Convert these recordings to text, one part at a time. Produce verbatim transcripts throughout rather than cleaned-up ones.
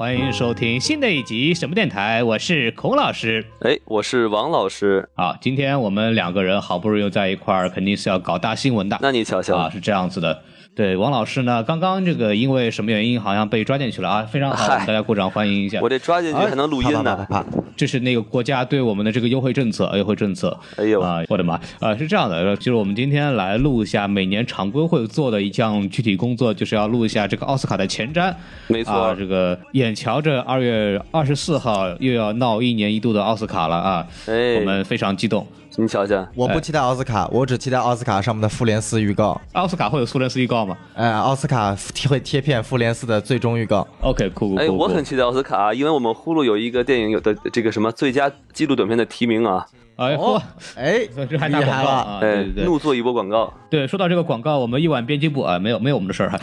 欢迎收听新的一集什么电台，我是孔老师。 哎，我是王老师。 好，今天我们两个人好不容易又在一块儿，肯定是要搞大新闻的。 那你瞧瞧啊，是这样子的。对，王老师呢，刚刚这个因为什么原因好像被抓进去了啊，非常好，大家鼓掌欢迎一下。 我这抓进去还能录音呢， 啊、这是那个国家对我们的这个优惠政策，优惠政策。 哎呦啊、呃，我的妈！呃，是这样的，就是我们今天来录一下每年常规会做的一项具体工作，就是要录一下这个奥斯卡的前瞻。 没错， 啊、这个眼瞧着二月二十四号又要闹一年一度的奥斯卡了啊， 哎， 我们非常激动。 你瞧瞧， 我不期待奥斯卡，我只期待奥斯卡上面的复联四预告。 奥斯卡会有复联四预告吗？ 哎，奥斯卡会贴片复联四的最终预告。 OK， 酷酷酷。 哎，我很期待奥斯卡，因为我们呼噜有一个电影有的这个什么最佳纪录短片的提名啊。 哎嚯！ 哎， 这还打广告啊！ 哎， 对对对， 怒做一波广告。 对，说到这个广告，我们一晚编辑部啊，没有没有我们的事儿哈。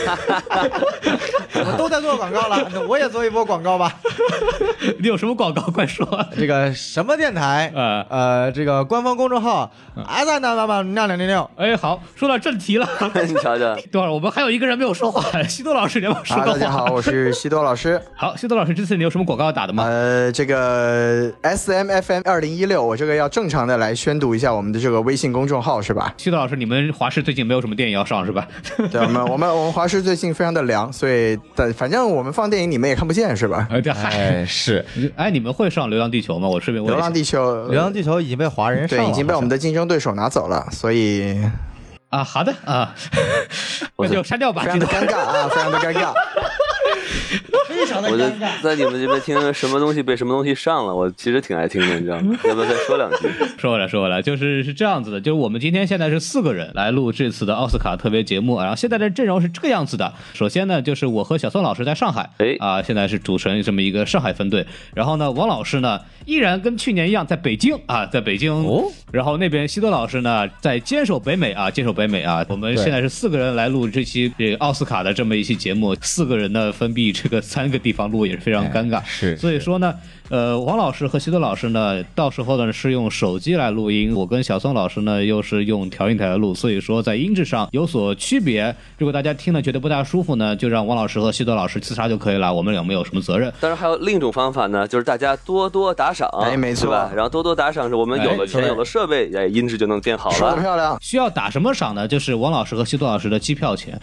我们都在做广告了，那我也做一波广告吧。 你有什么广告？快说。 这个什么电台？呃呃，这个官方公众号啊，那那那那六两零六。 哎，好，说到正题了。 你瞧瞧， 等会儿我们还有一个人没有说话，西多老师，你要不要说个话？ 大家好，我是西多老师。 好，西多老师，这次你有什么广告要打的吗？ 呃，这个 S M F M 二零一六，我这个要正常的来宣读一下我们的这个微信公众号是吧？ 西多老师，你们华视最近没有什么电影要上是吧？ 对，我们我们我们华视最近非常的凉，所以反正我们放电影你们也看不见是吧？ 哎，是。 哎，你们会上《流浪地球》吗？我顺便问一下。 流浪地球， 流浪地球已经被华人上了， 对，已经被我们的竞争对手拿走了，所以啊，好的啊，那就删掉吧。 非常的尴尬啊，非常的尴尬。 非常的我就尴尬。 在你们这边听什么东西被什么东西上了，我其实挺爱听的，你知道吗？要不要再说两句？ 说回来，说回来，就是是这样子的，就是我们今天现在是四个人来录这次的奥斯卡特别节目，然后现在的阵容是这个样子的。首先呢，就是我和小宋老师在上海， 哎啊、现在是组成这么一个上海分队。然后呢，王老师呢依然跟去年一样在北京啊，在北京。 哦。 然后那边西多老师呢在坚守北美啊，坚守北美啊。我们现在是四个人来录这期这个奥斯卡的这么一期节目，四个人呢分闭这个三个地方录也是非常尴尬。 哎、是。 所以说呢。呃，王老师和西多老师呢，到时候呢是用手机来录音，我跟小宋老师呢又是用调音台来录，所以说在音质上有所区别。如果大家听了觉得不大舒服呢，就让王老师和西多老师自杀就可以了，我们两没有什么责任。 当然还有另一种方法呢，就是大家多多打赏， 哎，没错， 吧？然后多多打赏，是我们有了钱、 哎、 有了设备，哎，音质就能变好了。 说得漂亮。 需要打什么赏呢？就是王老师和西多老师的机票钱。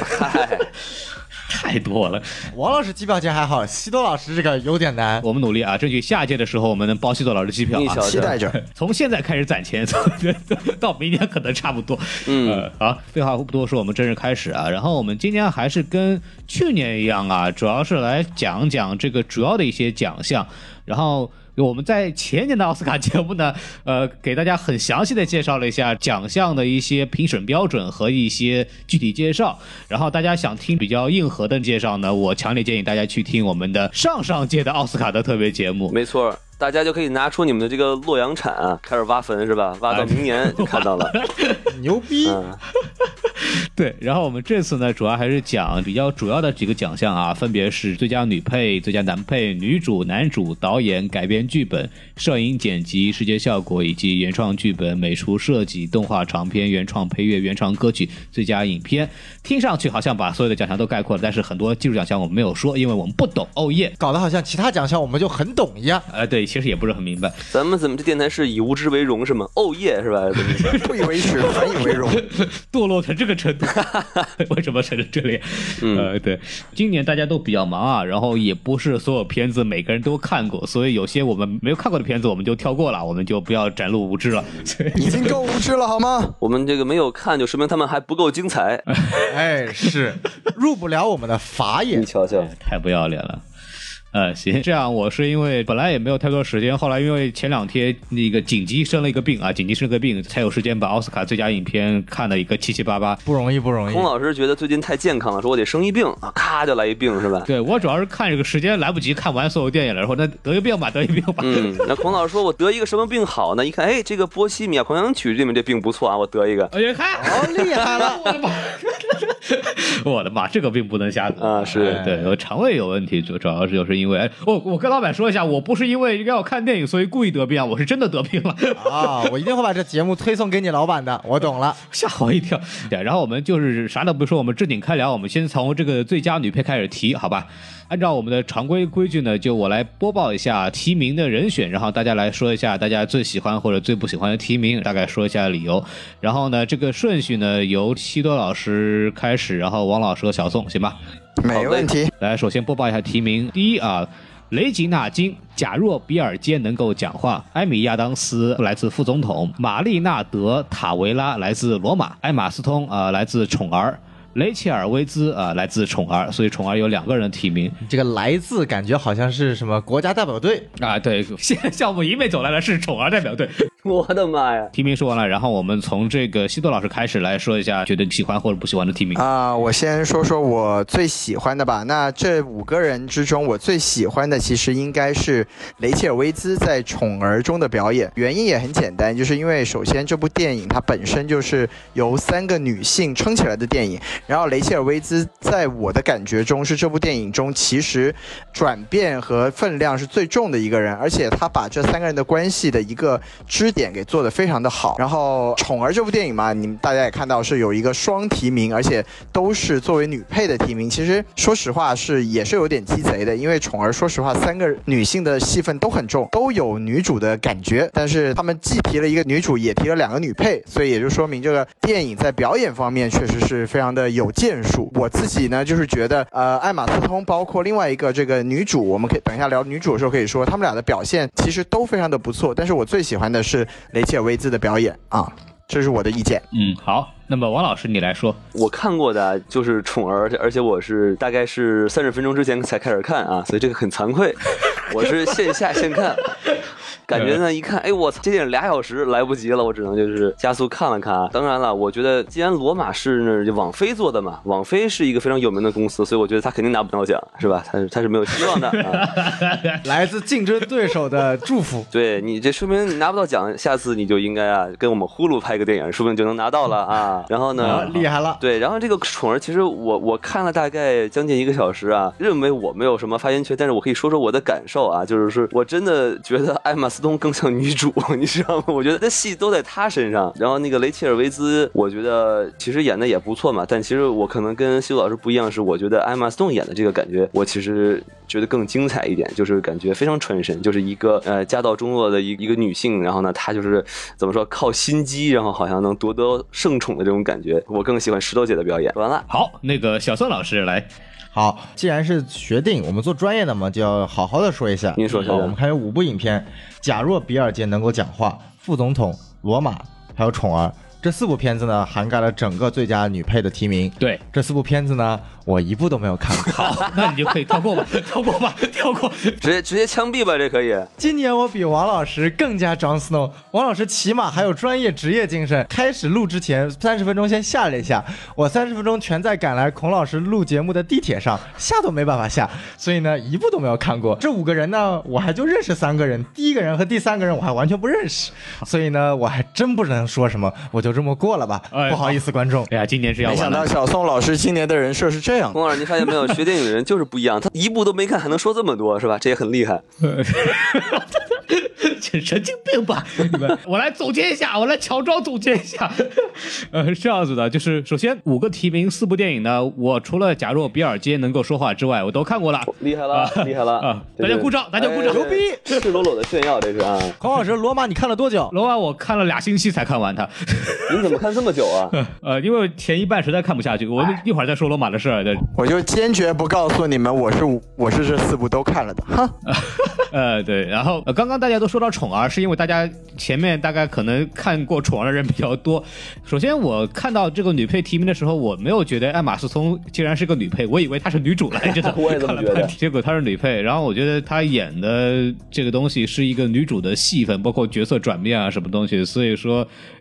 太多了， 王老师机票钱还好，西多老师这个有点难。 我们努力啊，争取下届的时候我们能包西多老师机票啊， 期待着。 从现在开始攒钱，到明年可能差不多。 嗯， 呃、好，废话不多说，我们正式开始啊。然后我们今天还是跟去年一样啊，主要是来讲讲这个主要的一些奖项，然后。我们在前年的奥斯卡节目呢，呃，给大家很详细的介绍了一下奖项的一些评审标准和一些具体介绍。然后大家想听比较硬核的介绍呢，我强烈建议大家去听我们的上上届的奥斯卡的特别节目。 没错。大家就可以拿出你们的这个洛阳铲啊，开始挖坟是吧？挖到明年就看到了， 牛逼！ 嗯、 对，然后我们这次呢，主要还是讲比较主要的几个奖项啊，分别是最佳女配、最佳男配、女主、男主、导演、改编剧本、摄影剪辑、视觉效果以及原创剧本、美术设计、动画长片、原创配乐、原创歌曲、最佳影片。听上去好像把所有的奖项都概括了，但是很多技术奖项我们没有说，因为我们不懂。哦耶， 搞得好像其他奖项我们就很懂一样。 呃，对。其实也不是很明白， 咱们怎么这电台是以无知为荣是吗？哦耶是吧？ 不以为耻，反以为荣， 堕落成这个程度，为什么成了这里？ 嗯、 呃，对，今年大家都比较忙啊，然后也不是所有片子每个人都看过，所以有些我们没有看过的片子我们就跳过了，我们就不要展露无知了。 已经够无知了好吗？ 我们这个没有看，就说明他们还不够精彩。 哎，是入不了我们的法眼。 你瞧瞧， 太不要脸了。呃，行，这样我是因为本来也没有太多时间，后来因为前两天那个紧急生了一个病啊，紧急生了个病，才有时间把奥斯卡最佳影片看了一个七七八八， 不容易不容易。 孔老师觉得最近太健康了，说我得生一病啊，咔就来一病是吧？ 对，我主要是看这个时间来不及看完所有电影了，然后那得一病吧，得一病吧。 嗯，那孔老师说我得一个什么病好呢？一看，哎，这个《波西米亚狂想曲》里面这病不错啊，我得一个。 哎呀，嗨， 好厉害了！ 我的妈！ 我的妈，这个并不能瞎啊！是对，我肠胃有问题，主主要是就是因为，哎，我我跟老板说一下，我不是因为要看电影所以故意得病啊，我是真的得病了啊！我一定会把这节目推送给你老板的，我懂了， 吓我一跳。对，然后我们就是啥都不说，我们正经开聊，我们先从这个最佳女配开始提，好吧？按照我们的常规规矩呢，就我来播报一下提名的人选，然后大家来说一下大家最喜欢或者最不喜欢的提名，大概说一下理由。然后呢，这个顺序呢由西多老师开始，然后王老师和小宋，行吧？ 没问题。 来，首先播报一下提名。第一啊，雷吉纳金，假若比尔街能够讲话；埃米亚当斯来自副总统；玛丽娜德塔维拉来自罗马；艾玛斯通啊、呃、来自宠儿。雷切尔威兹啊、呃，来自宠儿，所以宠儿有两个人提名。 这个来自感觉好像是什么国家代表队啊？对，现在项目一面走来了，是宠儿代表队。 我的妈呀！ 提名说完了，然后我们从这个西多老师开始来说一下，觉得喜欢或者不喜欢的提名啊、呃。我先说说我最喜欢的吧。那这五个人之中，我最喜欢的其实应该是雷切尔威兹在宠儿中的表演。原因也很简单，就是因为首先这部电影它本身就是由三个女性撑起来的电影。然后雷切尔威兹在我的感觉中是这部电影中其实转变和分量是最重的一个人，而且他把这三个人的关系的一个支点给做得非常的好。然后宠儿这部电影嘛，你们大家也看到是有一个双提名，而且都是作为女配的提名。其实说实话是也是有点鸡贼的，因为宠儿说实话三个女性的戏份都很重，都有女主的感觉，但是他们既提了一个女主也提了两个女配，所以也就说明这个电影在表演方面确实是非常的有建树。我自己呢就是觉得呃艾玛斯通包括另外一个这个女主，我们可以等一下聊女主的时候可以说他们俩的表现其实都非常的不错，但是我最喜欢的是雷切尔威兹的表演啊，这是我的意见。 嗯，好，那么王老师你来说。 我看过的就是宠儿，而且我是大概是三十分钟之前才开始看啊，所以这个很惭愧，我是线下先看。感觉呢，一看，哎，我操，这电影俩小时来不及了，我只能就是加速看了看啊。当然了，我觉得既然罗马是网飞做的嘛，网飞是一个非常有名的公司，所以我觉得他肯定拿不到奖，是吧？他他是没有希望的。啊、 来自竞争对手的祝福。 对你这说明你拿不到奖，下次你就应该啊跟我们呼噜拍个电影，说不定就能拿到了啊。然后呢， 啊、厉害了。 对，然后这个宠儿，其实我我看了大概将近一个小时啊，认为我没有什么发言权，但是我可以说说我的感受啊，就是说我真的觉得艾玛斯通更像女主，你知道吗？我觉得这戏都在她身上。然后那个雷切尔维兹，我觉得其实演的也不错嘛，但其实我可能跟西鲁老师不一样，是我觉得艾玛斯通演的这个感觉，我其实觉得更精彩一点，就是感觉非常传神，就是一个呃家道中落的一一个女性，然后呢，她就是怎么说靠心机，然后好像能夺得圣宠的这种感觉。我更喜欢石头姐的表演。完了， 好，那个小宋老师来。 好，既然是学电影，我们做专业的嘛，就要好好的说一下。 您说一下。 我们看有五部影片，假若比尔街能够讲话，副总统、罗马，还有宠儿。这四部片子呢，涵盖了整个最佳女配的提名。 对， 这四部片子呢，我一部都没有看过。 好，那你就可以跳过吧，跳过吧，跳过， 直接直接枪毙吧，这可以。 今年我比王老师更加 Jon Snow， 王老师起码还有专业职业精神。开始录之前三十分钟先下了一下，我三十分钟全在赶来孔老师录节目的地铁上，下都没办法下，所以呢一部都没有看过。这五个人呢，我还就认识三个人，第一个人和第三个人我还完全不认识，所以呢我还真不能说什么，我就这么过了吧。哎、不好意思观众。 哎呀，今年是要没想到小宋老师今年的人设是这样。 孔老师，你发现没有，学电影的人就是不一样，他一部都没看还能说这么多，是吧？这也很厉害。 神经病吧！我来总结一下，我来乔装总结一下。呃，是这样子的，就是首先五个提名，四部电影呢，我除了假若比尔街能够说话之外，我都看过了。 厉害了，厉害了啊！大家鼓掌，大家鼓掌， 牛逼！ 赤裸裸的炫耀，这是啊。 孔老师，罗马你看了多久？ 罗马我看了俩星期才看完它。 你怎么看这么久啊？ 呃，因为前一半实在看不下去，我一会儿再说罗马的事儿。 我就坚决不告诉你们，我是我是这四部都看了的。哈。 呃，对，然后、呃、刚刚大家都说到宠儿，是因为大家前面大概可能看过宠儿的人比较多。首先我看到这个女配提名的时候，我没有觉得艾玛斯通竟然是个女配，我以为她是女主来着的。 我也这么觉得。 结果她是女配，然后我觉得她演的这个东西是一个女主的戏份，包括角色转变啊什么东西，所以说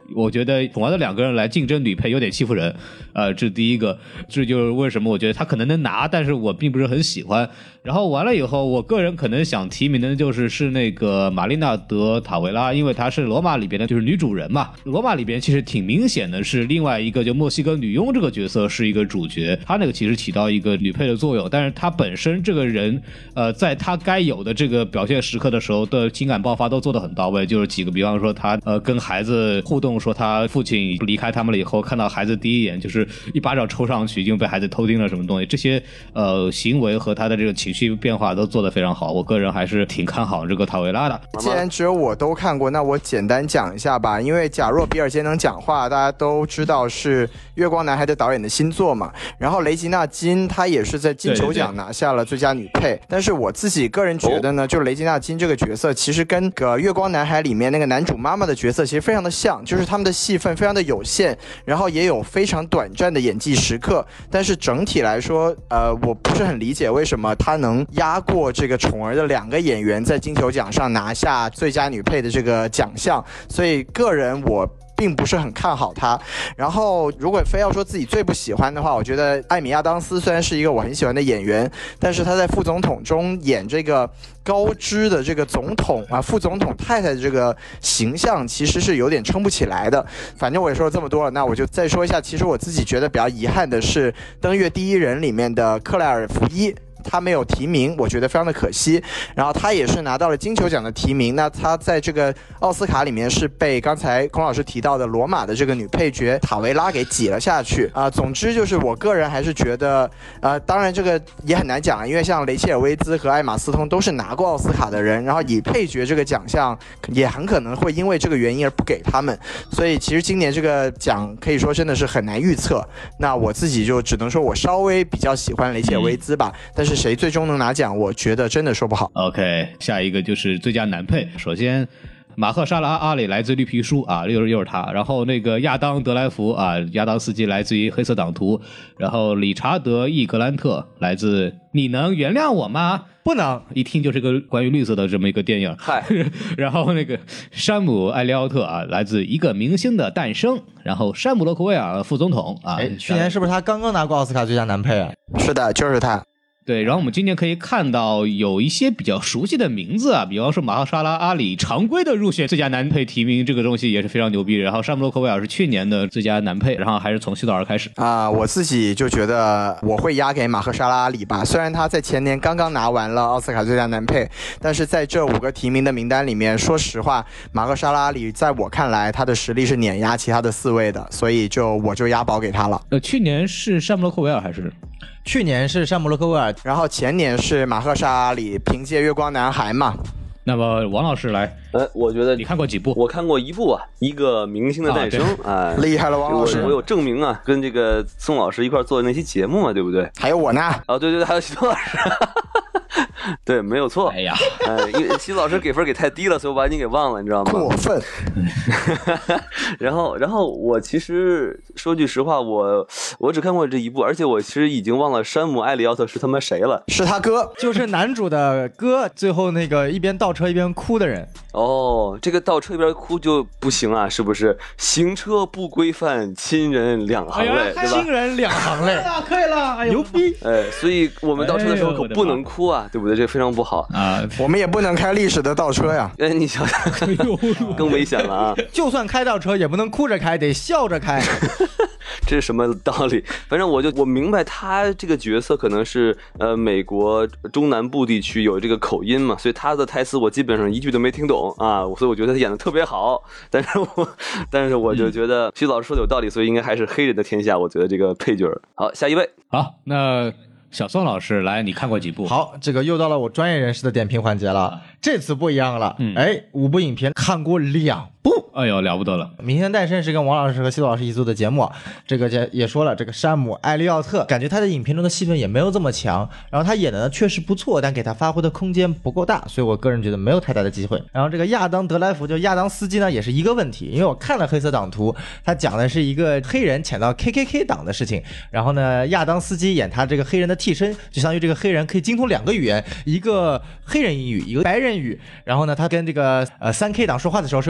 我觉得同样的两个人来竞争女配有点欺负人，呃，这是第一个，这就是为什么我觉得他可能能拿，但是我并不是很喜欢。然后完了以后，我个人可能想提名的就是是那个玛丽娜德塔维拉，因为她是罗马里边的就是女主人嘛。罗马里边其实挺明显的是另外一个就墨西哥女佣这个角色是一个主角，她那个其实起到一个女配的作用，但是她本身这个人，呃，在她该有的这个表现时刻的时候的情感爆发都做得很到位，就是几个比方说她呃跟孩子互动，说她父亲离开他们了以后，看到孩子第一眼就是一巴掌抽上去，因为被孩子偷听了什么东西，这些呃行为和她的这个情绪变化都做得非常好，我个人还是挺看好这个塔维拉的。 既然只有我都看过，那我简单讲一下吧。因为假若比尔杰能讲话，大家都知道是月光男孩的导演的新作嘛。然后雷吉娜金她也是在金球奖拿下了最佳女配，对对对，但是我自己个人觉得呢，就雷吉娜金这个角色其实跟个月光男孩里面那个男主妈妈的角色其实非常的像，就是他们的戏份非常的有限，然后也有非常短暂的演技时刻，但是整体来说，呃，我不是很理解为什么他能压过这个宠儿的两个演员在金球奖上拿下最佳女配的这个奖项，所以个人我并不是很看好他。然后如果非要说自己最不喜欢的话，我觉得艾米亚当斯虽然是一个我很喜欢的演员，但是他在副总统中演这个高知的这个总统啊，副总统太太的这个形象其实是有点撑不起来的。反正我也说了这么多了，那我就再说一下，其实我自己觉得比较遗憾的是登月第一人里面的克莱尔福伊，他没有提名，我觉得非常的可惜。然后他也是拿到了金球奖的提名，那他在这个奥斯卡里面是被刚才孔老师提到的罗马的这个女配角塔维拉给挤了下去啊、呃。总之就是我个人还是觉得，呃，当然这个也很难讲，因为像雷切尔威兹和艾玛斯通都是拿过奥斯卡的人，然后以配角这个奖项也很可能会因为这个原因而不给他们，所以其实今年这个奖可以说真的是很难预测。那我自己就只能说我稍微比较喜欢雷切尔威兹吧，嗯、但是谁最终能拿奖，我觉得真的说不好。 OK， 下一个就是最佳男配。首先马赫沙拉阿里来自绿皮书啊，又是又是他。然后那个亚当德莱福啊，亚当斯基来自于黑色党徒。然后理查德易格兰特来自你能原谅我吗？ 不能， 一听就是个关于绿色的这么一个电影。 嗨， 然后那个山姆艾利奥特啊，来自一个明星的诞生。然后山姆洛克威尔副总统啊， 哎，去年是不是他刚刚拿过奥斯卡最佳男配啊？ 是的，就是他。 对，然后我们今年可以看到有一些比较熟悉的名字啊，比方说马赫沙拉阿里常规的入选最佳男配提名，这个东西也是非常牛逼。然后山姆洛克威尔是去年的最佳男配，然后还是从西道尔开始啊、呃。我自己就觉得我会压给马赫沙拉阿里吧，虽然他在前年刚刚拿完了奥斯卡最佳男配，但是在这五个提名的名单里面，说实话，马赫沙拉阿里在我看来他的实力是碾压其他的四位的，所以就我就押宝给他了。 呃，去年是山姆洛克威尔还是？ 去年是山姆洛克威尔， 然后前年是马赫沙拉阿里，凭借月光男孩嘛。 那么王老师来， 呃，我觉得你看过几部？ 我看过一部啊，一个明星的诞生，哎、啊， 厉害了，王老师， 我, 我有证明啊，跟这个宋老师一块做的那期节目嘛，对不对？ 还有我呢， 啊，对对对，还有徐东老师，对，没有错。 哎呀， 呃，因为徐老师给分给太低了，所以我把你给忘了，你知道吗？ 过分。 然后，然后我其实说句实话，我我只看过这一部，而且我其实已经忘了山姆艾利奥特是他妈谁了， 是他哥， 就是男主的哥，最后那个一边倒车一边哭的人。 哦，这个倒车一边哭就不行啊，是不是？行车不规范，亲人两行泪，哎、对吧？ 亲人两行泪， 可以了，哎、 牛逼！ 哎，所以我们倒车的时候可不能哭啊，哎、对不对？这个非常不好啊。 我们也不能开历史的倒车呀。 哎，你想想，更危险了啊！ 就算开倒车，也不能哭着开，得笑着开。 这是什么道理？反正我就我明白他这个角色可能是呃美国中南部地区有这个口音嘛，所以他的台词我基本上一句都没听懂啊，所以我觉得他演的特别好。但是我但是我就觉得徐老师说的有道理，所以应该还是黑人的天下。我觉得这个配角好，下一位。 好，那小宋老师来，你看过几部？ 好，这个又到了我专业人士的点评环节了。这次不一样了，嗯，哎，五部影片看过两部， 哎呦，了不得了！ 明天诞生是跟王老师和西多老师一起做的节目，这个也也说了，这个山姆艾利奥特，感觉他在影片中的戏份也没有这么强，然后他演的呢确实不错，但给他发挥的空间不够大，所以我个人觉得没有太大的机会。然后这个亚当德莱福就亚当斯基呢也是一个问题，因为我看了黑色党徒，他讲的是一个黑人潜到 K K K 党的事情，然后呢亚当斯基演他这个黑人的替身，就相当于这个黑人可以精通两个语言，一个黑人英语，一个白人语，然后呢他跟这个呃三 K 党说话的时候是用白人语，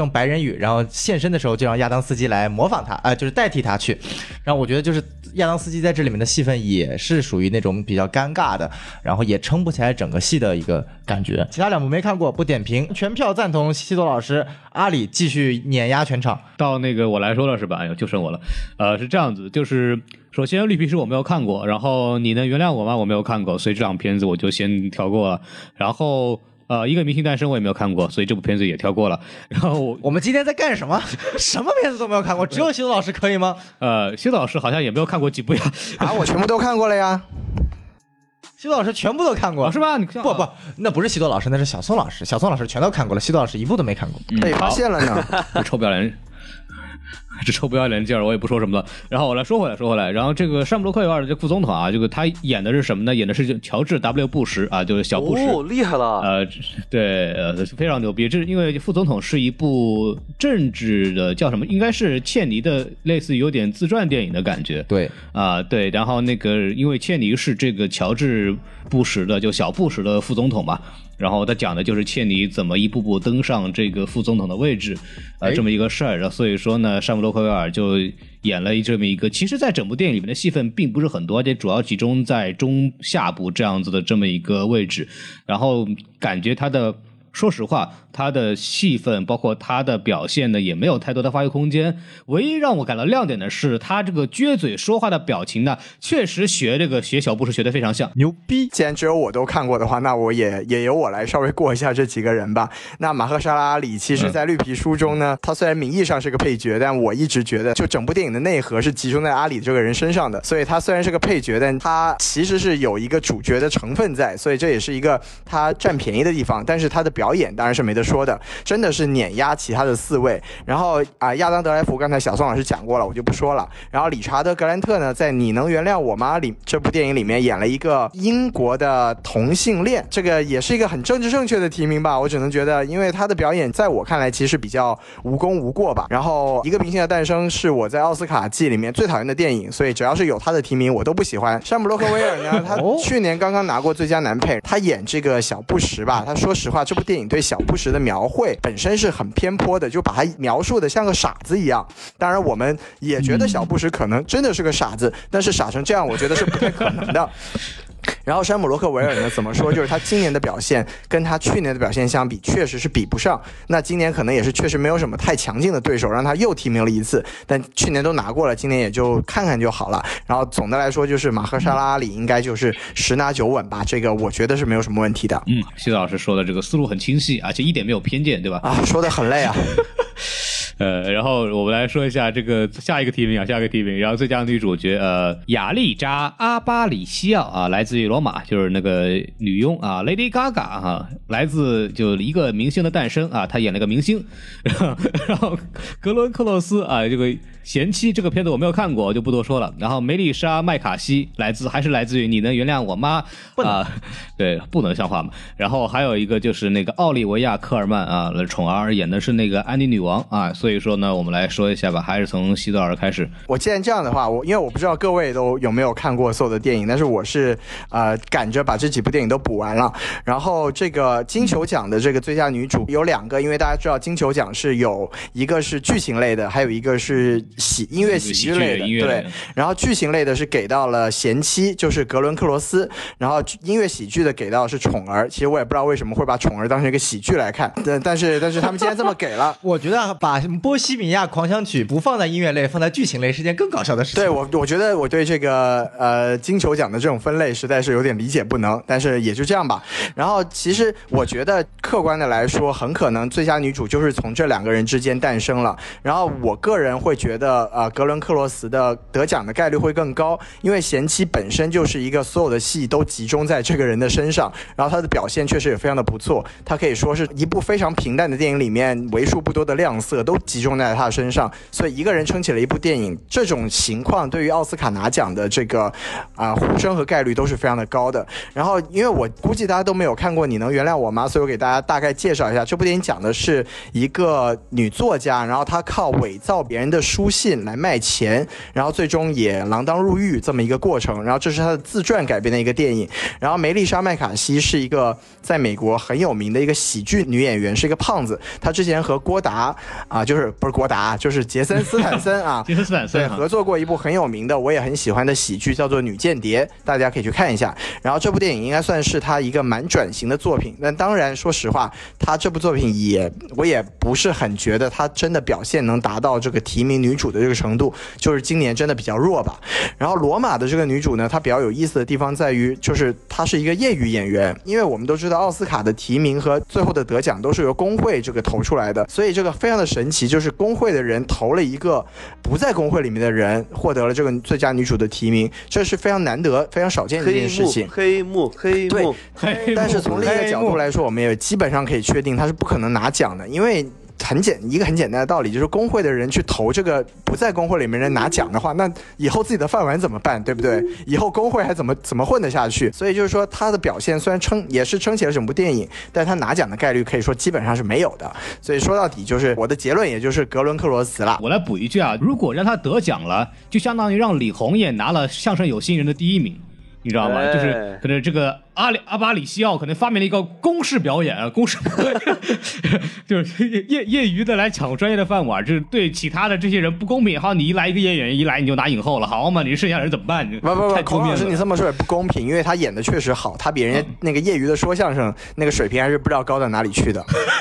狱，然后现身的时候就让亚当斯基来模仿他，啊、呃，就是代替他去。然后我觉得就是亚当斯基在这里面的戏份也是属于那种比较尴尬的，然后也撑不起来整个戏的一个感觉。其他两部没看过，不点评，全票赞同西多老师，阿里继续碾压全场。 到那个我来说了是吧？哎呦，就剩我了。呃，是这样子，就是首先绿皮书我没有看过，然后你能原谅我吗？我没有看过，所以这场片子我就先跳过了。然后呃，一个明星诞生我也没有看过，所以这部片子也跳过了。然后 我, 我们今天在干什么？什么片子都没有看过，只有西多老师可以吗？ 呃，西多老师好像也没有看过几部呀。 啊，我全部都看过了呀。 西多老师全部都看过、 哦、是吧？你不不，那不是西多老师，那是小宋老师。小宋老师全都看过了，西多老师一部都没看过。 被发现了呢， 这臭不要脸。这臭不要脸劲儿，我也不说什么了。然后我来说回来，说回来，然后这个山姆洛克维尔的这个副总统啊，这个他演的是什么呢？演的是乔治 W 布什啊，就是小布什。 哦，厉害了。 呃，对，呃，非常牛逼。这是因为副总统是一部政治的叫什么？应该是切尼的，类似于有点自传电影的感觉。 对啊、呃，对。然后那个，因为切尼是这个乔治布什的，就小布什的副总统嘛。然后他讲的就是切尼怎么一步步登上这个副总统的位置，呃，这么一个事儿。然后所以说呢，山姆洛克维尔就演了这么一个，其实在整部电影里面的戏份并不是很多，而且主要集中在中下部这样子的这么一个位置。然后感觉他的，说实话，他的戏份包括他的表现呢，也没有太多的发挥空间。唯一让我感到亮点的是，他这个撅嘴说话的表情呢，确实学这个学小布什学得非常像， 牛逼。 既然只有我都看过的话，那我也也由我来稍微过一下这几个人吧。那马赫沙拉阿里，其实在绿皮书中呢，嗯、他虽然名义上是个配角，但我一直觉得，就整部电影的内核是集中在阿里这个人身上的。所以他虽然是个配角，但他其实是有一个主角的成分在，所以这也是一个他占便宜的地方。但是他的表演当然是没得说的，真的是碾压其他的四位。然后啊、呃，亚当德莱福刚才小宋老师讲过了，我就不说了。然后理查德格兰特呢，在《你能原谅我吗》里这部电影里面演了一个英国的同性恋，这个也是一个很政治正确的提名吧，我只能觉得，因为他的表演在我看来其实比较无功无过吧。然后一个明星的诞生是我在奥斯卡季里面最讨厌的电影，所以只要是有他的提名我都不喜欢。山姆洛克威尔呢，他去年刚刚拿过最佳男配，他演这个小布什吧，他说实话，这部电影对小布什的描绘本身是很偏颇的，就把他描述的像个傻子一样。当然我们也觉得小布什可能真的是个傻子，但是傻成这样我觉得是不太可能的。然后山姆洛克维尔呢，怎么说，就是他今年的表现跟他去年的表现相比确实是比不上，那今年可能也是确实没有什么太强劲的对手让他又提名了一次，但去年都拿过了，今年也就看看就好了。然后总的来说就是马赫沙拉阿里应该就是十拿九稳吧，这个我觉得是没有什么问题的。 嗯，谢老师说的这个思路很清晰，而且一点没有偏见，对吧？ 啊，说的很累啊。 呃，然后我们来说一下这个下一个提名啊，下一个提名，然后最佳女主角呃亚丽扎阿巴里西奥啊，来自于罗马，就是那个女佣啊 ，Lady Gaga 啊，来自就一个明星的诞生啊，她演了个明星，然后然后格伦克洛斯啊，这个贤妻这个片子我没有看过，我就不多说了。然后梅丽莎麦卡锡来自还是来自于你能原谅我吗？啊，对，不能像话嘛。然后还有一个就是那个奥利维亚科尔曼啊，宠儿演的是那个安妮女王啊。所以说呢，我们来说一下吧，还是从西多尔开始。 我既然这样的话，我因为我不知道各位都有没有看过所有的电影，但是我是呃赶着把这几部电影都补完了。然后这个金球奖的这个最佳女主有两个，因为大家知道金球奖是有一个是剧情类的，还有一个是喜音乐喜剧类的，对。然后剧情类的是给到了贤妻，就是格伦克罗斯，然后音乐喜剧的给到的是宠儿。其实我也不知道为什么会把宠儿当成一个喜剧来看，但但是但是他们今天这么给了， 我觉得把波西米亚狂想曲不放在音乐类，放在剧情类是件更搞笑的事情。 对，我我觉得我对这个呃金球奖的这种分类实在是有点理解不能，但是也就这样吧。然后其实我觉得客观的来说，很可能最佳女主就是从这两个人之间诞生了。然后我个人会觉得呃格伦克罗斯的得奖的概率会更高，因为贤妻本身就是一个所有的戏都集中在这个人的身上，然后他的表现确实也非常的不错，他可以说是一部非常平淡的电影里面为数不多的亮色都集中在他的身上，所以一个人撑起了一部电影，这种情况对于奥斯卡拿奖的这个啊、呃、呼声和概率都是非常的高的。然后因为我估计大家都没有看过你能原谅我吗，所以我给大家大概介绍一下，这部电影讲的是一个女作家，然后她靠伪造别人的书信来卖钱，然后最终也锒铛入狱这么一个过程，然后这是她的自传改编的一个电影。然后梅丽莎麦卡锡是一个在美国很有名的一个喜剧女演员，是一个胖子，她之前和郭达啊就就是不是郭达，就是杰森斯坦森啊， 杰森斯坦森对，合作过一部很有名的，我也很喜欢的喜剧，叫做《女间谍》，大家可以去看一下。然后这部电影应该算是他一个蛮转型的作品，但当然说实话，他这部作品也我也不是很觉得他真的表现能达到这个提名女主的这个程度，就是今年真的比较弱吧。然后罗马的这个女主呢，她比较有意思的地方在于，就是她是一个业余演员，因为我们都知道奥斯卡的提名和最后的得奖都是由工会这个投出来的，所以这个非常的神奇，就是工会的人投了一个不在工会里面的人获得了这个最佳女主的提名，这是非常难得非常少见的一件事情。 黑幕黑幕黑幕， 对， 但是从另一个角度来说，我们也基本上可以确定她是不可能拿奖的，因为很简一个很简单的道理，就是工会的人去投这个不在工会里面人拿奖的话，那以后自己的饭碗怎么办，对不对？以后工会还怎么怎么混得下去？所以就是说，他的表现虽然撑也是撑起了整部电影，但他拿奖的概率可以说基本上是没有的。所以说到底就是我的结论，也就是格伦克罗斯了。 我来补一句啊，如果让他得奖了，就相当于让李红也拿了相声有新人的第一名。你知道吗？ 哎、 就是可能这个阿里阿巴里西奥可能发明了一个公式表演啊，公式就是业业余的来抢专业的饭碗，这对其他的这些人不公平。好，你一来一个业演员一来你就拿影后了，好嘛，你剩下人怎么办？ 不不不，孔老师你这么说也不公平，因为他演的确实好，他比人家那个业余的说相声那个水平还是不知道高到哪里去的。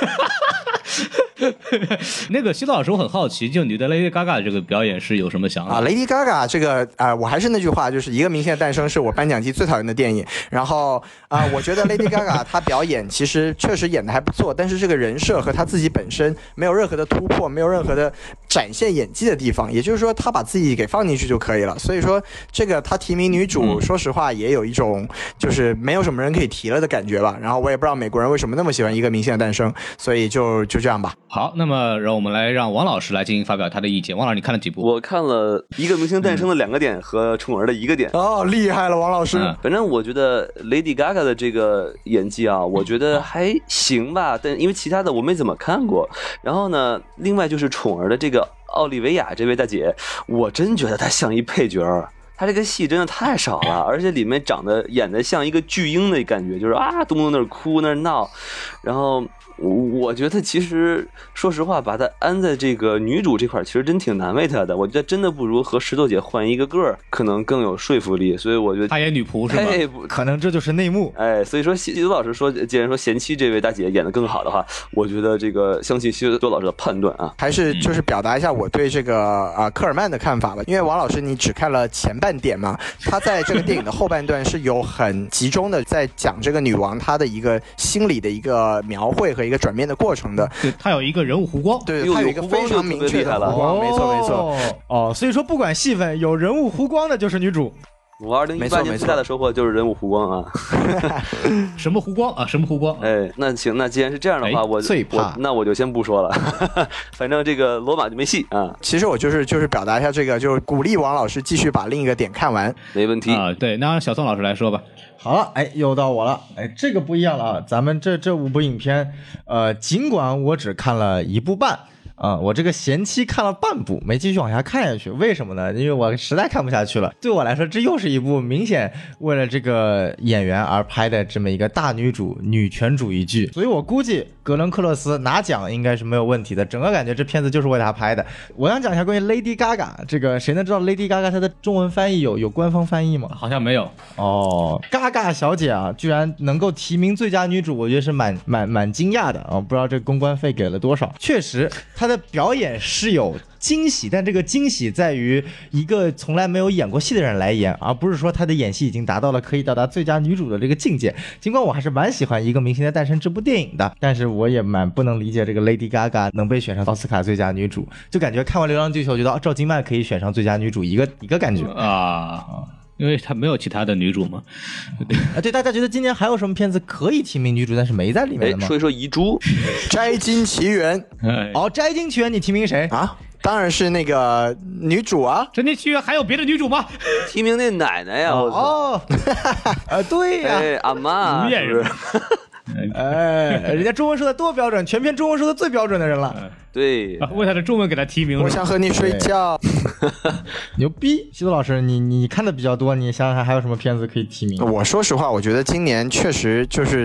那个西多老师，我很好奇，就你对 Lady Gaga 这个表演是有什么想法啊 ？Lady Gaga 这个啊、呃，我还是那句话，就是一个明星的诞生是我颁奖季最讨厌的电影。然后啊、呃，我觉得 Lady Gaga 她表演其实确实演的还不错，但是这个人设和她自己本身没有任何的突破，没有任何的展现演技的地方。也就是说，她把自己给放进去就可以了。所以说，这个她提名女主，说实话也有一种就是没有什么人可以提了的感觉吧。然后我也不知道美国人为什么那么喜欢一个明星的诞生，所以就就这样吧。 好，那么让我们来让王老师来进行发表他的意见。王老师，你看了几部？ 我看了一个明星诞生的两个点和宠儿的一个点。 哦，厉害了，王老师。 嗯、反正我觉得 Lady Gaga 的这个演技啊，我觉得还行吧，但因为其他的我没怎么看过。然后呢，另外就是宠儿的这个奥利维亚这位大姐，我真觉得她像一配角。他这个戏真的太少了，而且里面长得演的像一个巨婴的感觉，就是啊，动不动那儿哭那儿闹，然后我觉得其实说实话，把她安在这个女主这块，其实真挺难为她的。我觉得真的不如和石头姐换一个个儿，可能更有说服力。所以我觉得她演女仆是吧？ 哎， 可能这就是内幕。 哎，所以说西多老师说，既然说贤妻这位大姐演得更好的话，我觉得这个相信西多老师的判断啊， 还是就是表达一下我对这个啊、呃、科尔曼的看法吧。因为王老师你只看了前半点嘛，他在这个电影的后半段是有很集中的在讲这个女王她的一个心理的一个描绘和一个转变的过程的。 对，她有一个人物弧光， 对，她有一个非常明确的弧光，没错没错。 哦，所以说不管戏份有人物弧光的就是女主。 我二零一八年最大的收获就是人物弧光啊！ 什么弧光啊？什么弧光？ 哎，那行，那既然是这样的话，我最怕我那我就先不说了，反正这个罗马就没戏啊。 其实我就是就是表达一下这个，就是鼓励王老师继续把另一个点看完， 没问题啊。对，那让小宋老师来说吧。 好了，哎，又到我了，哎，这个不一样了啊！咱们这这五部影片，呃，尽管我只看了一部半。啊、嗯，我这个贤妻看了半部，没继续往下看下去，为什么呢？因为我实在看不下去了。对我来说，这又是一部明显为了这个演员而拍的这么一个大女主女权主义剧，所以我估计格伦克洛斯拿奖应该是没有问题的。整个感觉这片子就是为他拍的。我想讲一下关于 Lady Gaga 这个，谁能知道 Lady Gaga 她的中文翻译有有官方翻译吗？ 好像没有。 哦，嘎嘎小姐啊，居然能够提名最佳女主，我觉得是蛮蛮蛮惊讶的啊！不知道这公关费给了多少。确实，她的表演是有惊喜，但这个惊喜在于一个从来没有演过戏的人来演，而不是说她的演戏已经达到了可以到达最佳女主的这个境界。尽管我还是蛮喜欢《一个明星的诞生》这部电影的，但是我也蛮不能理解这个 Lady Gaga 能被选上奥斯卡最佳女主，就感觉看完《流浪地球》，觉得赵今麦可以选上最佳女主，一个一个感觉啊。因为她没有其他的女主嘛。 啊，对，大家觉得今年还有什么片子可以提名女主，但是没在里面的吗？ 哎，说一说遗珠， 《摘金奇缘》。 哦，《摘金奇缘》你提名谁啊？当然是那个女主啊！ 摘金奇缘还有别的女主吗？ 提名那奶奶呀！我操！ 哦，啊，对呀、啊， 哎，阿妈， 是不是？ 哎，人家中文说的多标准，全篇中文说的最标准的人了。 对， 啊、为他的中文给他提名。 我想和你睡觉， 牛逼！西多老师，你你看的比较多，你想想还有什么片子可以提名？ 我说实话，我觉得今年确实就是。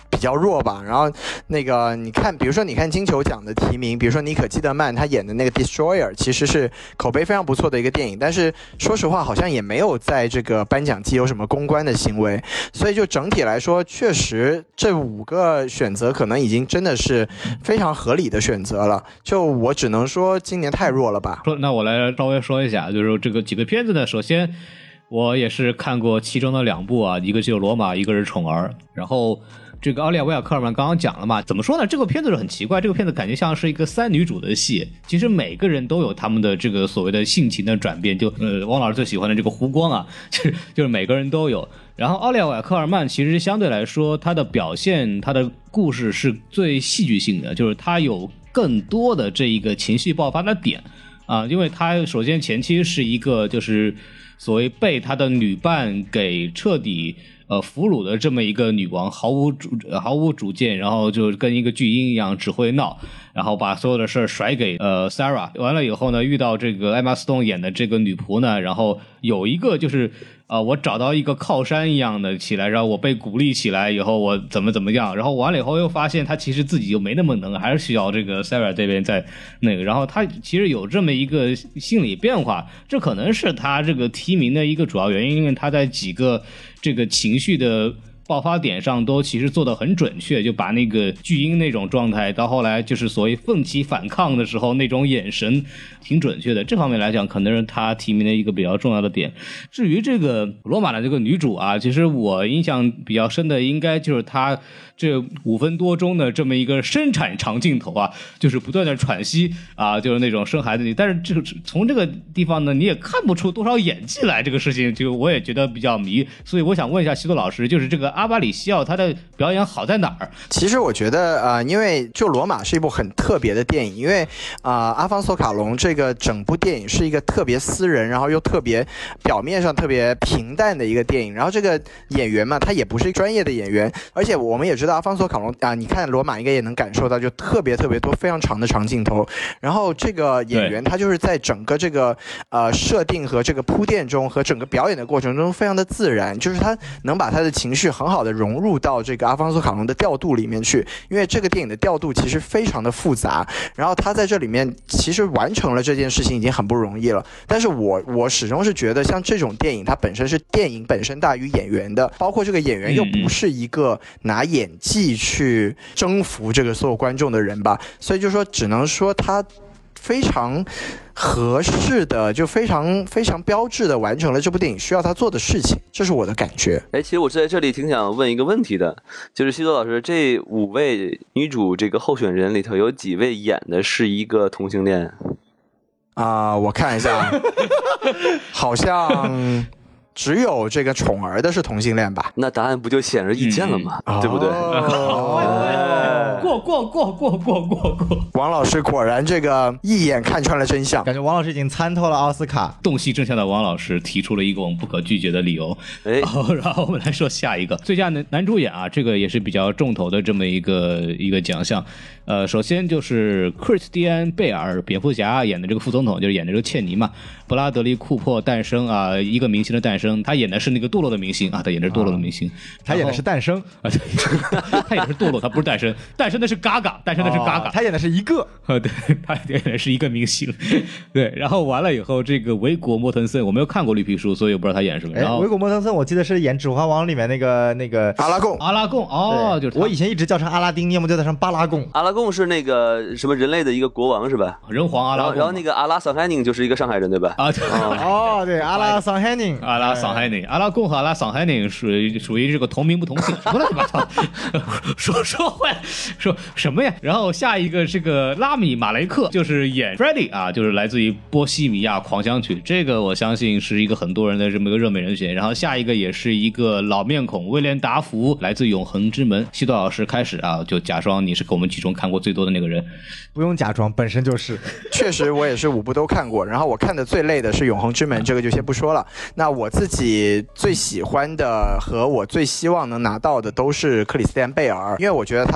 比较弱吧。然后那个你看，比如说你看金球奖的提名，比如说妮可基德曼他演的那个 Destroyer 其实是口碑非常不错的一个电影，但是说实话好像也没有在这个颁奖季有什么公关的行为，所以就整体来说确实这五个选择可能已经真的是非常合理的选择了，就我只能说今年太弱了吧。 说那我来稍微说一下，就是这个几个片子呢，首先我也是看过其中的两部啊，一个就是罗马，一个是宠儿。然后这个奥利亚维亚科尔曼刚刚讲了嘛，怎么说呢？这个片子是很奇怪，这个片子感觉像是一个三女主的戏，其实每个人都有他们的这个所谓的性情的转变，就呃汪老师最喜欢的这个湖光啊，就是就是每个人都有。然后奥利亚维亚科尔曼其实相对来说，他的表现，他的故事是最戏剧性的，就是他有更多的这一个情绪爆发的点啊，因为他首先前期是一个就是所谓被他的女伴给彻底呃俘虏的这么一个女王，毫无主毫无主见，然后就跟一个巨婴一样只会闹，然后把所有的事儿甩给呃 Sarah。完了以后呢，遇到这个艾玛斯通演的这个女仆呢，然后有一个就是呃我找到一个靠山一样的起来，然后我被鼓励起来以后我怎么怎么样，然后完了以后又发现他其实自己又没那么能，还是需要这个 Sarah 这边在那个，然后他其实有这么一个心理变化，这可能是他这个提名的一个主要原因，因为他在几个这个情绪的爆发点上都其实做得很准确，就把那个巨婴那种状态到后来就是所谓奋起反抗的时候那种眼神挺准确的，这方面来讲可能是他提名的一个比较重要的点。至于这个罗马的这个女主啊，其实我印象比较深的应该就是她这五分多钟的这么一个生产长镜头啊，就是不断的喘息啊，就是那种生孩子，但是这个从这个地方呢你也看不出多少演技来，这个事情就我也觉得比较迷，所以我想问一下西多老师，就是这个阿巴里西奥他的表演好在哪儿？ 其实我觉得呃，因为就罗马是一部很特别的电影，因为啊、呃，阿方索卡隆这个整部电影是一个特别私人，然后又特别表面上特别平淡的一个电影，然后这个演员嘛，他也不是专业的演员，而且我们也知道阿方索卡隆啊、呃，你看罗马应该也能感受到，就特别特别多非常长的长镜头，然后这个演员他就是在整个这个呃设定和这个铺垫中和整个表演的过程中非常的自然，就是他能把他的情绪很好的融入到这个阿方索卡隆的调度里面去，因为这个电影的调度其实非常的复杂，然后他在这里面其实完成了这件事情已经很不容易了，但是我我始终是觉得像这种电影它本身是电影本身大于演员的，包括这个演员又不是一个拿演技去征服这个所有观众的人吧，所以就说只能说他非常合适的，就非常非常标志的完成了这部电影需要他做的事情，这是我的感觉。 哎，其实我在这里挺想问一个问题的，就是西多老师，这五位女主这个候选人里头有几位演的是一个同性恋啊、呃？我看一下，好像只有这个宠儿的是同性恋吧？ 那答案不就显而易见了吗？嗯、对不对？ 哦，过过过过过过过， 王老师果然这个一眼看穿了真相， 感觉王老师已经参透了奥斯卡。 洞悉真相的王老师提出了一个我们不可拒绝的理由。哎，然后我们来说下一个最佳男男主演啊，这个也是比较重头的这么一个一个奖项。呃，首先就是克里斯蒂安贝尔蝙蝠侠演的这个副总统，就是演的这个切尼嘛。布拉德利库珀诞生啊，一个明星的诞生，他演的是那个堕落的明星啊，他演的是堕落的明星，啊、 他演的是诞生啊，他演的是堕落，他不是诞生，诞生的是嘎嘎，诞生的是嘎嘎、 哦，他演的是一个， 啊，对，他演的是一个明星，对，然后完了以后，这个维果莫腾森，我没有看过绿皮书，所以我不知道他演什么。然后维果莫腾森，我记得是演《指环王》里面那个那个阿拉贡， 阿拉贡哦，就是我以前一直叫成阿拉丁，你有没有叫他成巴拉贡？ 阿拉贡是那个什么人类的一个国王是吧？ 人皇阿拉贡， 然后然后那个阿拉桑海宁就是一个上海人对吧？ 啊， 哦，对，阿拉桑海宁， 阿拉桑海宁，阿拉贡和阿拉桑海宁属于属于这个同名不同姓，什么乱七八糟，说说坏说什么呀？然后下一个这个拉米马雷克就是演 Freddy 啊，就是来自于波西米亚狂想曲，这个我相信是一个很多人的这么一个热门人选。然后下一个也是一个老面孔威廉达福，来自永恒之门。西多老师开始啊，就假装你是跟我们剧中看过最多的那个人， 不用假装，本身就是。 确实我也是五部都看过，然后我看的最累的是永恒之门，这个就先不说了。那我自己最喜欢的和我最希望能拿到的都是克里斯蒂安贝尔，因为我觉得他在这个副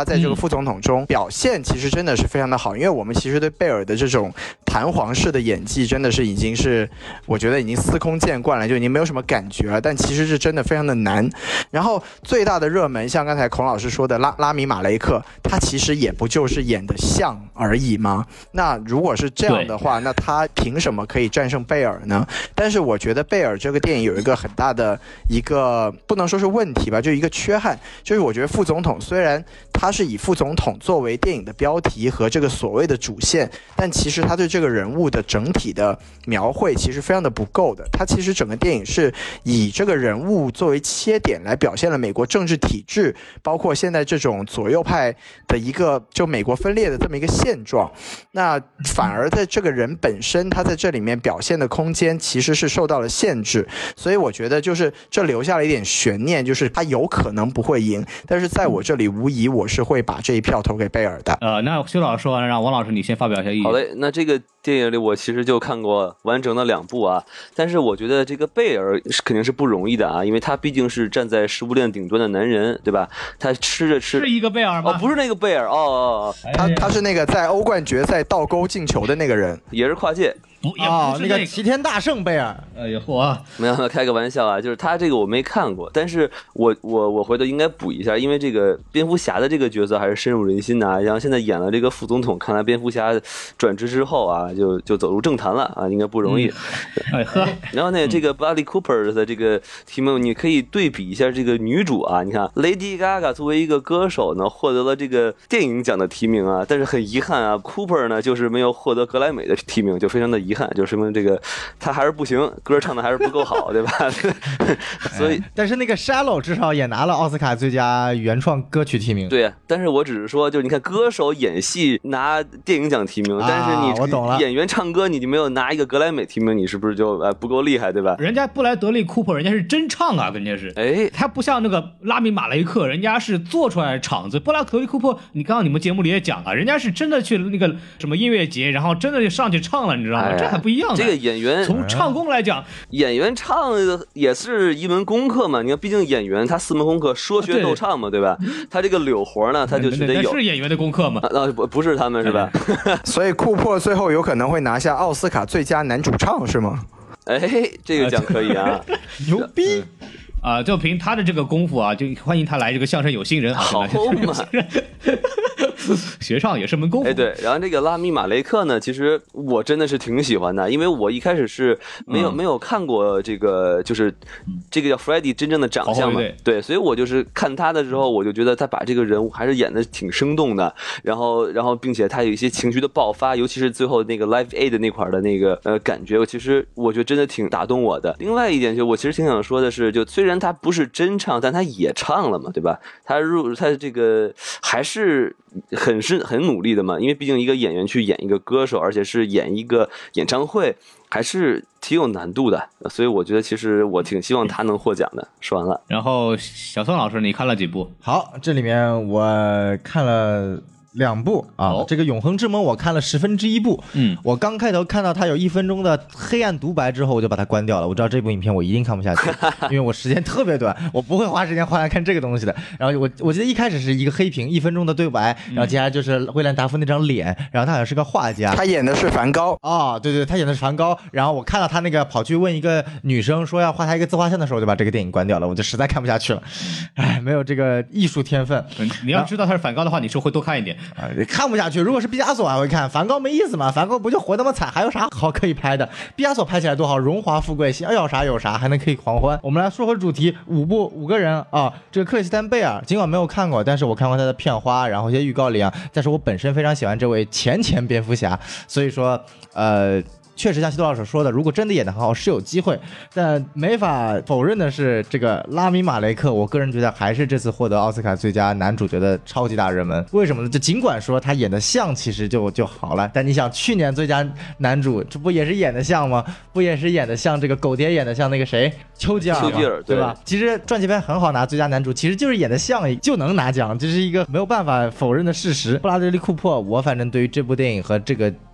总统中表现其实真的是非常的好，因为我们其实对贝尔的这种弹簧式的演技真的是已经是我觉得已经司空见惯了，就已经没有什么感觉了，但其实是真的非常的难。然后最大的热门像刚才孔老师说的拉拉米马雷克，他其实也不就是演的像而已吗？那如果是这样的话，那他凭什么可以战胜贝尔呢？但是我觉得贝尔这个电影有一个很大的一个不能说是问题吧，就一个缺憾，就是我觉得副总统虽然他是以副总统作为电影的标题和这个所谓的主线，但其实他对这个人物的整体的描绘其实非常的不够的。他其实整个电影是以这个人物作为切点来表现了美国政治体制，包括现在这种左右派的一个就美国分裂的这么一个现状。那反而在这个人本身他在这里面表现的空间其实是受到了限制，所以我觉得就是这留下了一点悬念，就是他有可能不会赢，但是在我这里无疑我是会把这一票投给贝尔的。 呃，那薛老师说完了，让王老师你先发表一下意见。 好嘞，那这个电影里我其实就看过完整的两部啊，但是我觉得这个贝尔是肯定是不容易的啊，因为他毕竟是站在食物链顶端的男人，对吧？他吃着吃是一个贝尔吗？ 哦，不是那个贝尔，哦哦哦， 他他是那个在欧冠决赛倒钩进球的那个人， 也是跨界。 不，也哦，那不是那个齐天大圣贝尔， 哎呀嚯！ 没有，开个玩笑啊，就是他这个我没看过，但是我我我回头应该补一下，因为这个蝙蝠侠的这个角色还是深入人心的啊。然后现在演了这个副总统，看来蝙蝠侠转职之后啊，就就走入政坛了啊，应该不容易。 嗯、哎呵， 然后呢，这个 Bradley Cooper 的这个题目，你可以对比一下这个女主啊，你看 Lady Gaga 作为一个歌手呢，获得了这个电影奖的提名啊，但是很遗憾啊 ，Cooper 呢就是没有获得格莱美的提名，就非常的遗憾，就说明这个。他还是不行，歌唱的还是不够好，对吧？所以、 哎，但是那个 Shallow 至少也拿了奥斯卡最佳原创歌曲提名。 对，但是我只是说，就是你看歌手演戏拿电影奖提名， 啊、 但是你我懂了， 演员唱歌你就没有拿一个格莱美提名，你是不是就呃不够厉害，对吧？ 人家布莱德利·库珀，人家是真唱啊，关键是， 哎， 他不像那个拉米马雷克，人家是做出来的场子。布莱德利·库珀，你刚刚你们节目里也讲啊，人家是真的去那个什么音乐节，然后真的就上去唱了，你知道吗？ 哎、 这还不一样的。 这个演员从唱功来讲， 演员唱也是一门功课嘛。你看，毕竟演员他四门功课，说学逗唱嘛，对吧？他这个柳活呢，他就是得有。 是演员的功课嘛？ 啊，不不是他们是吧？ 所以库珀最后有可能会拿下奥斯卡最佳男主唱，是吗？ 哎，这个奖可以啊， 牛逼！ 啊、呃，就凭他的这个功夫啊，就欢迎他来这个相声有新人。 好嘛， 学唱也是门功夫。 哎，对，然后这个拉米马雷克呢，其实我真的是挺喜欢的，因为我一开始是没有、嗯、没有看过这个，就是这个叫 Freddy 真正的长相嘛， 对, 对，所以我就是看他的时候，我就觉得他把这个人物还是演的挺生动的，然后然后并且他有一些情绪的爆发，尤其是最后那个 Live Aid 那块的那个呃感觉，其实我觉得真的挺打动我的。另外一点就我其实挺想说的是，就虽然他不是真唱，但他也唱了嘛，对吧？他入他这个还是很是很努力的嘛，因为毕竟一个演员去演一个歌手，而且是演一个演唱会，还是挺有难度的，所以我觉得其实我挺希望他能获奖的。说完了， 然后小宋老师，你看了几部？ 好，这里面我看了两部啊， 哦、 这个《永恒之门》我看了十分之一部。 嗯， 我刚开头看到它有一分钟的黑暗独白之后，我就把它关掉了。我知道这部影片我一定看不下去，因为我时间特别短，我不会花时间花来看这个东西的。然后我我记得一开始是一个黑屏，一分钟的对白，然后接下来就是威廉达夫那张脸，然后他好像是个画家， 他演的是梵高。 哦，对对，他演的是梵高。然后我看到他那个跑去问一个女生说要画他一个自画像的时候，我就把这个电影关掉了，我就实在看不下去了。哎，没有这个艺术天分。 你要知道他是梵高的话，你是会多看一点。 啊，看不下去。如果是毕加索还会看，梵高没意思嘛？梵高不就活那么惨，还有啥好可以拍的？毕加索拍起来多好，荣华富贵，想要啥有啥，还能可以狂欢。我们来说回主题，五部五个人啊，这个克里斯丹贝尔尽管没有看过，但是我看过他的片花，然后一些预告里啊，但是我本身非常喜欢这位前前蝙蝠侠，所以说呃。确实像西多老师说的，如果真的演得很好是有机会，但没法否认的是，这个拉米马雷克我个人觉得还是这次获得奥斯卡最佳男主角的超级大热门。为什么呢？就尽管说他演得像其实就就好了，但你想去年最佳男主这不也是演得像吗？不也是演得像这个狗爹演得像那个谁丘吉尔丘吉尔对, 对吧？其实传记片很好拿最佳男主，其实就是演得像就能拿奖，这是一个没有办法否认的事实。布拉德利库珀我反正对于这部电影和这个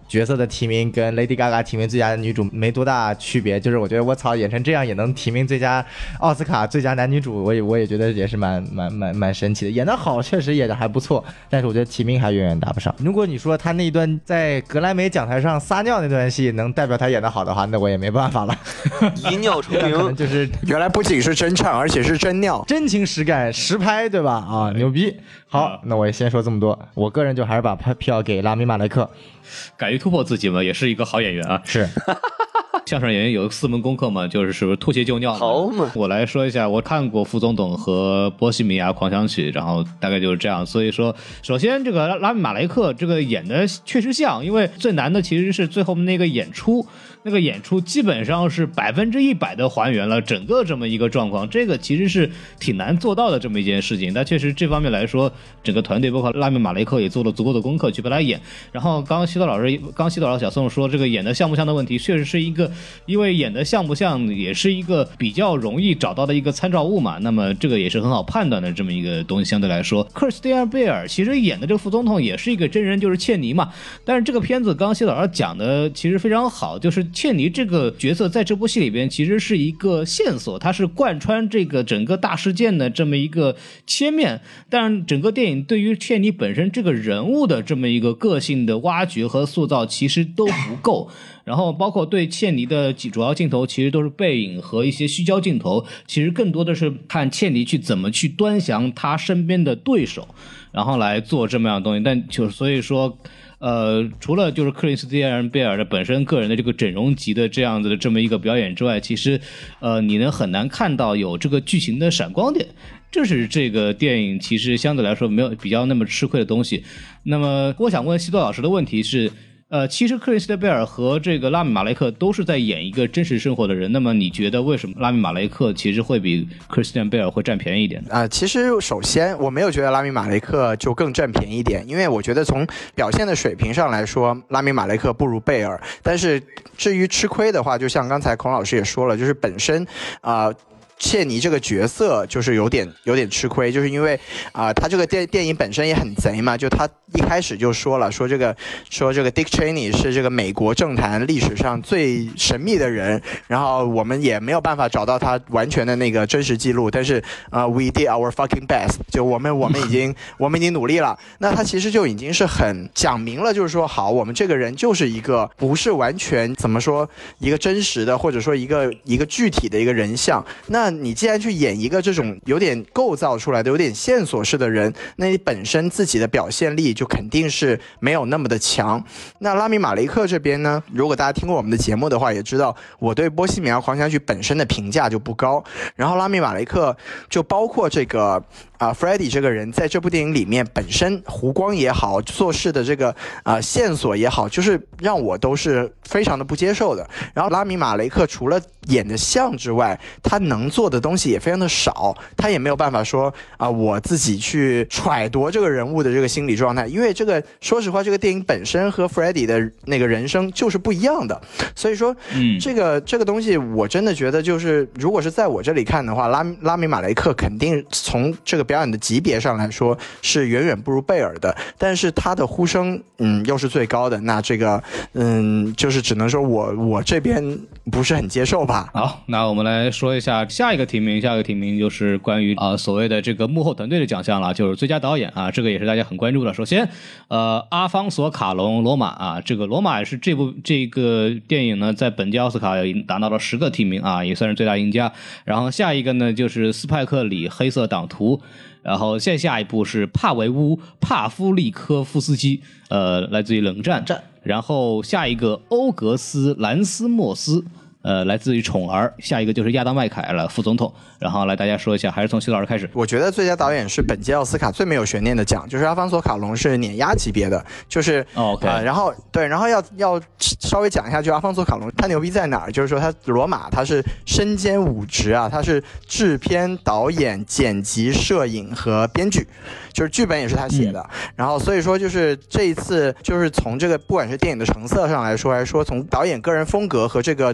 角色的提名跟 Lady Gaga 提名最佳女主没多大区别，就是我觉得我操演成这样也能提名最佳奥斯卡最佳男女主，我也我也觉得也是蛮蛮蛮蛮神奇的。演得好确实演得还不错，但是我觉得提名还远远达不上。如果你说他那一段在格莱美讲台上撒尿那段戏能代表他演得好的话，那我也没办法了。 一尿成可能名， 就是原来不仅是真唱，而且是真尿， 真情实感实拍，对吧？啊，牛逼！好，那我也先说这么多。我个人就还是把票给拉米马雷克， 敢于突破自己嘛，也是一个好演员啊。 是。 相声演员有四门功课嘛，就是是不是吐血就尿嘛。 好嘛， 我来说一下，我看过《副总统》和《波西米亚狂想曲》，然后大概就是这样。所以说，首先这个拉米马雷克这个演的确实像，因为最难的其实是最后那个演出。那个演出基本上是百分之一百的还原了整个这么一个状况，这个其实是挺难做到的这么一件事情。但确实这方面来说，整个团队包括拉米马雷克也做了足够的功课去把他演。然后刚刚西多老师，刚刚西多老师小宋说这个演的像不像的问题，确实是一个，因为演的像不像也是一个比较容易找到的一个参照物嘛。那么这个也是很好判断的这么一个东西。相对来说，克里斯蒂安·贝尔其实演的这个副总统也是一个真人，就是切尼嘛。但是这个片子刚刚西多老师讲的其实非常好，就是切尼这个角色在这部戏里边其实是一个线索，它是贯穿这个整个大事件的这么一个切面，但整个电影对于切尼本身这个人物的这么一个个性的挖掘和塑造其实都不够。然后包括对切尼的主要镜头其实都是背影和一些虚焦镜头，其实更多的是看切尼去怎么去端详他身边的对手，然后来做这么样的东西。但就所以说呃，除了就是克里斯蒂安·贝尔的本身个人的这个整容级的这样子的这么一个表演之外，其实呃，你能很难看到有这个剧情的闪光点，这是这个电影其实相对来说没有比较那么吃亏的东西。那么我想问西多老师的问题是，呃，其实克里斯蒂贝尔和这个拉米马雷克都是在演一个真实生活的人，那么你觉得为什么拉米马雷克其实会比克里斯蒂贝尔会占便宜一点呢？ 啊、呃，其实首先我没有觉得拉米马雷克就更占便宜一点，因为我觉得从表现的水平上来说，拉米马雷克不如贝尔。但是至于吃亏的话，就像刚才孔老师也说了，就是本身啊。呃切尼这个角色就是有点有点吃亏，就是因为啊、呃，他这个电电影本身也很贼嘛，就他一开始就说了，说这个说这个 Dick Cheney 是这个美国政坛历史上最神秘的人，然后我们也没有办法找到他完全的那个真实记录，但是啊、呃、，we did our fucking best， 就我们我们已经我们已经努力了，那他其实就已经是很讲明了，就是说好，我们这个人就是一个不是完全怎么说一个真实的，或者说一个一个具体的一个人像，那。那你既然去演一个这种有点构造出来的有点线索式的人，那你本身自己的表现力就肯定是没有那么的强。那拉米马雷克这边呢，如果大家听过我们的节目的话也知道我对波西米亚狂想曲本身的评价就不高，然后拉米马雷克就包括这个啊、呃、Freddy 这个人在这部电影里面本身弧光也好，做事的这个啊、呃、线索也好，就是让我都是非常的不接受的。然后拉米马雷克除了演的像之外，他能做的东西也非常的少，他也没有办法说啊、呃、我自己去揣度这个人物的这个心理状态，因为这个说实话这个电影本身和 Freddy 的那个人生就是不一样的，所以说嗯这个这个东西我真的觉得就是如果是在我这里看的话，拉拉米马雷克肯定从这个表演的级别上来说是远远不如贝尔的，但是他的呼声嗯又是最高的，那这个嗯就是只能说我我这边不是很接受吧。 好，那我们来说一下下一个提名，下一个提名就是关于啊、呃、所谓的这个幕后团队的奖项了，就是最佳导演啊，这个也是大家很关注的。首先，呃，阿方索卡隆罗马啊，这个罗马也是这部这个电影呢，在本届奥斯卡也达到了十个提名啊，也算是最大赢家。然后下一个呢就是斯派克里黑色党徒。然后现下一部是帕维乌帕夫利科夫斯基，呃，来自于冷战。然后下一个欧格斯兰斯莫斯，呃，来自于宠儿。下一个就是亚当麦凯了，副总统。然后来大家说一下，还是从徐老师开始。 我觉得最佳导演是本届奥斯卡最没有悬念的奖，就是阿方索卡隆是碾压级别的，就是、 oh, OK，、 呃、然后对，然后要要稍微讲一下，就阿方索卡隆他牛逼在哪儿？就是说他罗马他是身兼五职啊，他是制片、导演、剪辑、摄影和编剧，就是剧本也是他写的。嗯、然后所以说就是这一次就是从这个不管是电影的成色上来说，还是说从导演个人风格和这个整体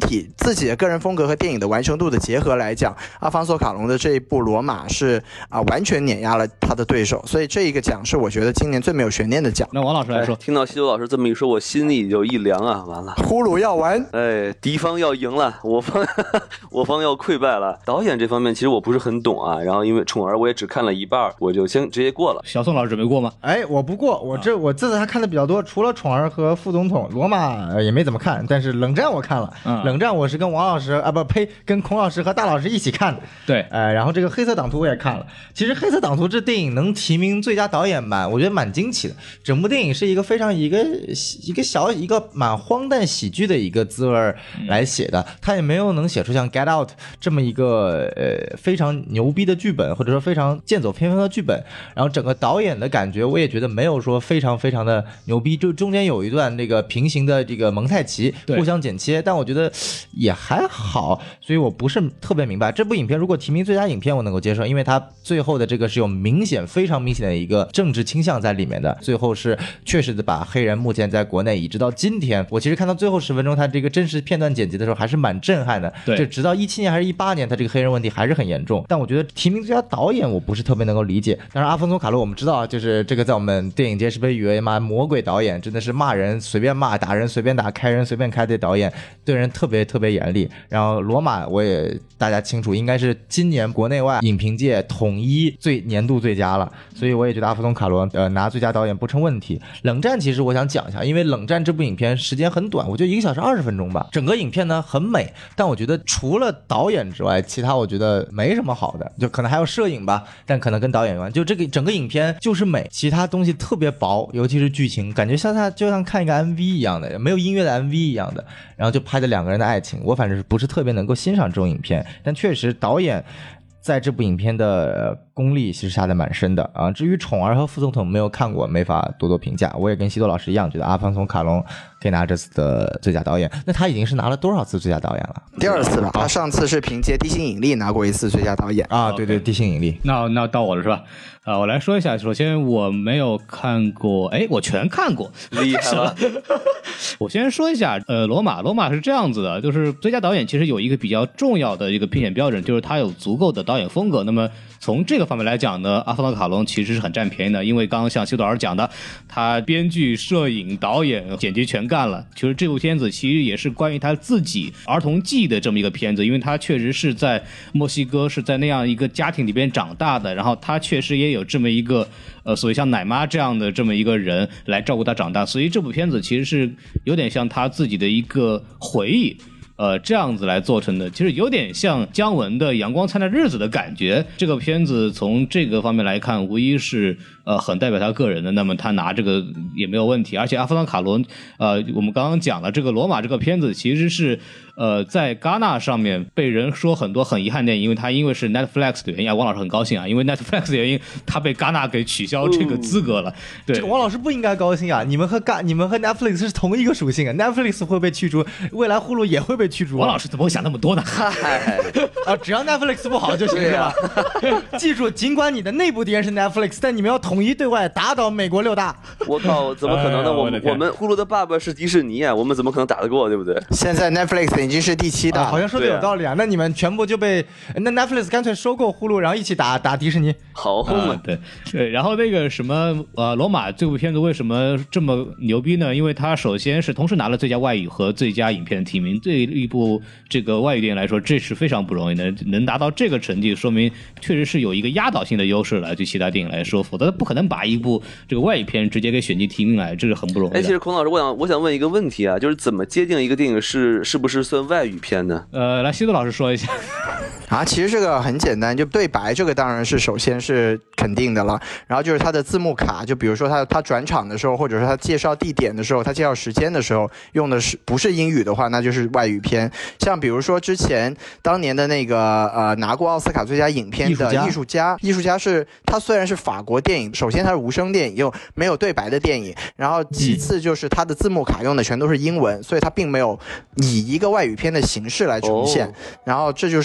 体自己的个人风格和电影的完成度的结合来讲，阿方索卡隆的这一部《罗马》是啊、呃、完全碾压了他的对手，所以这一个奖是我觉得今年最没有悬念的奖。 那王老师来说， 哎、听到西多老师这么一说，我心里就一凉啊！完了， 呼噜要完， 哎，敌方要赢了，我方我方要溃败了。导演这方面其实我不是很懂啊，然后因为宠儿我也只看了一半，我就先直接过了。 小宋老师准备过吗？ 哎，我不过，我这我这次还看的比较多，除了宠儿和副总统，罗马、呃、也没怎么看，但是冷战我看了， 嗯、 冷战我是跟王老师啊不呸，跟孔老师和大老师一起看的。 对， 呃，然后这个黑色党徒我也看了。其实黑色党徒这电影能提名最佳导演版，我觉得蛮惊奇的。整部电影是一个非常一个一个小一个蛮荒诞喜剧的一个滋味来写的，他也没有能写出像 Get Out 这么一个呃非常牛逼的剧本，或者说非常剑走偏锋的剧本。然后整个导演的感觉我也觉得没有说非常非常的牛逼，就中间有一段那个平行的这个蒙太奇互相剪切，但我觉得也还好，所以我不是特别明白这部影片如果提名最佳影片我能够接受，因为它最后的这个是有明显非常明显的一个政治倾向在里面的，最后是确实的把黑人目前在国内一直到今天，我其实看到最后十分钟他这个真实片段剪辑的时候还是蛮震撼的， 对， 就直到一七年还是一八年他这个黑人问题还是很严重，但我觉得提名最佳导演我不是特别能够理解。当然阿方索卡洛我们知道啊，就是这个在我们电影界是被誉为嘛魔鬼导演，真的是骂人随便骂，打人随便打，开人随便开的导演，对人特别特别严厉。然后罗马我也大家清楚应该是今年国内外影评界统一最年度最佳了，所以我也觉得阿方索卡罗呃拿最佳导演不成问题。冷战其实我想讲一下，因为冷战这部影片时间很短，我觉得一个小时二十分钟吧，整个影片呢很美，但我觉得除了导演之外其他我觉得没什么好的，就可能还有摄影吧，但可能跟导演有关，就这个整个影片就是美，其他东西特别薄，尤其是剧情感觉像它就像看一个 M V 一样的，没有音乐的 M V 一样的，然后就拍的两个人的爱情，我反正是不是特别能够欣赏这种影片，但确实导演在这部影片的功力其实下的蛮深的啊。至于宠儿和副总统没有看过，没法多多评价。我也跟西多老师一样，觉得阿方索卡隆可以拿这次的最佳导演。那他已经是拿了多少次最佳导演了？ 第二次吧。他上次是凭借《地心引力》拿过一次最佳导演啊。对对，《地心引力》。 那那到我了是吧？啊，我来说一下。首先我没有看过，哎，我全看过， 厉害了。 我先说一下，呃，罗马，罗马是这样子的，就是最佳导演其实有一个比较重要的一个评选标准，就是他有足够的导演风格。那么从这个方面来讲呢，阿方索卡隆其实是很占便宜的，因为刚刚像修导师讲的，他编剧、摄影、导演、剪辑全干了。其实这部片子其实也是关于他自己儿童记的这么一个片子，因为他确实是在墨西哥是在那样一个家庭里边长大的，然后他确实也有这么一个呃，所谓像奶妈这样的这么一个人来照顾他长大，所以这部片子其实是有点像他自己的一个回忆。呃，这样子来做成的，其实有点像姜文的《阳光灿烂日子》的感觉。这个片子从这个方面来看，无疑是呃很代表他个人的。那么他拿这个也没有问题。而且阿方索卡隆，呃，我们刚刚讲了，这个《罗马》这个片子其实是呃在戛纳上面被人说很多很遗憾的电影，因为他因为是 Netflix 的原因啊，王老师很高兴啊，因为 Netflix 的原因，他被戛纳给取消这个资格了。对， 这个王老师不应该高兴啊！你们和戛，你们和 Netflix 是同一个属性啊 ，Netflix 会被驱逐，未来呼噜也会被驱逐、啊。 王老师怎么会想那么多呢？ 啊，只要 Netflix 不好就行，是吧？记住，尽管你的内部敌人是 Netflix， 但你们要统一对外，打倒美国六大。 我靠，怎么可能呢？哎、我们我们呼噜的爸爸是迪士尼啊，我们怎么可能打得过，对不对？ 现在 Netflix 已经是第七大、 啊，好像说的有道理啊。那你们全部就被那 Netflix 干脆收购呼噜，然后一起打打迪士尼。 好嘛、 啊，对对。然后那个什么呃，罗马这部片子为什么这么牛逼呢？因为它首先是同时拿了最佳外语和最佳影片的提名，对一部这个外语电影来说，这是非常不容易的。能达到这个成绩，说明确实是有一个压倒性的优势来对其他电影来说，否则不可能把一部这个外语片直接给选进提名来，这是很不容易的。 哎，其实孔老师，我想我想问一个问题啊，就是怎么界定一个电影是是不是算外语片呢？ 呃，来，西多老师说一下。 啊，其实这个很简单，就对白这个当然是首先是肯定的了，然后就是它的字幕卡，就比如说它它转场的时候，或者说它介绍地点的时候，它介绍时间的时候用的是不是英语的话，那就是外语片。像比如说之前当年的那个呃拿过奥斯卡最佳影片的艺术家，艺术家是它虽然是法国电影，首先它是无声电影，又没有对白的电影，然后其次就是它的字幕卡用的全都是英文，所以它并没有以一个外语片的形式来呈现，然后这就是当时。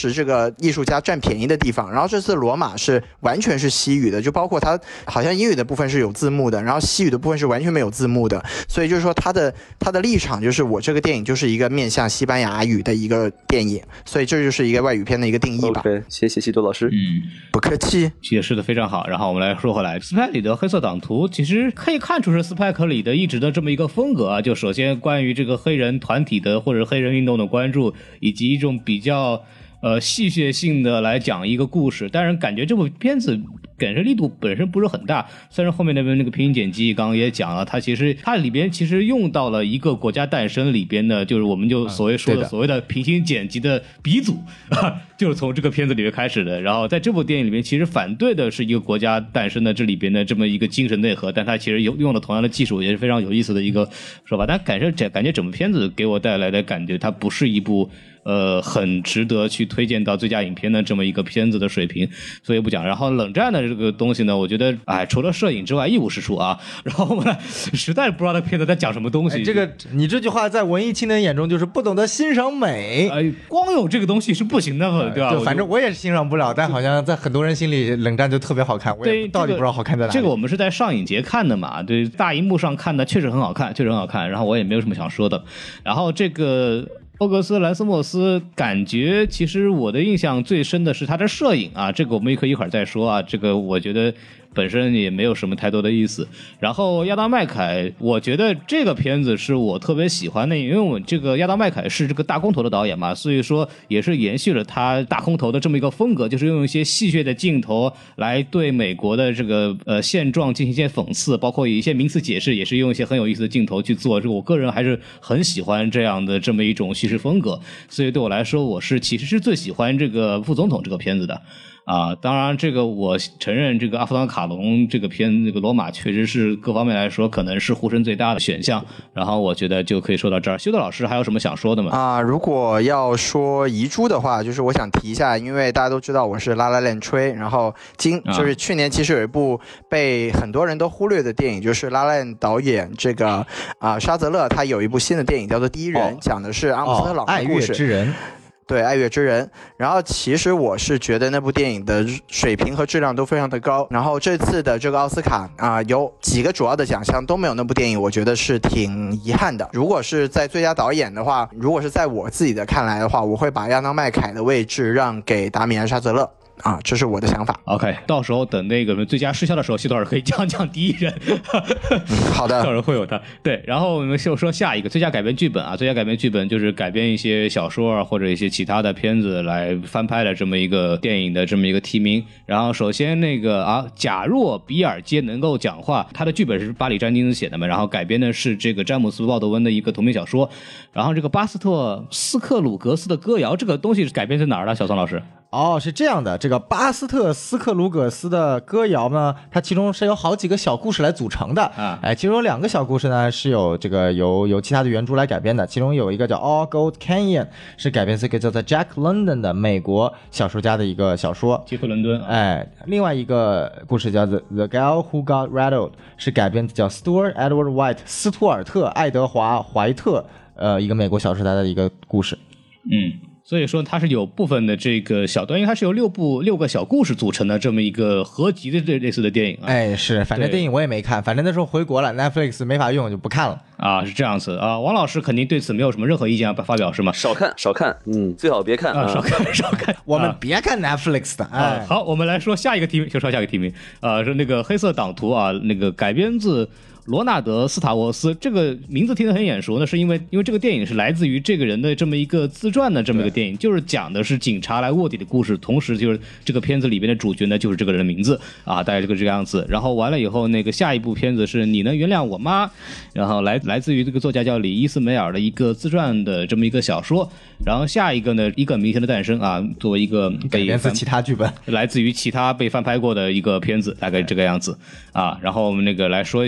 时这个艺术家占便宜的地方。然后这次罗马是完全是西语的，就包括它好像英语的部分是有字幕的，然后西语的部分是完全没有字幕的，所以就是说它的它的立场就是我这个电影就是一个面向西班牙语的一个电影，所以这就是一个外语片的一个定义吧。 OK， 谢谢西多老师。 嗯， 不客气， 解释的非常好。然后我们来说回来，斯派里的黑色党徒其实可以看出是斯派克里的一直的这么一个风格啊。就首先关于这个黑人团体的或者黑人运动的关注，以及一种比较呃戏谑性的来讲一个故事。当然感觉这部片子感受力度本身不是很大，虽然后面那边那个拼音剪辑刚刚也讲了，它其实它里边其实用到了一个国家诞生里边的，就是我们就所谓说的所谓的平行剪辑的鼻祖啊，就是从这个片子里面开始的。然后在这部电影里面，其实反对的是一个国家诞生的这里边的这么一个精神内核，但它其实用用了同样的技术，也是非常有意思的一个说法。但感觉感觉整部片子给我带来的感觉，它不是一部呃很值得去推荐到最佳影片的这么一个片子的水平，所以不讲。然后冷战的这个东西呢，我觉得哎，除了摄影之外一无是处啊。然后我们实在不知道这片子在讲什么东西。 哎、这个你这句话在文艺青年眼中就是不懂得欣赏美。 哎，光有这个东西是不行的嘛，对吧？ 就反正我也是欣赏不了，但好像在很多人心里，冷战就特别好看。我也到底不知道好看在哪里。 这个我们是在上影节看的嘛，对，大荧幕上看的确实很好看，确实很好看。然后我也没有什么想说的。然后这个欧格斯·兰斯莫斯，感觉其实我的印象最深的是他的摄影啊，这个我们也可以一会儿再说啊。这个我觉得本身也没有什么太多的意思。然后亚当麦凯，我觉得这个片子是我特别喜欢的，因为我这个亚当麦凯是这个大空头的导演嘛，所以说也是延续了他大空头的这么一个风格，就是用一些戏谑的镜头来对美国的这个呃现状进行一些讽刺，包括一些名词解释，也是用一些很有意思的镜头去做。这个我个人还是很喜欢这样的这么一种叙事风格，所以对我来说，我是其实是最喜欢这个副总统这个片子的。啊，当然，这个我承认，这个阿弗朗卡隆这个片，这个罗马确实是各方面来说可能是呼声最大的选项。然后我觉得就可以说到这儿。修德老师还有什么想说的吗？ 啊，如果要说遗珠的话，就是我想提一下，因为大家都知道我是拉拉链吹，然后今就是去年其实有一部被很多人都忽略的电影，就是拉拉链导演这个啊沙泽勒，他有一部新的电影叫做《第一人》，哦、讲的是阿姆斯特朗的故事。 哦、爱乐之人。 对，爱乐之人。然后其实我是觉得那部电影的水平和质量都非常的高。然后这次的这个奥斯卡啊、呃，有几个主要的奖项都没有那部电影，我觉得是挺遗憾的。如果是在最佳导演的话，如果是在我自己的看来的话，我会把亚当麦凯的位置让给达米安沙泽勒。啊，这是我的想法。 OK， 到时候等那个最佳视效的时候，西多尔可以讲讲第一人。 嗯、好的， 到时候会有他。对，然后我们就说下一个最佳改编剧本啊，最佳改编剧本就是改编一些小说啊或者一些其他的片子来翻拍的这么一个电影的这么一个提名。然后首先那个啊，假若比尔街能够讲话，他的剧本是巴里詹金斯写的嘛，然后改编的是这个詹姆斯鲍德温的一个同名小说。然后这个巴斯特斯克鲁格斯的歌谣，这个东西是改编在哪儿了？小宋老师？ 哦，是这样的，这个巴斯特斯克鲁格斯的歌谣呢，它其中是由好几个小故事来组成的啊。哎，其中有两个小故事呢是有这个由由其他的原著来改编的，其中有一个叫 All Gold Canyon， 是改编自一个叫做 Jack London 的美国小说家的一个小说， 杰克伦敦。 哎，另外一个故事叫 The The Girl Who Got Rattled， 是改编自叫 Stuart Edward White 斯图尔特爱德华怀特，呃，一个美国小说家的一个故事。 嗯。所以说它是有部分的这个小段，因为它是由六部六个小故事组成的这么一个合集的这类似的电影啊。 哎，是，反正电影我也没看，反正那时候回国了 ，Netflix 没法用就不看了。 啊，是这样子啊。王老师肯定对此没有什么任何意见发表是吗？ 少看少看，嗯，最好别看啊，少看少看。 我们别看 Netflix 的。哎， 啊、好，我们来说下一个提名，就说下一个提名啊，是那个黑色党徒啊，那个改编自罗纳德·斯塔沃斯，这个名字听得很眼熟呢，是因为因为这个电影是来自于这个人的这么一个自传的这么一个电影，就是讲的是警察来卧底的故事，同时就是这个片子里边的主角呢就是这个人的名字啊，大概这个这个样子。然后完了以后，那个下一部片子是你能原谅我吗？然后来来自于这个作家叫李伊斯梅尔的一个自传的这么一个小说。然后下一个呢，一个明星的诞生啊，作为一个改编自其他剧本， 来自于其他被翻拍过的一个片子，大概这个样子啊。然后我们那个来说一下吧，徐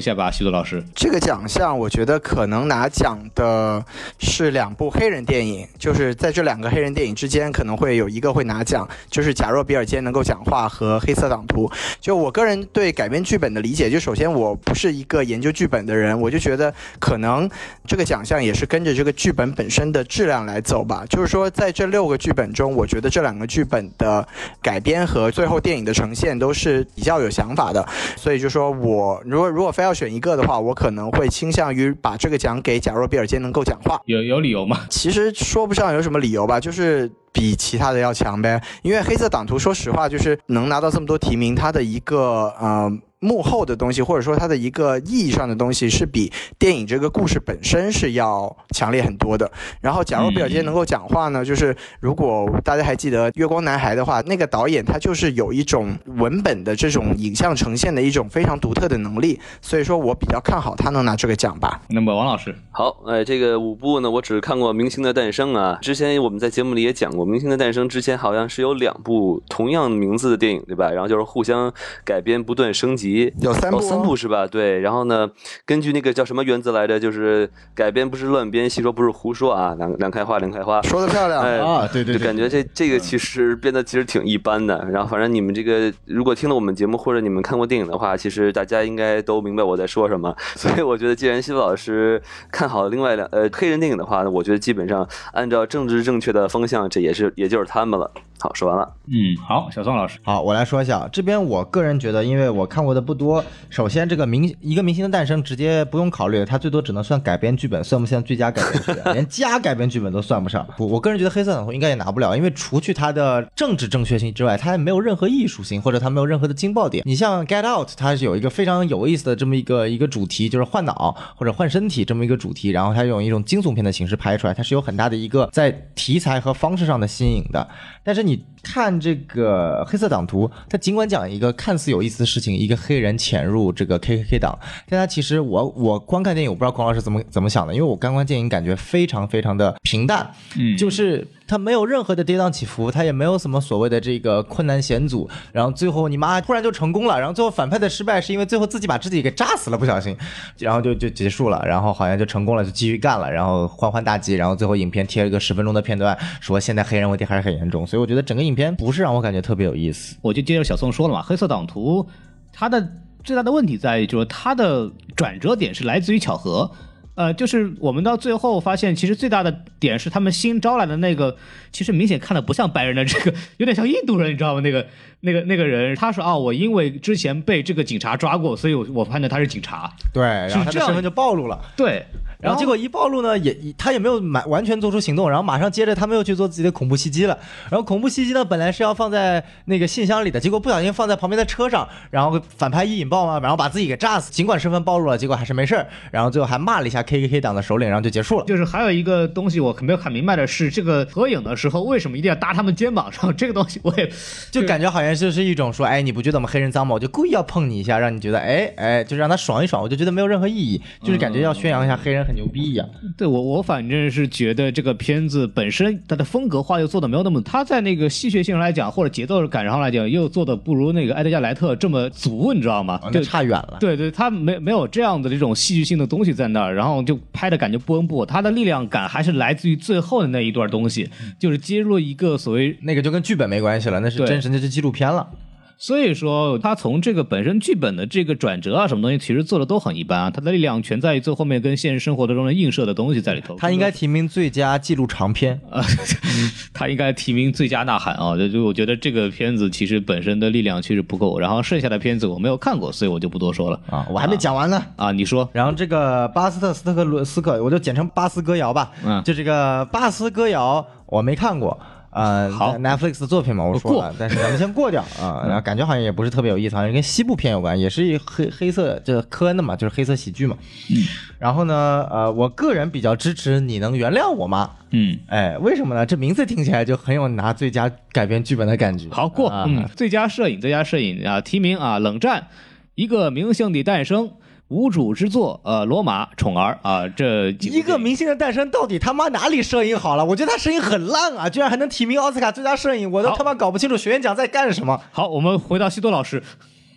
多老师？ 这个奖项我觉得可能拿奖的是两部黑人电影，就是在这两个黑人电影之间可能会有一个会拿奖，就是假若比尔坚能够讲话和黑色党徒。就我个人对改编剧本的理解，就首先我不是一个研究剧本的人，我就觉得可能这个奖项也是跟着这个剧本本身的质量来走吧。就是说在这六个剧本中，我觉得这两个剧本的改编和最后电影的呈现都是比较有想法的，所以就说我如果如果非要选一个的话，我可能会倾向于把这个奖给假若比尔坚能够讲话。 有有理由吗？ 其实说不上有什么理由吧，就是比其他的要强呗。因为黑色党徒说实话就是能拿到这么多提名，它的一个呃幕后的东西，或者说它的一个意义上的东西，是比电影这个故事本身是要强烈很多的。然后假如比尔坚能够讲话呢，就是如果大家还记得月光男孩的话，那个导演他就是有一种文本的这种影像呈现的一种非常独特的能力，所以说我比较看好他能拿这个奖吧。 那么王老师， 好，哎，这个五部呢，我只看过《明星的诞生》啊。之前我们在节目里也讲过，《明星的诞生》之前好像是有两部同样名字的电影，对吧？然后就是互相改编，不断升级， 有三部、哦哦，三部是吧？对。然后呢，根据那个叫什么原则来着，就是改编不是乱编，戏说不是胡说啊，两两开花，两开花， 说得漂亮、 哎、 啊！对对对， 就感觉这这个其实编的其实挺一般的。然后反正你们这个如果听了我们节目或者你们看过电影的话，其实大家应该都明白我在说什么。所以我觉得，既然西多老师看好另外两呃黑人电影的话，我觉得基本上按照政治正确的方向，这也是也就是他们了。好，说完了。 嗯，好，小宋老师， 好，我来说一下这边。我个人觉得，因为我看过的不多，首先这个明一个明星的诞生直接不用考虑，它最多只能算改编剧本，算不算最佳改编剧本？连加改编剧本都算不上。我我个人觉得黑色党徒应该也拿不了，因为除去它的政治正确性之外，它还没有任何艺术性，或者它没有任何的惊爆点。你像 Get Out， 它是有一个非常有意思的这么一个一个主题，就是换脑或者换身体这么一个主题，然后它用一种惊悚片的形式拍出来，它是有很大的一个在题材和方式上的新颖的。但是你看这个黑色党徒，它尽管讲一个看似有意思的事情，一个黑人潜入这个 K K K 党，但它其实我我观看电影，我不知道孔老师怎么怎么想的，因为我刚观电影感觉非常非常的平淡， 嗯， 就是它没有任何的跌宕起伏，它也没有什么所谓的这个困难险阻，然后最后你妈突然就成功了，然后最后反派的失败是因为最后自己把自己给炸死了，不小心，然后就就结束了，然后好像就成功了，就继续干了，然后欢欢大吉，然后最后影片贴了个十分钟的片段，说现在黑人问题还是很严重，所以我觉得整个影片不是让我感觉特别有意思。 我就接着小宋说了嘛，黑色党徒它的最大的问题在于，就是它的转折点是来自于巧合。呃，就是我们到最后发现，其实最大的点是他们新招来的那个，其实明显看的不像白人的这个，有点像印度人，你知道吗？那个那个那个人，他说啊，我因为之前被这个警察抓过，所以我我判断他是警察。 对，然后他的身份就暴露了。 对。 然后结果一暴露呢，也他也没有完全做出行动，然后马上接着他们又去做自己的恐怖袭击了。然后恐怖袭击呢，本来是要放在那个信箱里的，结果不小心放在旁边的车上，然后反派一引爆嘛，然后把自己给炸死。尽管身份暴露了，结果还是没事，然后最后还骂了一下 K K K 党的首领，然后就结束了。 就是还有一个东西我没有看明白的是，这个合影的时候为什么一定要搭他们肩膀上？这个东西我也就感觉好像就是一种说，哎，你不觉得我们黑人脏吗？我就故意要碰你一下，让你觉得，哎哎，就是让他爽一爽。我就觉得没有任何意义，就是感觉要宣扬一下黑人很牛逼一样。 对我，我反正是觉得这个片子本身它的风格化又做的没有那么，它在那个戏谑性上来讲，或者节奏感上来讲，又做的不如那个埃德加莱特这么足，你知道吗？ 哦、那差远了。 对对，它没没有这样的这种戏剧性的东西在那儿，然后就拍的感觉不温不火。它的力量感还是来自于最后的那一段东西，就是接入一个所谓那个就跟剧本没关系了，那是真实，那是纪录片了。 所以说他从这个本身剧本的这个转折啊什么东西其实做的都很一般啊，他的力量全在于最后面跟现实生活当中的映射的东西在里头。 他应该提名最佳纪录长片啊，他应该提名最佳呐喊啊，就我觉得这个片子其实本身的力量其实不够，然后剩下的片子我没有看过，所以我就不多说了啊。我还没讲完呢啊, 啊，你说。 然后这个巴斯特斯特克鲁斯克，我就简称巴斯歌谣吧，嗯，就这个巴斯歌谣我没看过。呃， 好 ，Netflix 的作品嘛，我说了，但是咱们先过掉啊。然后感觉好像也不是特别有意思，好像跟西部片有关，也是一黑黑色，这科恩的嘛，就是黑色喜剧嘛。嗯。然后呢，呃，我个人比较支持你能原谅我吗？ 嗯， 哎，为什么呢？这名字听起来就很有拿最佳改编剧本的感觉。 好过， 啊、 嗯，最佳摄影，最佳摄影啊，提名啊，冷战，一个明星的诞生。无主之作，呃，罗马、宠儿啊，这一个明星的诞生到底他妈哪里摄影好了？我觉得他摄影很烂啊，居然还能提名奥斯卡最佳摄影，我都他妈搞不清楚学院奖在干什么。 好，我们回到西多老师。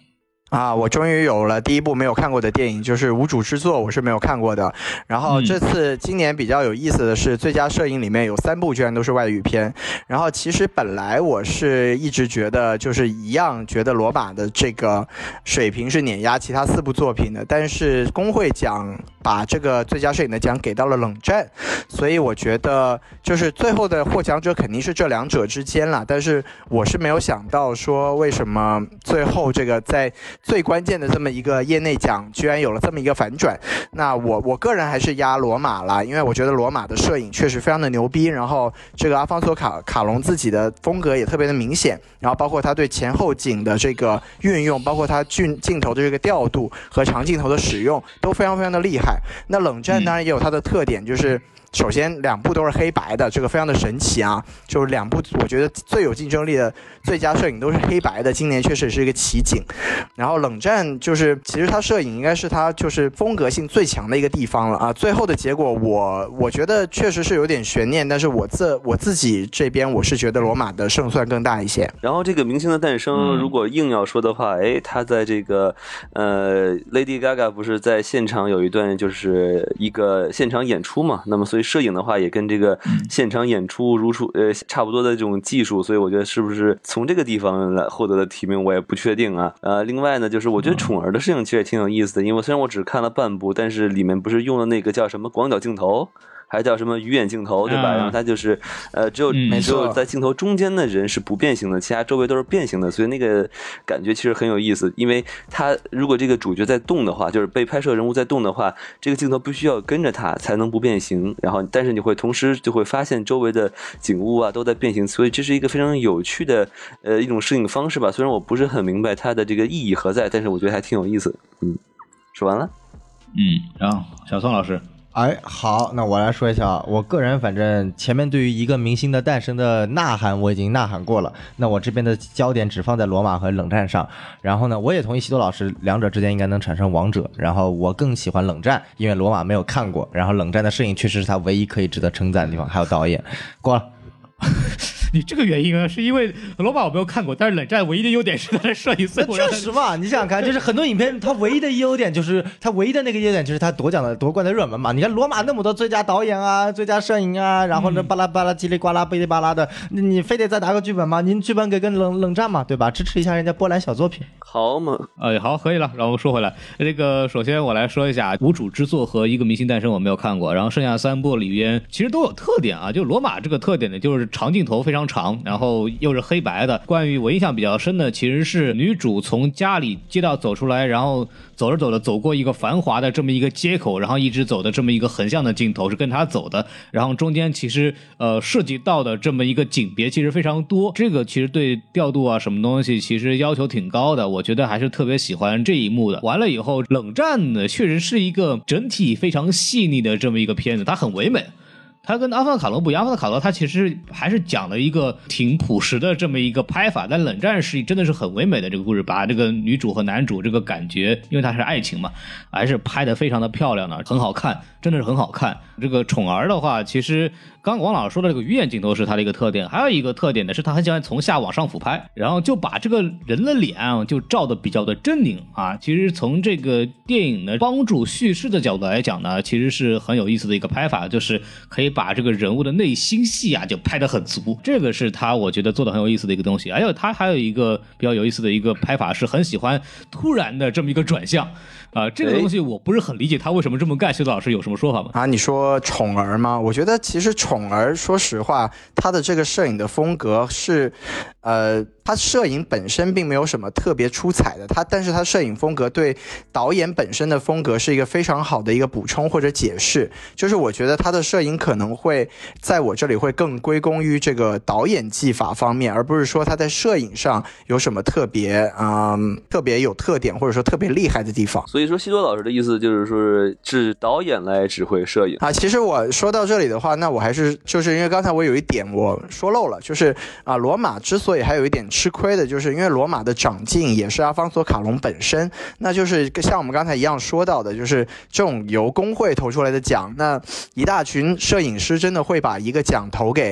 啊，我终于有了第一部没有看过的电影，就是《无主之作》，我是没有看过的。然后这次今年比较有意思的是，最佳摄影里面有三部居然都是外语片。然后其实本来我是一直觉得就是一样，觉得罗马的这个水平是碾压其他四部作品的，但是工会奖把这个最佳摄影的奖给到了冷战，所以我觉得就是最后的获奖者肯定是这两者之间啦。但是我是没有想到说为什么最后这个在最关键的这么一个业内奖居然有了这么一个反转。那我我个人还是压罗马啦，因为我觉得罗马的摄影确实非常的牛逼，然后这个阿方索卡卡隆自己的风格也特别的明显，然后包括他对前后景的这个运用，包括他镜镜头的这个调度和长镜头的使用都非常非常的厉害。那冷战当然也有它的特点，就是首先两部都是黑白的，这个非常的神奇啊！就是两部我觉得最有竞争力的最佳摄影都是黑白的，今年确实是一个奇景。然后冷战就是其实它摄影应该是它就是风格性最强的一个地方了啊。最后的结果我我觉得确实是有点悬念，但是我自我自己这边我是觉得罗马的胜算更大一些。 然后这个明星的诞生，如果硬要说的话，哎，他在这个呃 Lady Gaga 不是在现场有一段就是一个现场演出嘛，那么所以摄影的话也跟这个现场演出如出呃差不多的这种技术，所以我觉得是不是从这个地方来获得的提名我也不确定啊。呃，另外呢，就是我觉得宠儿的摄影其实也挺有意思的，因为虽然我只看了半部，但是里面不是用的那个叫什么广角镜头。还叫什么鱼眼镜头，对吧？然后它就是，呃，只有只有在镜头中间的人是不变形的，其他周围都是变形的，所以那个感觉其实很有意思。因为它如果这个主角在动的话，就是被拍摄人物在动的话，这个镜头必须要跟着它才能不变形。然后，但是你会同时就会发现周围的景物啊都在变形，所以这是一个非常有趣的呃一种摄影方式吧。虽然我不是很明白它的这个意义何在，但是我觉得还挺有意思。嗯，说完了。 嗯，然后小宋老师。 哎，好，那我来说一下，我个人反正前面对于一个明星的诞生的呐喊我已经呐喊过了，那我这边的焦点只放在罗马和冷战上。然后呢，我也同意西多老师，两者之间应该能产生王者。然后我更喜欢冷战，因为罗马没有看过，然后冷战的摄影确实是他唯一可以值得称赞的地方，还有导演。过了。 你这个原因啊，是因为罗马我没有看过，但是冷战唯一的优点是它的摄影，所以我确实嘛，你想想看，就是很多影片它唯一的优点就是它唯一的那个优点就是它夺奖的夺冠的热门嘛。你看罗马那么多最佳导演啊、最佳摄影啊，然后呢巴拉巴拉叽里呱啦哔哩吧啦的，你非得再拿个剧本吗？您剧本给个冷冷战嘛，对吧？支持一下人家波兰小作品， 好嘛？ 哎，好，可以了。然后说回来，这个首先我来说一下《无主之作》和《一个明星诞生》，我没有看过，然后剩下三部里边其实都有特点啊。就罗马这个特点呢，就是长镜头非常长，然后又是黑白的。关于我印象比较深的，其实是女主从家里街道走出来，然后走着走着走过一个繁华的这么一个街口，然后一直走的这么一个横向的镜头是跟她走的，然后中间其实呃涉及到的这么一个景别其实非常多，这个其实对调度啊什么东西其实要求挺高的，我觉得还是特别喜欢这一幕的。完了以后，冷战呢确实是一个整体非常细腻的这么一个片子，它很唯美。它跟阿方卡罗不一样，阿方卡罗它其实还是讲了一个挺朴实的这么一个拍法，但冷战是真的是很唯美的这个故事，把这个女主和男主这个感觉，因为它是爱情嘛，还是拍得非常的漂亮的，很好看，真的是很好看。这个宠儿的话，其实刚刚王老师说的这个鱼眼镜头是它的一个特点，还有一个特点呢是他很喜欢从下往上俯拍，然后就把这个人的脸啊就照得比较的狰狞啊。其实从这个电影的帮助叙事的角度来讲呢，其实是很有意思的一个拍法，就是可以把这个人物的内心戏啊就拍得很足，这个是他我觉得做得很有意思的一个东西。还有他还有一个比较有意思的一个拍法，是很喜欢突然的这么一个转向啊、呃，这个东西我不是很理解他为什么这么干，修子老师有什么说法吗？ 啊，你说宠儿吗？我觉得其实宠儿说实话他的这个摄影的风格是呃他摄影本身并没有什么特别出彩的，他但是他摄影风格对导演本身的风格是一个非常好的一个补充或者解释，就是我觉得他的摄影可能会在我这里会更归功于这个导演技法方面，而不是说他在摄影上有什么特别嗯特别有特点或者说特别厉害的地方。 所以说西多老师的意思就是说指导演来指挥摄影啊。其实我说到这里的话，那我还是就是因为刚才我有一点我说漏了，就是啊罗马之所以还有一点吃亏的，就是因为罗马的长镜也是阿方索卡隆本身，那就是像我们刚才一样说到的，就是这种由工会投出来的奖，那一大群摄影师真的会把一个奖投给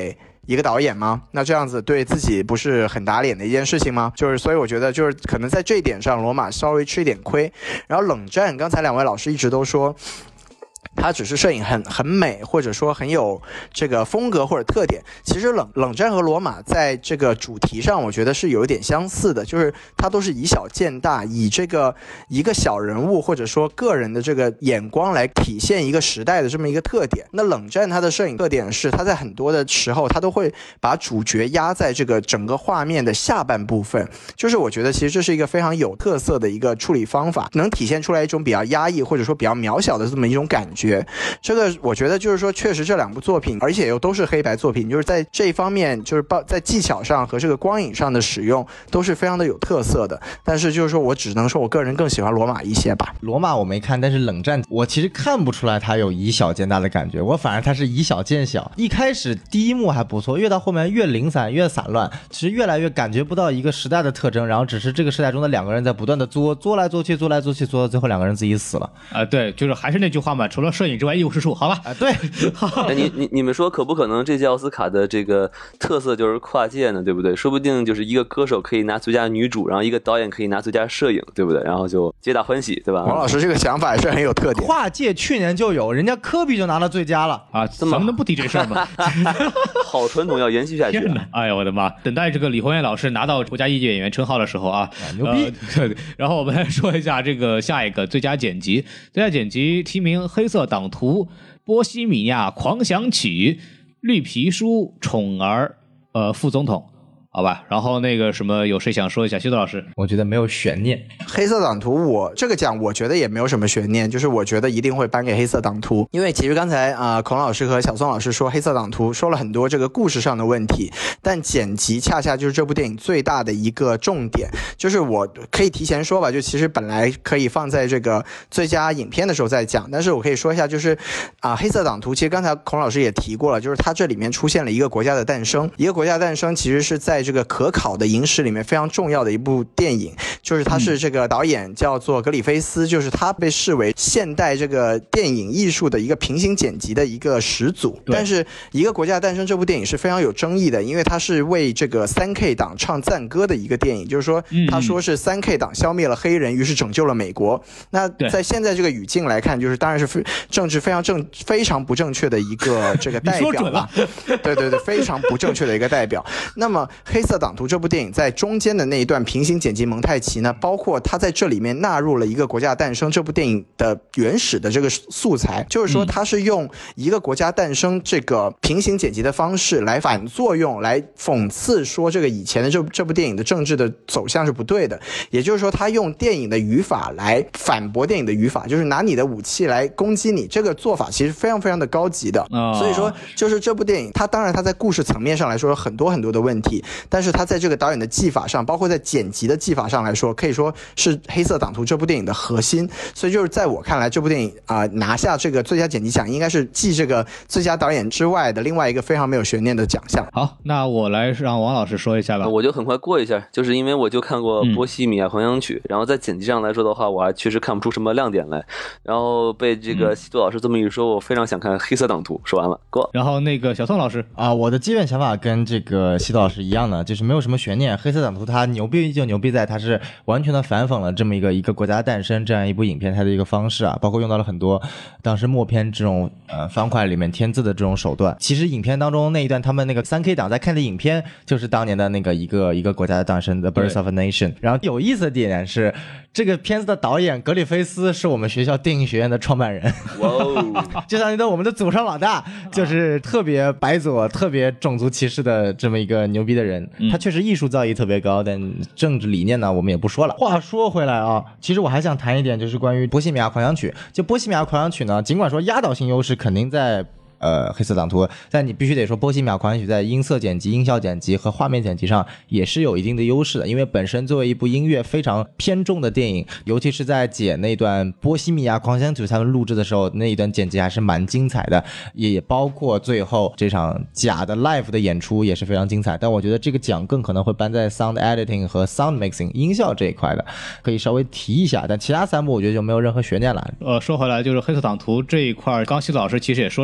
一个导演吗？那这样子对自己不是很打脸的一件事情吗？就是所以我觉得就是可能在这一点上罗马稍微吃一点亏。然后冷战刚才两位老师一直都说它只是摄影很很美，或者说很有这个风格或者特点。其实冷冷战和罗马在这个主题上，我觉得是有一点相似的，就是它都是以小见大，以这个一个小人物或者说个人的这个眼光来体现一个时代的这么一个特点。那冷战它的摄影特点是，它在很多的时候，它都会把主角压在这个整个画面的下半部分，就是我觉得其实这是一个非常有特色的一个处理方法，能体现出来一种比较压抑或者说比较渺小的这么一种感觉。这个我觉得就是说确实这两部作品而且又都是黑白作品，就是在这一方面就是在技巧上和这个光影上的使用都是非常的有特色的。但是就是说我只能说我个人更喜欢罗马一些吧。 罗马我没看，但是冷战我其实看不出来它有以小见大的感觉，我反而它是以小见小。一开始第一幕还不错，越到后面越零散越散乱，其实越来越感觉不到一个时代的特征，然后只是这个时代中的两个人在不断的作作来作去作来作去，作到最后两个人自己死了啊、呃。对，就是还是那句话嘛，除了摄影之外一无是处，好吧？ 啊，对。 那你你你们说可不可能这届奥斯卡的这个特色就是跨界呢？对不对？说不定就是一个歌手可以拿最佳女主，然后一个导演可以拿最佳摄影，对不对？然后就皆大欢喜，对吧？ 王老师这个想法也是很有特点。 跨界去年就有，人家科比就拿了最佳了啊，怎么能不提这事儿吗？ 好传统要延续下去、啊。 哎呀，我的妈！等待这个李宏源老师拿到国家一级演员称号的时候啊， 啊牛逼！ 呃、然后我们来说一下这个下一个最佳剪辑，最佳剪辑提名《黑色党徒》、《波西米亚狂想曲》、《绿皮书》、《宠儿》、呃，《副总统》。好吧，然后那个什么，有谁想说一下？修德老师， 我觉得没有悬念。 黑色党徒，我这个奖我觉得也没有什么悬念，就是我觉得一定会颁给黑色党徒，因为其实刚才啊、呃，孔老师和小宋老师说黑色党徒说了很多这个故事上的问题，但剪辑恰恰就是这部电影最大的一个重点。就是我可以提前说吧，就其实本来可以放在这个最佳影片的时候再讲，但是我可以说一下，就是啊、呃，黑色党徒其实刚才孔老师也提过了，就是它这里面出现了一个国家的诞生，一个国家的诞生其实是在这个可考的影史里面非常重要的一部电影，就是他是这个导演叫做格里菲斯，就是他被视为现代这个电影艺术的一个平行剪辑的一个始祖。但是一个国家的诞生这部电影是非常有争议的，因为他是为这个 三 K 党唱赞歌的一个电影，就是说他说是 三 K 党消灭了黑人，于是拯救了美国。那在现在这个语境来看，就是当然是政治非常正非常不正确的一个这个代表了。对对对，非常不正确的一个代表。那么黑色党徒这部电影在中间的那一段平行剪辑蒙太奇呢，包括它在这里面纳入了一个国家诞生这部电影的原始的这个素材，就是说它是用一个国家诞生这个平行剪辑的方式来反作用，来讽刺说这个以前的这这部电影的政治的走向是不对的。也就是说他用电影的语法来反驳电影的语法，就是拿你的武器来攻击你，这个做法其实非常非常的高级的。所以说就是这部电影它当然它在故事层面上来说有很多很多的问题，但是它在这个导演的技法上，包括在剪辑的技法上来说，可以说是黑色党徒这部电影的核心。所以就是在我看来，这部电影啊、呃、拿下这个最佳剪辑奖，应该是继这个最佳导演之外的另外一个非常没有悬念的奖项。 好，那我来让王老师说一下吧。 我就很快过一下，就是因为我就看过《波西米亚狂想曲》嗯，然后在剪辑上来说的话，我还确实看不出什么亮点来。然后被这个西多老师这么一说，我非常想看黑色党徒。说完了，过。 然后那个小宋老师啊，我的基本想法跟这个西多老师一样的，就是没有什么悬念。黑色党徒它牛逼就牛逼在它是完全的反讽了这么一个一个国家诞生这样一部影片它的一个方式啊，包括用到了很多当时默片这种呃方块里面添字的这种手段。其实影片当中那一段他们那个 三 K 党在看的影片就是当年的那个一个一个国家的诞生 The Birth of a Nation。然后有意思的点是这个片子的导演格里菲斯是我们学校电影学院的创办人。 哇哦， 就相当于我们的祖上老大，就是特别白左特别种族歧视的这么一个牛逼的人。他确实艺术造诣特别高，但政治理念呢我们也不说了。话说回来啊，其实我还想谈一点，就是关于波西米亚狂想曲。就波西米亚狂想曲呢，尽管说压倒性优势肯定在呃，黑色党徒，但你必须得说波西米亚狂想曲在音色剪辑、音效剪辑和画面剪辑上也是有一定的优势的，因为本身作为一部音乐非常偏重的电影，尤其是在剪那段波西米亚狂想曲他们录制的时候，那一段剪辑还是蛮精彩的，也包括最后这场假的 live 的演出也是非常精彩。但我觉得这个奖更可能会颁在 sound editing 和 sound mixing 音效这一块的，可以稍微提一下，但其他三部我觉得就没有任何悬念了。 呃，说回来就是黑色党徒这一块，刚西子老师其实也说差不多了。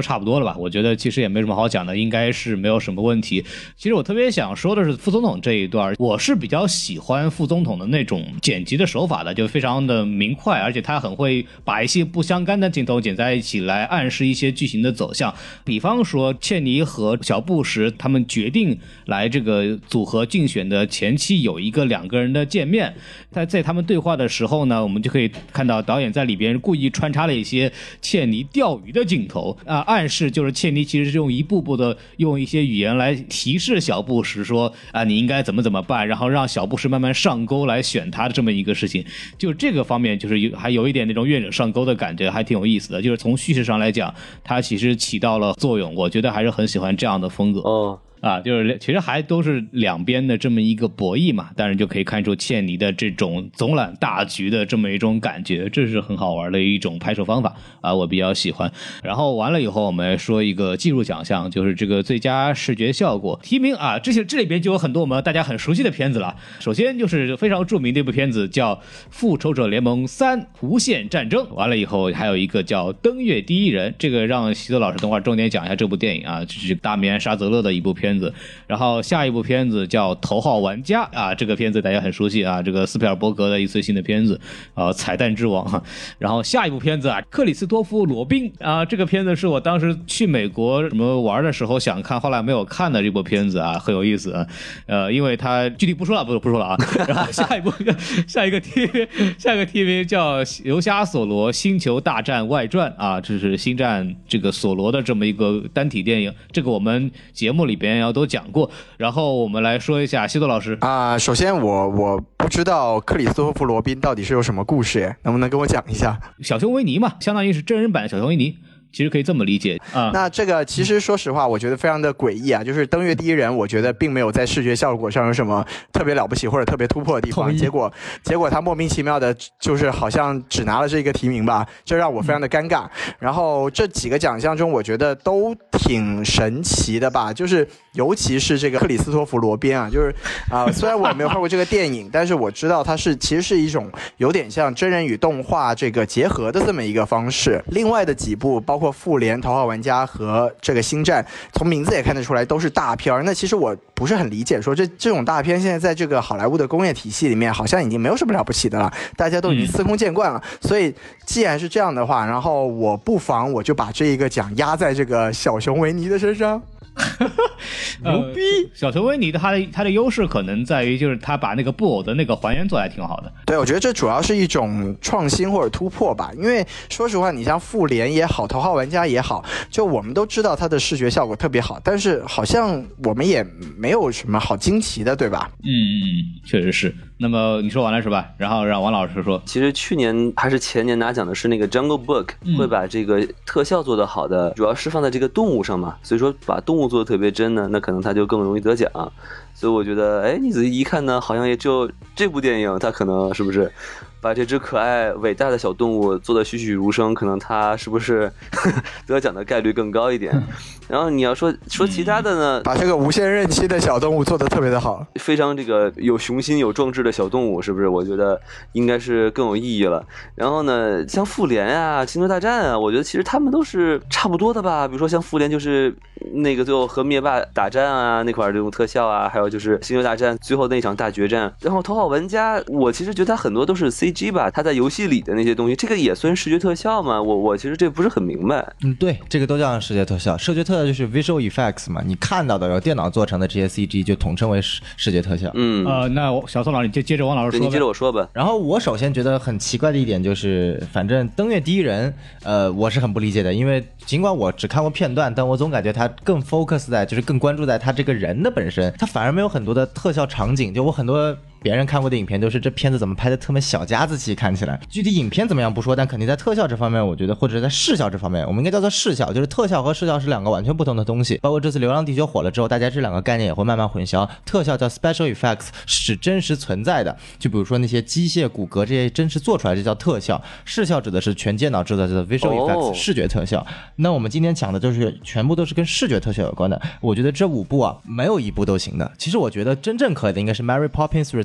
了吧，我觉得其实也没什么好讲的，应该是没有什么问题。其实我特别想说的是副总统这一段，我是比较喜欢副总统的那种剪辑的手法的，就非常的明快，而且他很会把一些不相干的镜头剪在一起来暗示一些剧情的走向。比方说切尼和小布什他们决定来这个组合竞选的前期有一个两个人的见面，在在他们对话的时候呢，我们就可以看到导演在里边故意穿插了一些切尼钓鱼的镜头啊，暗示就是切尼其实是用一步步的用一些语言来提示小布什说啊你应该怎么怎么办，然后让小布什慢慢上钩来选他的这么一个事情。就这个方面就是有还有一点那种愿者上钩的感觉，还挺有意思的。就是从叙事上来讲，它其实起到了作用，我觉得还是很喜欢这样的风格。 哦。 啊，就是其实还都是两边的这么一个博弈嘛，但是就可以看出切尼的这种总揽大局的这么一种感觉，这是很好玩的一种拍摄方法啊，我比较喜欢。然后完了以后，我们说一个技术奖项，就是这个最佳视觉效果提名啊，这些这里边就有很多我们大家很熟悉的片子了。首先就是非常著名的一部片子叫《复仇者联盟三：无限战争》，完了以后还有一个叫《登月第一人》，这个让希德老师等会儿重点讲一下这部电影啊，这是大米安沙泽勒的一部片子。然后下一部片子叫《头号玩家》啊，这个片子大家很熟悉啊，这个斯皮尔伯格的一最新的片子啊，彩蛋之王。然后下一部片子啊，克里斯托弗·罗宾啊，这个片子是我当时去美国什么玩的时候想看，后来没有看的这部片子啊，很有意思啊。呃，因为它具体不说了，不不说了啊。然后下一部下一个 T V 下一个 T V 叫《游侠索罗：星球大战外传》啊，这是星战这个索罗的这么一个单体电影，这个我们节目里边要都讲过。然后我们来说一下西多老师啊、呃，首先我我不知道克里斯托弗·罗宾到底是有什么故事，能不能跟我讲一下？ 小熊维尼嘛，相当于是真人版小熊维尼。其实可以这么理解啊。 那这个其实说实话，我觉得非常的诡异啊。就是登月第一人，我觉得并没有在视觉效果上有什么特别了不起或者特别突破的地方，结果结果他莫名其妙的，就是好像只拿了这个提名吧，这让我非常的尴尬。然后这几个奖项中，我觉得都挺神奇的吧，就是尤其是这个克里斯托弗·罗宾啊，就是啊、呃，虽然我也没有看过这个电影，但是我知道它是其实是一种有点像真人与动画这个结合的这么一个方式。另外的几部包括《复联》《头号玩家》和这个《星战》，从名字也看得出来都是大片。那其实我不是很理解，说这这种大片现在在这个好莱坞的工业体系里面，好像已经没有什么了不起的了，大家都已经司空见惯了。嗯、所以既然是这样的话，然后我不妨我就把这一个奖压在这个小熊维尼的身上。 牛逼！呃、小熊维尼的他的他的优势可能在于，就是他把那个布偶的那个还原做还挺好的。 对，我觉得这主要是一种创新或者突破吧。因为说实话，你像复联也好，头号玩家也好，就我们都知道它的视觉效果特别好，但是好像我们也没有什么好惊奇的，对吧？ 嗯嗯，确实是。那么你说完了是吧？然后让王老师说。 其实去年还是前年拿奖的是那个 Jungle Book，、嗯、会把这个特效做得好的，主要是放在这个动物上嘛，所以说把动物做得特别真呢，那可能它就更容易得奖。所以我觉得，哎，你仔细一看呢，好像也只有这部电影，它可能是不是把这只可爱伟大的小动物做得栩栩如生，可能它是不是呵呵得奖的概率更高一点。然后你要说说其他的呢， 把这个无限任期的小动物做得特别的好， 非常这个有雄心有壮志的小动物，是不是？我觉得应该是更有意义了。然后呢，像复联啊、星球大战啊，我觉得其实他们都是差不多的吧。比如说像复联就是那个最后和灭霸打战啊那块这种特效啊，还有就是星球大战最后那场大决战。然后头号玩家，我其实觉得它很多都是 C G 吧，它在游戏里的那些东西，这个也算视觉特效吗？我我其实这不是很明白。 嗯，对，这个都叫视觉特效。视觉特效就是 visual effects 嘛，你看到的由电脑做成的这些 C G 就统称为视视觉特效。 嗯， 呃，那小宋老师你就接着王老师说。 你接着我说吧。 然后我首先觉得很奇怪的一点就是，反正登月第一人，呃，我是很不理解的，因为尽管我只看过片段，但我总感觉他更 focus 在，就是更关注在他这个人的本身，他反而没有很多的特效场景。就我很多别人看过的影片都是这片子怎么拍的特别小家子气，看起来具体影片怎么样不说，但肯定在特效这方面，我觉得或者是在视效这方面，我们应该叫做视效，就是特效和视效是两个完全不同的东西。包括这次《流浪地球》火了之后，大家这两个概念也会慢慢混淆。特效叫 special effects， 是真实存在的，就比如说那些机械骨骼这些真实做出来，这叫特效。视效指的是全电脑制作的 visual effects，、哦、视觉特效。那我们今天讲的就是全部都是跟视觉特效有关的。我觉得这五部啊，没有一部都行的。其实我觉得真正可以的应该是 Mary Poppins Returns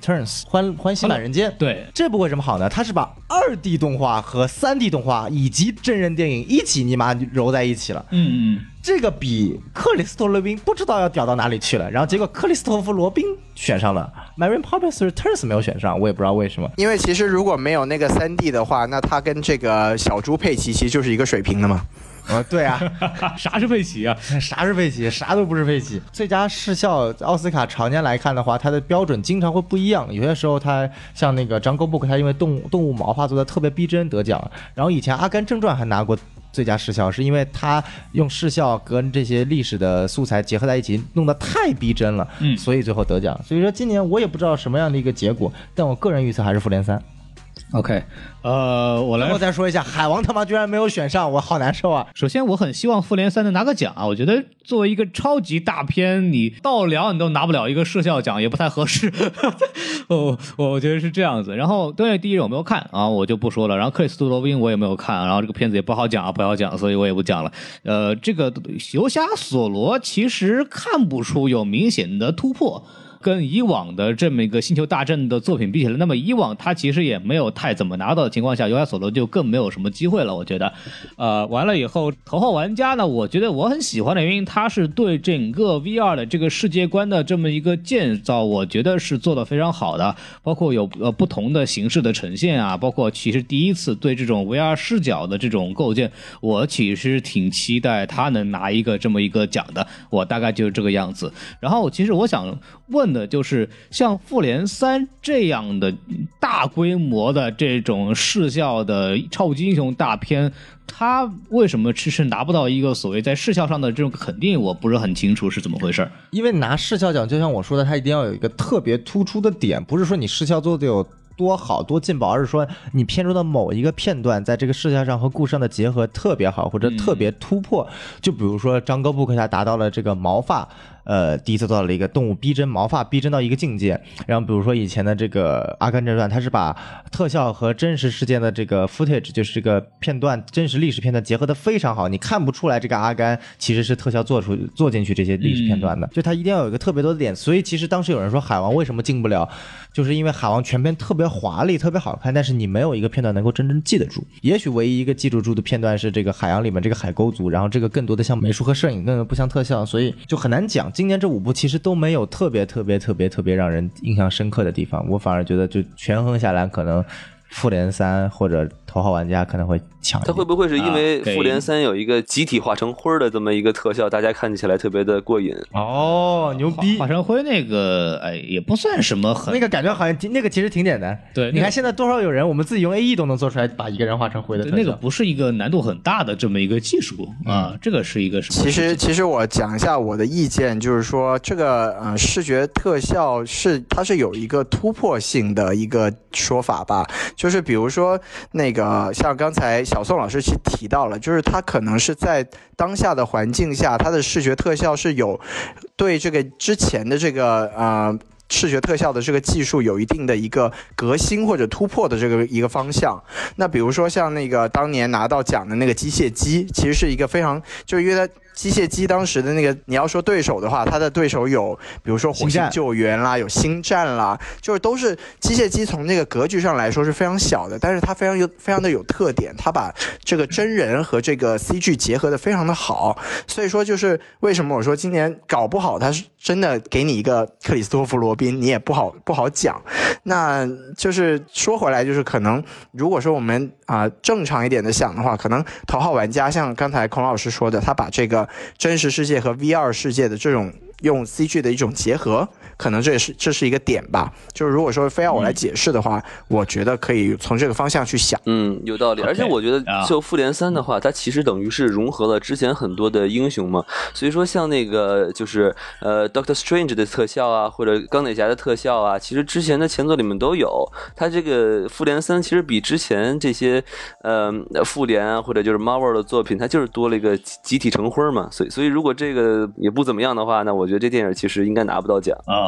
Returns 欢欢喜满人间。 对， 这部为什么好呢？它是把二 D 动画和三 D 动画以及真人电影一起尼玛揉在一起了。 嗯嗯， 这个比克里斯托弗罗宾不知道要屌到哪里去了，然后结果克里斯托弗罗宾选上了 Mary Poppins Returns 没有选上，我也不知道为什么。 因为其实如果没有那个 三 D 的话，那它跟这个小猪佩奇其实就是一个水平的嘛。 啊，对啊， 啥是佩奇啊？ 啥是佩奇？啥都不是佩奇。最佳视效奥斯卡常年来看的话，它的标准经常会不一样。有些时候它像那个 Jungle Book， 它因为动动物毛发做的特别逼真得奖。然后以前《阿甘正传》还拿过最佳视效，是因为它用视效跟这些历史的素材结合在一起，弄得太逼真了， 嗯， 所以最后得奖。所以说今年我也不知道什么样的一个结果，但我个人预测还是复联三。 OK， 呃，我来我再说一下，海王他妈居然没有选上，我好难受啊！ 首先，我很希望复联三能拿个奖啊！我觉得作为一个超级大片，你到了你都拿不了一个视效奖，也不太合适。哦，我觉得是这样子。然后《登月第一人》我没有看啊，我就不说了。然后克里斯托罗宾我也没有看，然后这个片子也不好讲啊，不好讲，所以我也不讲了。呃，这个游侠索罗其实看不出有明显的突破。跟以往的这么一个星球大战的作品比起来，那么以往他其实也没有太怎么拿到的情况下，游侠索罗就更没有什么机会了，我觉得。呃，完了以后，头号玩家呢，我觉得我很喜欢的原因，他是对整个 V R 的这个世界观的这么一个建造，我觉得是做得非常好的，包括有呃不同的形式的呈现啊，包括其实第一次对这种 V R 视角的这种构建，我其实挺期待他能拿一个这么一个奖的，我大概就是这个样子。然后其实我想问的就是像复联三这样的大规模的这种视效的超级英雄大片，它为什么迟迟拿不到一个所谓在视效上的这种肯定，我不是很清楚是怎么回事。 因为拿视效奖，就像我说的，它一定要有一个特别突出的点，不是说你视效做的有多好多劲爆，而是说你片中的某一个片段在这个视效上和故事上的结合特别好，或者特别突破。嗯、就比如说张哥布克他达到了这个毛发。呃，第一次做到了一个动物逼真，毛发逼真到一个境界。然后比如说以前的这个《阿甘正传》，它是把特效和真实事件的这个 footage， 就是这个片段真实历史片段结合的非常好，你看不出来这个阿甘其实是特效做出做进去这些历史片段的，嗯、就它一定要有一个特别多的点。所以其实当时有人说海王为什么进不了，就是因为海王全片特别华丽，特别好看，但是你没有一个片段能够真正记得住。也许唯一一个记住住的片段是这个海洋里面这个海沟族，然后这个更多的像美术和摄影，更不像特效，所以就很难讲。今年这五部其实都没有特别特别特别特别让人印象深刻的地方，我反而觉得就权衡下来，可能复联三或者头号玩家可能会强一点。 它会不会是因为复联三有一个集体化成灰的这么一个特效，大家看起来特别的过瘾？ 哦，牛逼！ 化成灰那个，哎，也不算什么很那个感觉，好像那个其实挺简单。 对， 你看现在多少有人，我们自己用 A E 都能做出来，把一个人化成灰的特效。 那个不是一个难度很大的这么一个技术啊，嗯、这个是一个什么？ 其实，其实我讲一下我的意见，就是说这个呃视觉特效是它是有一个突破性的一个说法吧，就是比如说那个像刚才小宋老师其实提到了，就是它可能是在当下的环境下，它的视觉特效是有对这个之前的这个呃视觉特效的这个技术有一定的一个革新或者突破的这个一个方向。那比如说像那个当年拿到奖的那个机械姬，其实是一个非常，就是因为它机械姬当时的那个，你要说对手的话，他的对手有比如说火星救援啦，有星战啦，就是都是机械姬从那个格局上来说是非常小的，但是它非常有非常的有特点，它把这个真人和这个 C G 结合的非常的好。所以说就是为什么我说今年搞不好他是真的给你一个克里斯托弗罗宾，你也不好不好讲。那就是说回来，就是可能如果说我们啊、呃、正常一点的想的话，可能头号玩家像刚才孔老师说的，他把这个真实世界和 V R 世界的这种用 C G 的一种结合，可能这也是这是一个点吧。就是如果说非要我来解释的话、嗯、我觉得可以从这个方向去想。 嗯，有道理。而且我觉得就复联三的话，它其实等于是融合了之前很多的英雄嘛，所以说像那个就是呃 Doctor Strange 的特效啊，或者钢铁侠的特效啊，其实之前的前作里面都有。它这个复联三其实比之前这些呃复联啊或者就是 Marvel 的作品，它就是多了一个集体成灰嘛。所以所以如果这个也不怎么样的话，那我觉得这电影其实应该拿不到奖啊。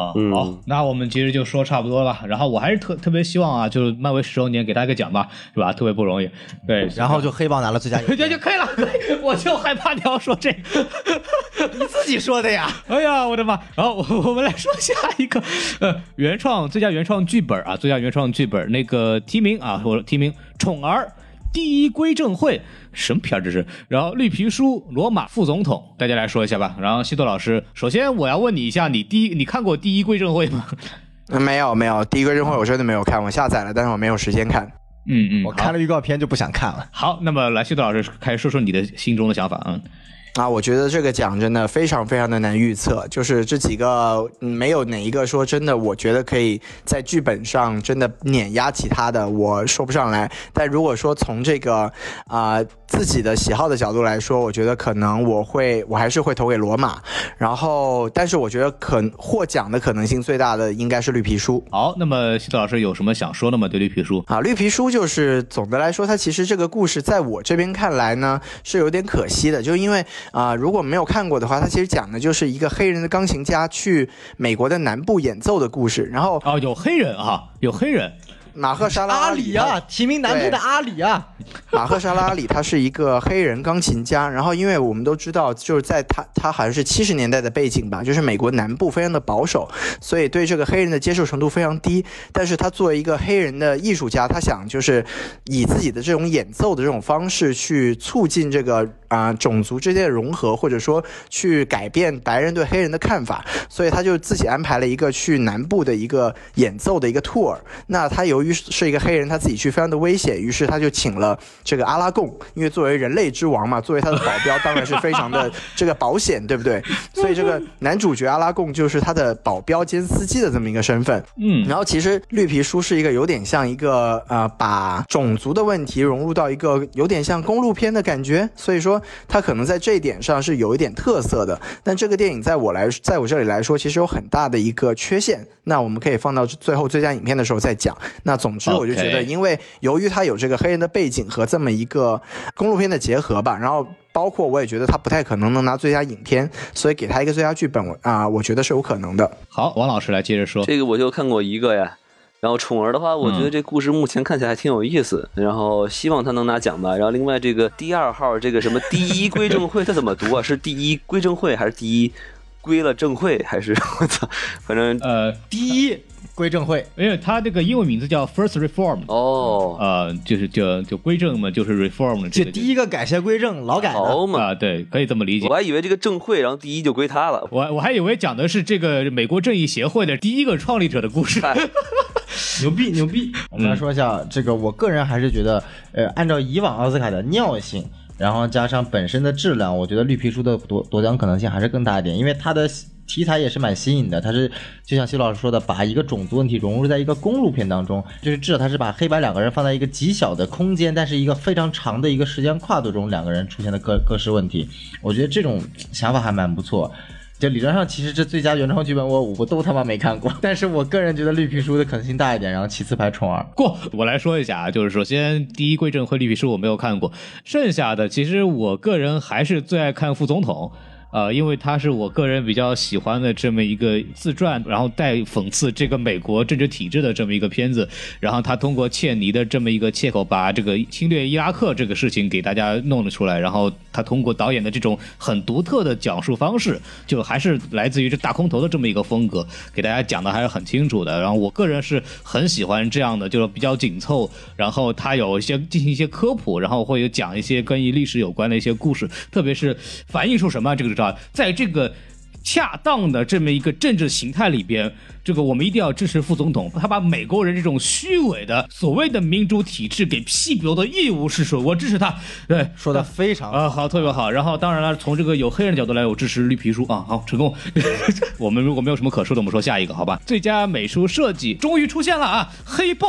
啊， 嗯好，那我们其实就说差不多了。然后我还是特特别希望啊，就是漫威十周年给大家一个奖吧，是吧？特别不容易。对， 然后就黑豹拿了最佳影就片， 就可以了，可以。我就害怕你要说这个， 你自己说的呀。 哎呀，我的妈！然后我我们来说下一个，呃，原创最佳原创剧本啊，最佳原创剧本那个提名啊，我提名《宠儿》。第一归正会什么片儿这是？然后绿皮书、罗马副总统，大家来说一下吧。然后西多老师，首先我要问你一下，你第一你看过第一归正会吗？ 没有没有，第一归正会我真的没有看，我下载了，但是我没有时间看。 嗯嗯， 我看了预告片就不想看了。 好，那么来西多老师开始说说你的心中的想法啊。嗯啊，我觉得这个奖真的非常非常的难预测，就是这几个、嗯、没有哪一个说真的，我觉得可以在剧本上真的碾压其他的，我说不上来。但如果说从这个啊、呃、自己的喜好的角度来说，我觉得可能我会我还是会投给罗马，然后但是我觉得可获奖的可能性最大的应该是绿皮书。 好，那么西多老师有什么想说的吗？对绿皮书啊，绿皮书就是总的来说，它其实这个故事在我这边看来呢是有点可惜的，就因为啊、呃，如果没有看过的话，它其实讲的就是一个黑人的钢琴家去美国的南部演奏的故事。然后哦，有黑人啊，有黑人。 马赫沙拉阿里啊，提名男配的阿里啊， 马赫沙拉阿里他是一个黑人钢琴家，然后因为我们都知道，就是在他他好像是七十年代的背景吧，就是美国南部非常的保守，所以对这个黑人的接受程度非常低。但是他作为一个黑人的艺术家，他想就是以自己的这种演奏的这种方式去促进这个啊、呃、种族之间的融合，或者说去改变白人对黑人的看法，所以他就自己安排了一个去南部的一个演奏的一个 tour。那他由于是一个黑人，他自己去非常的危险，于是他就请了这个阿拉贡，因为作为人类之王嘛，作为他的保镖，当然是非常的这个保险，对不对？所以这个男主角阿拉贡就是他的保镖兼司机的这么一个身份。 嗯， 然后其实绿皮书是一个有点像一个呃，把种族的问题融入到一个有点像公路片的感觉，所以说他可能在这一点上是有一点特色的。但这个电影在我来，在我这里来说，其实有很大的一个缺陷。那我们可以放到最后最佳影片的时候再讲。那总之我就觉得，因为由于他有这个黑人的背景和这么一个公路片的结合吧，然后包括我也觉得他不太可能能拿最佳影片，所以给他一个最佳剧本啊、呃，我觉得是有可能的。 好，王老师来接着说。 这个我就看过一个呀。然后宠儿的话，我觉得这故事目前看起来还挺有意思，嗯、然后希望他能拿奖吧。然后另外这个第二号这个什么第一归正会，它怎么读啊？是第一归正会还是第一归了正会还是我操？反正呃第一归正会， 因为他这个英文名字叫 First Reform 哦， 呃，就是就就归正嘛，就是 Reform 这个第一个改邪归正，劳改好嘛啊，对，可以这么理解。 我还以为这个正会，然后第一就归他了。 我我还以为讲的是这个美国正义协会的第一个创立者的故事。 牛逼牛逼！我们来说一下这个，我个人还是觉得，呃，按照以往奥斯卡的尿性，然后加上本身的质量，我觉得绿皮书的夺夺奖可能性还是更大一点，因为它的题材也是蛮新颖的。它是就像西老师说的，把一个种族问题融入在一个公路片当中，就是至少它是把黑白两个人放在一个极小的空间，但是一个非常长的一个时间跨度中，两个人出现的各各式问题，我觉得这种想法还蛮不错。就理论上，其实这最佳原创剧本我五个都他妈没看过，但是我个人觉得绿皮书的可能性大一点，然后其次排宠儿。 过，我来说一下啊，就是首先第一归正会绿皮书我没有看过，剩下的其实我个人还是最爱看副总统。呃，因为它是我个人比较喜欢的这么一个自传，然后带讽刺这个美国政治体制的这么一个片子，然后他通过切尼的这么一个切口，把这个侵略伊拉克这个事情给大家弄了出来，然后他通过导演的这种很独特的讲述方式，就还是来自于这大空头的这么一个风格，给大家讲的还是很清楚的。然后我个人是很喜欢这样的，就是比较紧凑，然后他有一些进行一些科普，然后会有讲一些跟历史有关的一些故事，特别是反映出什么这个。在这个恰当的这么一个政治形态里边，这个我们一定要支持副总统，他把美国人这种虚伪的所谓的民主体制给批驳的一无是处，我支持他。对， 说的非常好啊、呃，好，特别好。然后当然了，从这个有黑人的角度来，我支持绿皮书啊，好，成功。我们如果没有什么可说的，我们说下一个，好吧？最佳美术设计终于出现了啊，黑豹。黑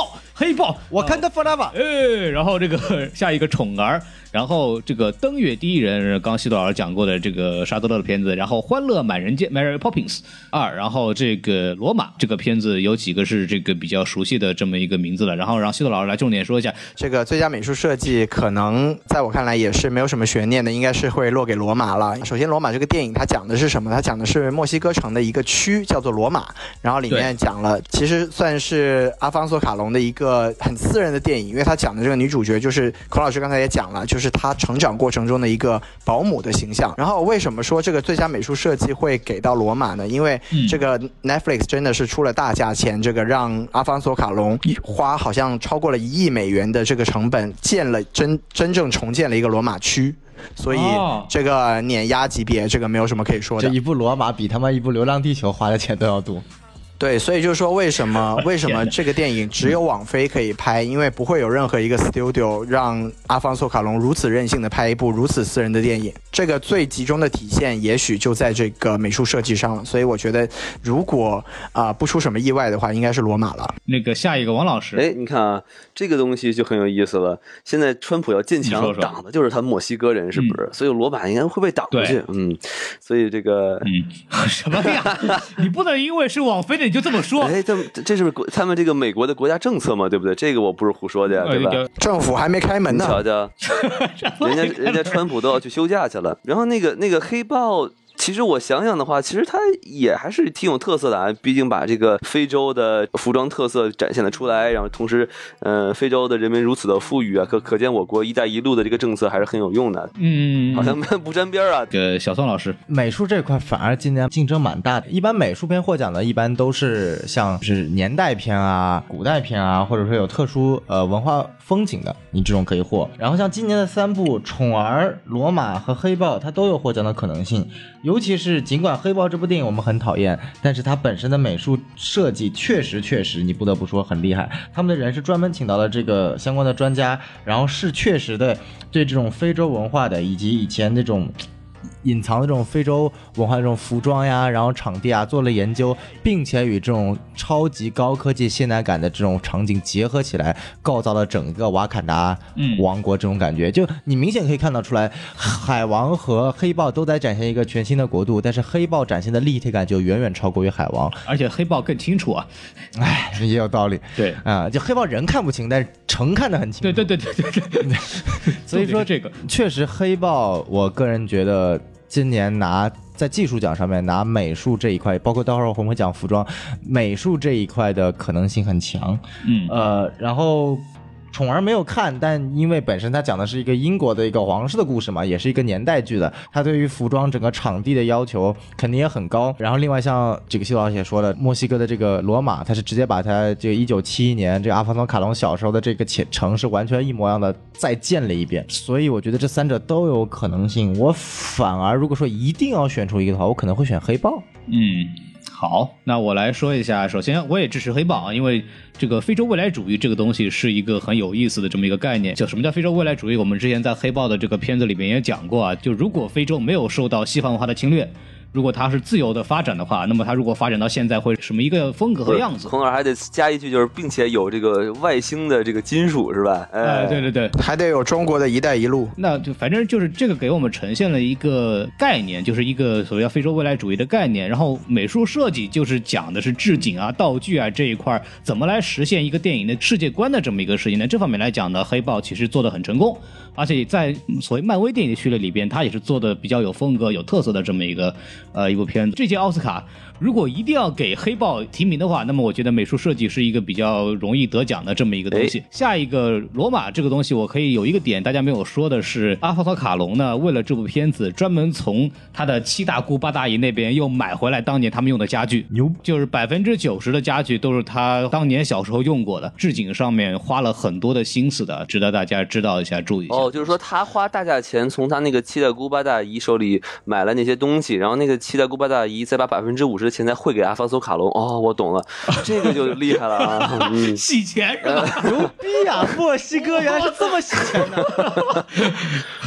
黑豹， 我看到 forever， 哎，然后这个下一个宠儿，然后这个登月第一人，刚西多老师讲过的这个沙德勒的片子，然后欢乐满人间 Mary Poppins 二，然后这个罗马这个片子有几个是这个比较熟悉的这么一个名字了，然后让西多老师来重点说一下。 这个最佳美术设计可能在我看来也是没有什么悬念的，应该是会落给罗马了。首先罗马这个电影它讲的是什么？它讲的是墨西哥城的一个区叫做罗马，然后里面讲了其实算是阿方索卡隆的一个很私人的电影，因为他讲的这个女主角就是孔老师刚才也讲了，就是她成长过程中的一个保姆的形象。然后为什么说这个最佳美术设计会给到罗马呢？因为这个 Netflix 真的是出了大价钱，这个让阿方索卡隆花好像超过了一亿美元的这个成本建了真真正重建了一个罗马区。所以这个碾压级别，这个没有什么可以说的。 这一部罗马比他妈一部流浪地球花的钱都要多。 对，所以就是说为什么为什么这个电影只有网飞可以拍，因为不会有任何一个 studio 让阿方索卡隆如此任性的拍一部如此私人的电影。这个最集中的体现也许就在这个美术设计上了，所以我觉得如果啊、呃、不出什么意外的话，应该是罗马了。 那个下一个王老师， 哎，你看啊，这个东西就很有意思了。现在川普要建墙，挡的就是他墨西哥人，是不是？嗯、所以罗马应该会被挡过去。嗯，所以这个嗯什么呀？你不能因为是网飞的你就这么说。 哎，这这是他们这个美国的国家政策嘛，对不对？这个我不是胡说的呀，对吧？ 政府还没开门呢， 瞧瞧，人家人家川普都要去休假去了。然后那个那个黑豹。其实我想想的话，其实它也还是挺有特色的啊，毕竟把这个非洲的服装特色展现了出来，然后同时，呃，非洲的人民如此的富裕啊，可可见我国“一带一路”的这个政策还是很有用的。 嗯， 好像不沾边啊。 呃，小宋老师， 美术这块反而今年竞争蛮大的。一般美术片获奖的，一般都是像是年代片啊、古代片啊，或者说有特殊呃文化风景的，你这种可以获。然后像今年的三部《宠儿》、《罗马》和《黑豹》，它都有获奖的可能性。尤其是尽管《黑豹》这部电影我们很讨厌，但是它本身的美术设计确实确实你不得不说很厉害。他们的人是专门请到了这个相关的专家，然后是确实的对这种非洲文化的以及以前那种隐藏的这种非洲文化的这种服装呀，然后场地啊做了研究，并且与这种超级高科技现代感的这种场景结合起来，构造了整个瓦坎达王国这种感觉。嗯、就你明显可以看到出来，海王和黑豹都在展现一个全新的国度，但是黑豹展现的立体感就远远超过于海王， 而且黑豹更清楚啊。 哎，也有道理。 对啊、呃，就黑豹人看不清，但是城看得很清楚。 对对对对对对对。 所以说这个确实黑豹，我个人觉得。今年拿在技术奖上面拿美术这一块，包括待会儿我们会讲服装，美术这一块的可能性很强。 嗯， 呃，然后宠儿没有看，但因为本身它讲的是一个英国的一个皇室的故事嘛，也是一个年代剧的，它对于服装整个场地的要求肯定也很高。然后另外像这个谢老师也说了，墨西哥的这个罗马，它是直接把它这个一九七一年这个阿方索卡隆小时候的这个城是完全一模一样的再建了一遍，所以我觉得这三者都有可能性。我反而如果说一定要选出一个的话，我可能会选黑豹。 嗯。好，那我来说一下。首先，我也支持黑豹啊，因为这个非洲未来主义这个东西是一个很有意思的这么一个概念。就什么叫非洲未来主义？我们之前在黑豹的这个片子里面也讲过啊。就如果非洲没有受到西方文化的侵略，如果它是自由的发展的话，那么它如果发展到现在会什么一个风格和样子？ 孔老还得加一句，就是并且有这个外星的这个金属是吧？ 哎，呃、对对对， 还得有中国的一带一路。 那就反正就是这个给我们呈现了一个概念，就是一个所谓非洲未来主义的概念。然后美术设计就是讲的是置景啊、道具啊这一块怎么来实现一个电影的世界观的这么一个事情呢？这方面来讲呢，黑豹其实做得很成功。而且在所谓漫威电影的序列里边，它也是做的比较有风格、有特色的这么一个呃一部片子。这届奥斯卡如果一定要给黑豹提名的话，那么我觉得美术设计是一个比较容易得奖的这么一个东西。哎、下一个罗马这个东西，我可以有一个点大家没有说的是，阿方索卡隆呢为了这部片子专门从他的七大姑八大姨那边又买回来当年他们用的家具，牛，就是百分之九十的家具都是他当年小时候用过的，置景上面花了很多的心思的，值得大家知道一下，注意一下。 哦，就是说他花大价钱从他那个七大姑八大姨手里买了那些东西，然后那个七大姑八大姨再把百分之五十的钱再汇给阿方索卡隆。哦，我懂了，这个就厉害了啊！嗯、 洗钱是吧？ 牛逼啊！墨西哥原来是这么洗钱的。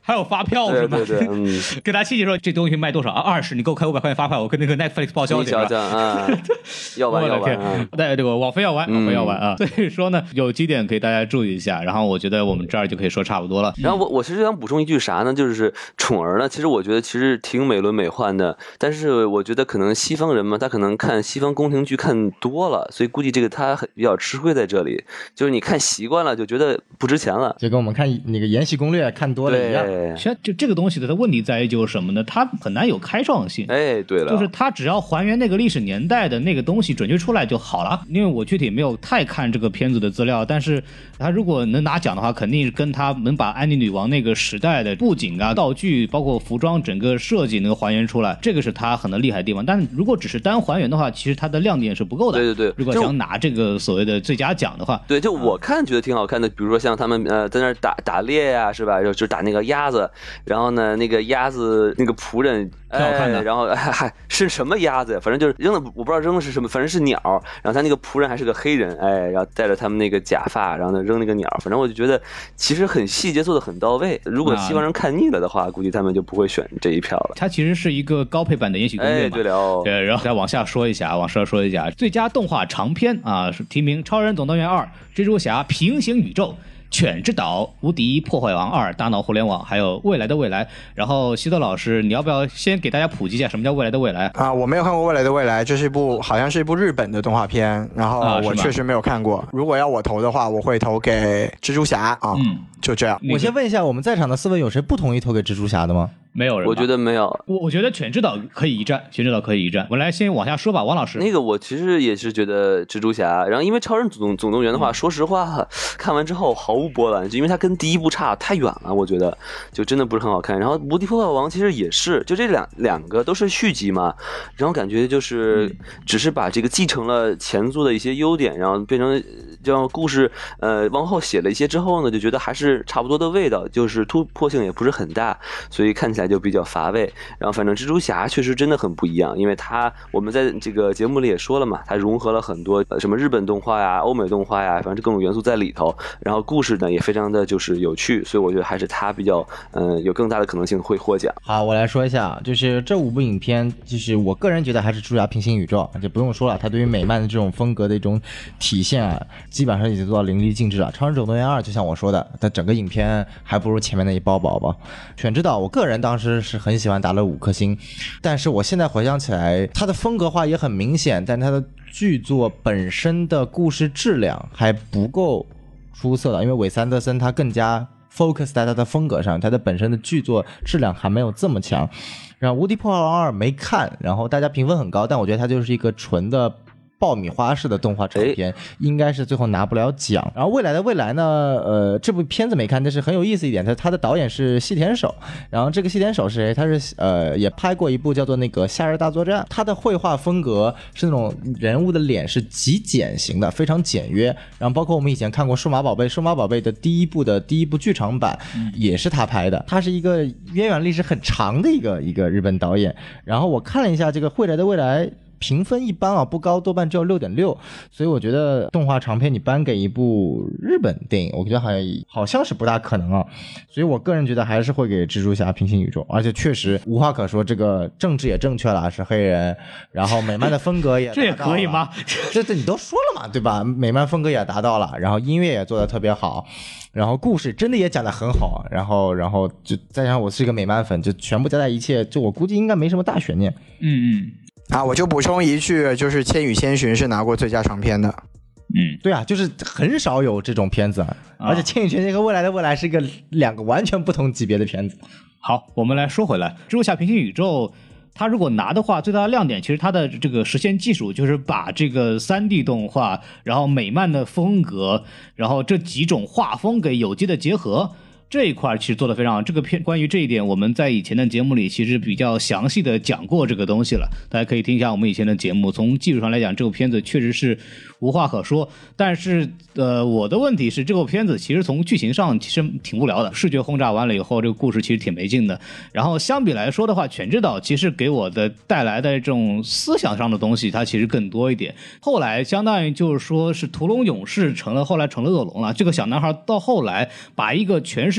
还有发票是吧？ 对对对，嗯， 给他亲戚说这东西卖多少啊？二十，你给我开五百块钱发票，我跟那个 Netflix 报销去是吧？ 啊，要玩要玩啊！ 对，这个网飞要玩，网飞要玩啊！所以说呢，有几点可以大家注意一下。然后我觉得我们这儿就可以说差不多了。 然后我我其实想补充一句啥呢？就是宠儿呢，其实我觉得其实挺美轮美奂的，但是我觉得可能西方人嘛，他可能看西方宫廷剧看多了，所以估计这个他比较吃亏在这里。就是你看习惯了，就觉得不值钱了， 就跟我们看那个《延禧攻略》看多了一样。 其实就这个东西的它问题在于就是什么呢？它很难有开创性。 哎，对了， 就是它只要还原那个历史年代的那个东西准确出来就好了。因为我具体没有太看这个片子的资料，但是它如果能拿奖的话，肯定是跟它能把安妮女王那个时代的布景啊、道具，包括服装整个设计能够还原出来，这个是它很厉害的地方。但如果只是单还原的话，其实它的亮点是不够的。 对对对， 如果想拿这个所谓的最佳奖的话， 对，就我看觉得挺好看的。比如说像他们呃在那儿打打猎呀、啊，是吧？就就打那个鸭子，然后呢那个鸭子那个仆人挺好看的， 哎、然后还、哎、是什么鸭子呀？反正就是扔的我不知道扔的是什么，反正是鸟。然后他那个仆人还是个黑人，哎，然后戴着他们那个假发，然后呢扔那个鸟。反正我就觉得其实很细节做的很到位。如果西方人看腻了的话，估计他们就不会选这一票了。 它其实是一个高配版的《延禧攻略》嘛。 哎，对了、哦， 对，然后再往下说一下，往下说一下，最佳动画长片啊，是提名《超人总动员二》、《蜘蛛侠：平行宇宙》、犬之岛、无敌破坏王二、大脑互联网，还有未来的未来。然后希特老师，你要不要先给大家普及一下什么叫未来的未来啊？我没有看过未来的未来，这是一部好像是一部日本的动画片，然后我确实没有看过。啊、如果要我投的话，我会投给蜘蛛侠啊。嗯，就这样。 我先问一下，我们在场的四位有谁不同意投给蜘蛛侠的吗？ 没有人， 我觉得没有。 我我觉得犬之岛可以一战，犬之岛可以一战。我来先往下说吧，王老师。 那个我其实也是觉得蜘蛛侠，然后因为超人总总动员的话，嗯、说实话看完之后毫无波澜，就因为它跟第一部差太远了，我觉得就真的不是很好看。然后无敌破坏王其实也是，就这两两个都是续集嘛，然后感觉就是只是把这个继承了前作的一些优点，然后变成这样故事呃往后写了一些之后呢，就觉得还是差不多的味道，就是突破性也不是很大，所以看起来就比较乏味。然后反正蜘蛛侠确实真的很不一样，因为它我们在这个节目里也说了嘛，它融合了很多什么日本动画呀、欧美动画呀，反正各种元素在里头，然后故事呢也非常的就是有趣，所以我觉得还是它比较嗯、呃、有更大的可能性会获奖。 好，我来说一下，就是这五部影片，就是我个人觉得还是蜘蛛侠平行宇宙，就不用说了，它对于美漫的这种风格的一种体现啊，基本上已经做到淋漓尽致了。超人总动员二就像我说的，它整个影片还不如前面那一包宝宝。犬之岛我个人当时是很喜欢，打了五颗星，但是我现在回想起来，它的风格化也很明显，但它的剧作本身的故事质量还不够出色的，因为韦斯安德森他更加 focus 在他的风格上，他的本身的剧作质量还没有这么强。然后无敌破坏王二没看，然后大家评分很高，但我觉得它就是一个纯的爆米花式的动画长片，应该是最后拿不了奖。然后未来的未来呢，呃，这部片子没看，但是很有意思一点，他他的导演是细田守。然后这个细田守是谁？他是呃也拍过一部叫做那个《夏日大作战》，他的绘画风格是那种人物的脸是极简型的，非常简约。然后包括我们以前看过《数码宝贝》，《数码宝贝》的第一部的第一部剧场版也是他拍的。他是一个渊源历史很长的一个一个日本导演。然后我看了一下这个《未来的未来》。评分一般啊，不高，豆瓣只有 六点六， 所以我觉得动画长片你颁给一部日本电影，我觉得好像好像是不大可能啊，所以我个人觉得还是会给蜘蛛侠平行宇宙，而且确实无话可说，这个政治也正确了，是黑人，然后美漫的风格也这也可以吗？ 这这你都说了嘛，对吧？美漫风格也达到了，然后音乐也做得特别好，然后故事真的也讲得很好，然后然后就再加上我是一个美漫粉，就全部加在一切，就我估计应该没什么大悬念。 嗯嗯。 啊，我就补充一句，就是《千与千寻》是拿过最佳长片的。 嗯，对啊，就是很少有这种片子，啊、而且《千与千寻》和《未来的未来》是一个两个完全不同级别的片子。 好，我们来说回来，蜘蛛侠平行宇宙，它如果拿的话，最大的亮点其实它的这个实现技术，就是把这个 三 D 动画，然后美漫的风格，然后这几种画风给有机的结合。这一块其实做得非常好，这个片关于这一点我们在以前的节目里其实比较详细的讲过这个东西了，大家可以听一下我们以前的节目。从技术上来讲，这部片子确实是无话可说，但是呃，我的问题是这部片子其实从剧情上其实挺无聊的，视觉轰炸完了以后，这个故事其实挺没劲的。然后相比来说的话，犬之岛其实给我的带来的这种思想上的东西，它其实更多一点。后来相当于就是说是屠龙勇士成了，后来成了恶龙了。这个小男孩到后来把一个全是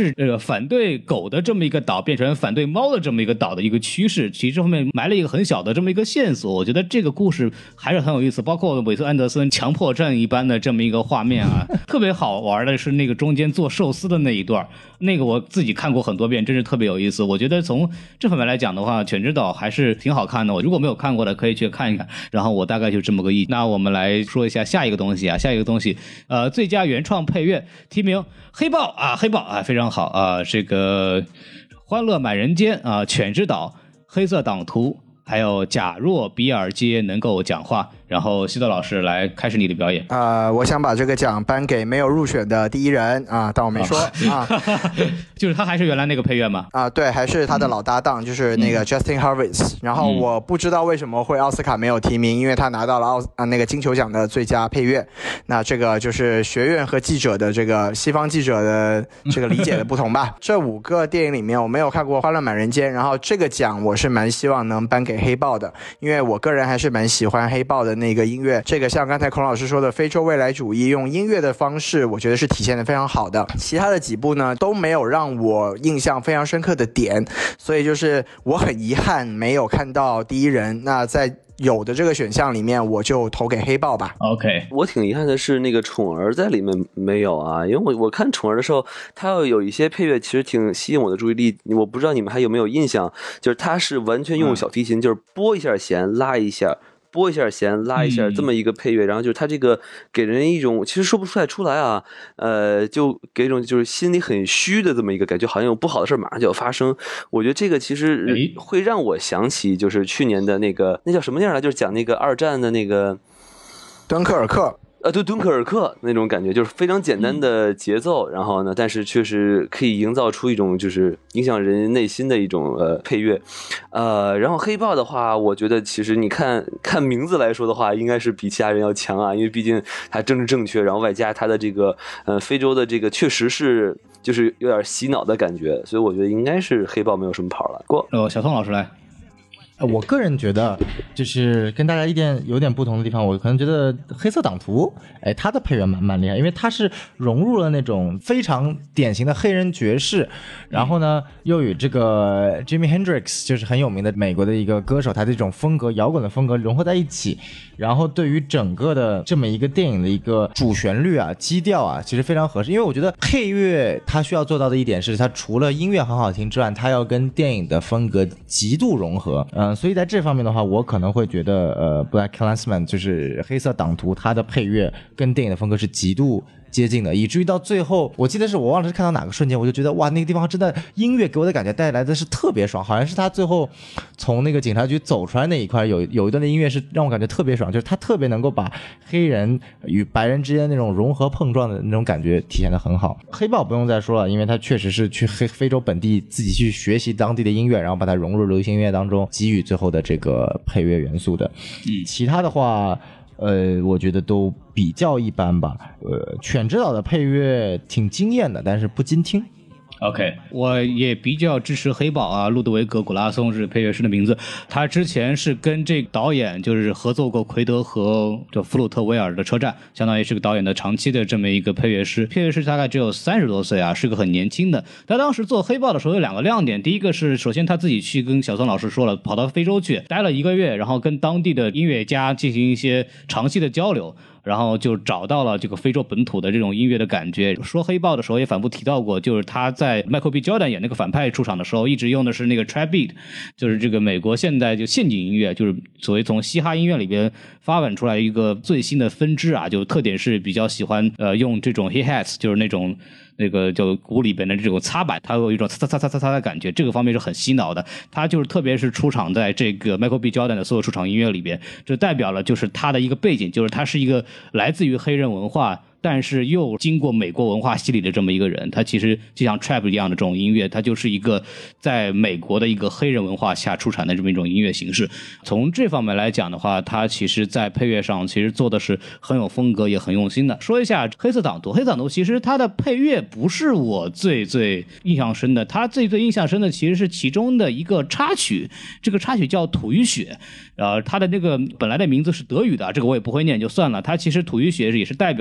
是呃反对狗的这么一个岛变成反对猫的这么一个岛的一个趋势，其实这方面埋了一个很小的这么一个线索。我觉得这个故事还是很有意思，包括韦斯安德森强迫症一般的这么一个画面啊，特别好玩的是那个中间做寿司的那一段，那个我自己看过很多遍，真是特别有意思。我觉得从这方面来讲的话，犬之岛还是挺好看的，我如果没有看过的可以去看一看。然后我大概就这么个意。那我们来说一下下一个东西啊，下一个东西呃最佳原创配乐提名黑豹啊，黑豹啊非常好啊，这个欢乐满人间啊，犬之岛，黑色党徒，还有假若比尔街能够讲话。然后西多老师来开始你的表演。 呃，我想把这个奖颁给没有入选的第一人啊，但我没说啊， 就是他还是原来那个配乐吗？ 啊，对，还是他的老搭档，嗯、就是那个 Justin Hurwitz、嗯。然后我不知道为什么会奥斯卡没有提名，因为他拿到了奥啊那个金球奖的最佳配乐。那这个就是学院和记者的这个西方记者的这个理解的不同吧。这五个电影里面，我没有看过《欢乐满人间》，然后这个奖我是蛮希望能颁给黑豹的，因为我个人还是蛮喜欢黑豹的那个音乐，这个像刚才孔老师说的非洲未来主义用音乐的方式，我觉得是体现的非常好的。其他的几部呢都没有让我印象非常深刻的点，所以就是我很遗憾没有看到第一人。那在有的这个选项里面，我就投给黑豹吧。 OK， 我挺遗憾的是那个宠儿在里面没有啊，因为我我看宠儿的时候，它要有一些配乐其实挺吸引我的注意力，我不知道你们还有没有印象，就是它是完全用小提琴、嗯、就是拨一下弦拉一下拨一下弦拉一下这么一个配乐、嗯、然后就是它这个给人一种其实说不出来出来啊，呃，就给一种就是心里很虚的这么一个感觉，好像有不好的事马上就要发生。我觉得这个其实会让我想起就是去年的那个那叫什么样来，就是讲那个二战的那个敦刻尔克。 呃，对，敦刻尔克那种感觉，就是非常简单的节奏，嗯、然后呢，但是确实可以营造出一种就是影响人内心的一种呃配乐，呃，然后黑豹的话，我觉得其实你看看名字来说的话，应该是比其他人要强啊，因为毕竟它政治正确，然后外加它的这个呃非洲的这个确实是就是有点洗脑的感觉，所以我觉得应该是黑豹没有什么跑了。过， 呃，小宋老师来。 我个人觉得就是跟大家一点有点不同的地方，我可能觉得黑色党徒，哎，他的配乐蛮蛮厉害，因为他是融入了那种非常典型的黑人爵士，然后呢又与这个 Jimi Hendrix 就是很有名的美国的一个歌手，他这种风格摇滚的风格融合在一起，然后对于整个的这么一个电影的一个主旋律啊基调啊其实非常合适。因为我觉得配乐它需要做到的一点是，它除了音乐很好听之外，它要跟电影的风格极度融合，嗯、呃，所以在这方面的话，我可能会觉得呃 Black Klansman 就是黑色党徒，它的配乐跟电影的风格是极度接近的，以至于到最后我记得是我忘了是看到哪个瞬间，我就觉得哇，那个地方真的音乐给我的感觉带来的是特别爽，好像是他最后从那个警察局走出来那一块有有一段的音乐是让我感觉特别爽，就是他特别能够把黑人与白人之间那种融合碰撞的那种感觉体现得很好。黑豹不用再说了，因为他确实是去黑非洲本地自己去学习当地的音乐，然后把它融入流行音乐当中，给予最后的这个配乐元素的。嗯，其他的话呃，我觉得都比较一般吧。呃，犬之岛的配乐挺惊艳的，但是不禁听。 OK， 我也比较支持黑豹啊，路德维格·古拉松是配乐师的名字。他之前是跟这个导演就是合作过奎德和这弗鲁特维尔的车站，相当于是个导演的长期的这么一个配乐师。配乐师大概只有三十多岁啊，是个很年轻的。他当时做黑豹的时候有两个亮点，第一个是首先他自己去跟小宋老师说了，跑到非洲去待了一个月，然后跟当地的音乐家进行一些长期的交流。然后就找到了这个非洲本土的这种音乐的感觉。说黑豹的时候也反复提到过，就是他在 Michael B. Jordan 演那个反派出场的时候，一直用的是那个 trap beat， 就是这个美国现代就陷阱音乐，就是所谓从嘻哈音乐里边发展出来一个最新的分支啊，就特点是比较喜欢呃用这种 hi hats， 就是那种那个就鼓里边的这种擦板，它有一种擦擦擦擦擦的感觉，这个方面是很洗脑的。它就是特别是出场在这个 Michael B. Jordan 的所有出场音乐里边，这代表了就是他的一个背景，就是他是一个来自于黑人文化，但是又经过美国文化洗礼的这么一个人。他其实就像 trap 一样的这种音乐，他就是一个在美国的一个黑人文化下出产的这么一种音乐形式。从这方面来讲的话，他其实在配乐上其实做的是很有风格也很用心的。说一下黑色党徒，黑色党徒其实他的配乐不是我最最印象深的，他最最印象深的其实是其中的一个插曲，这个插曲叫土与血，呃，他的那个本来的名字是德语的，这个我也不会念就算了。他其实土与血也是代表的十九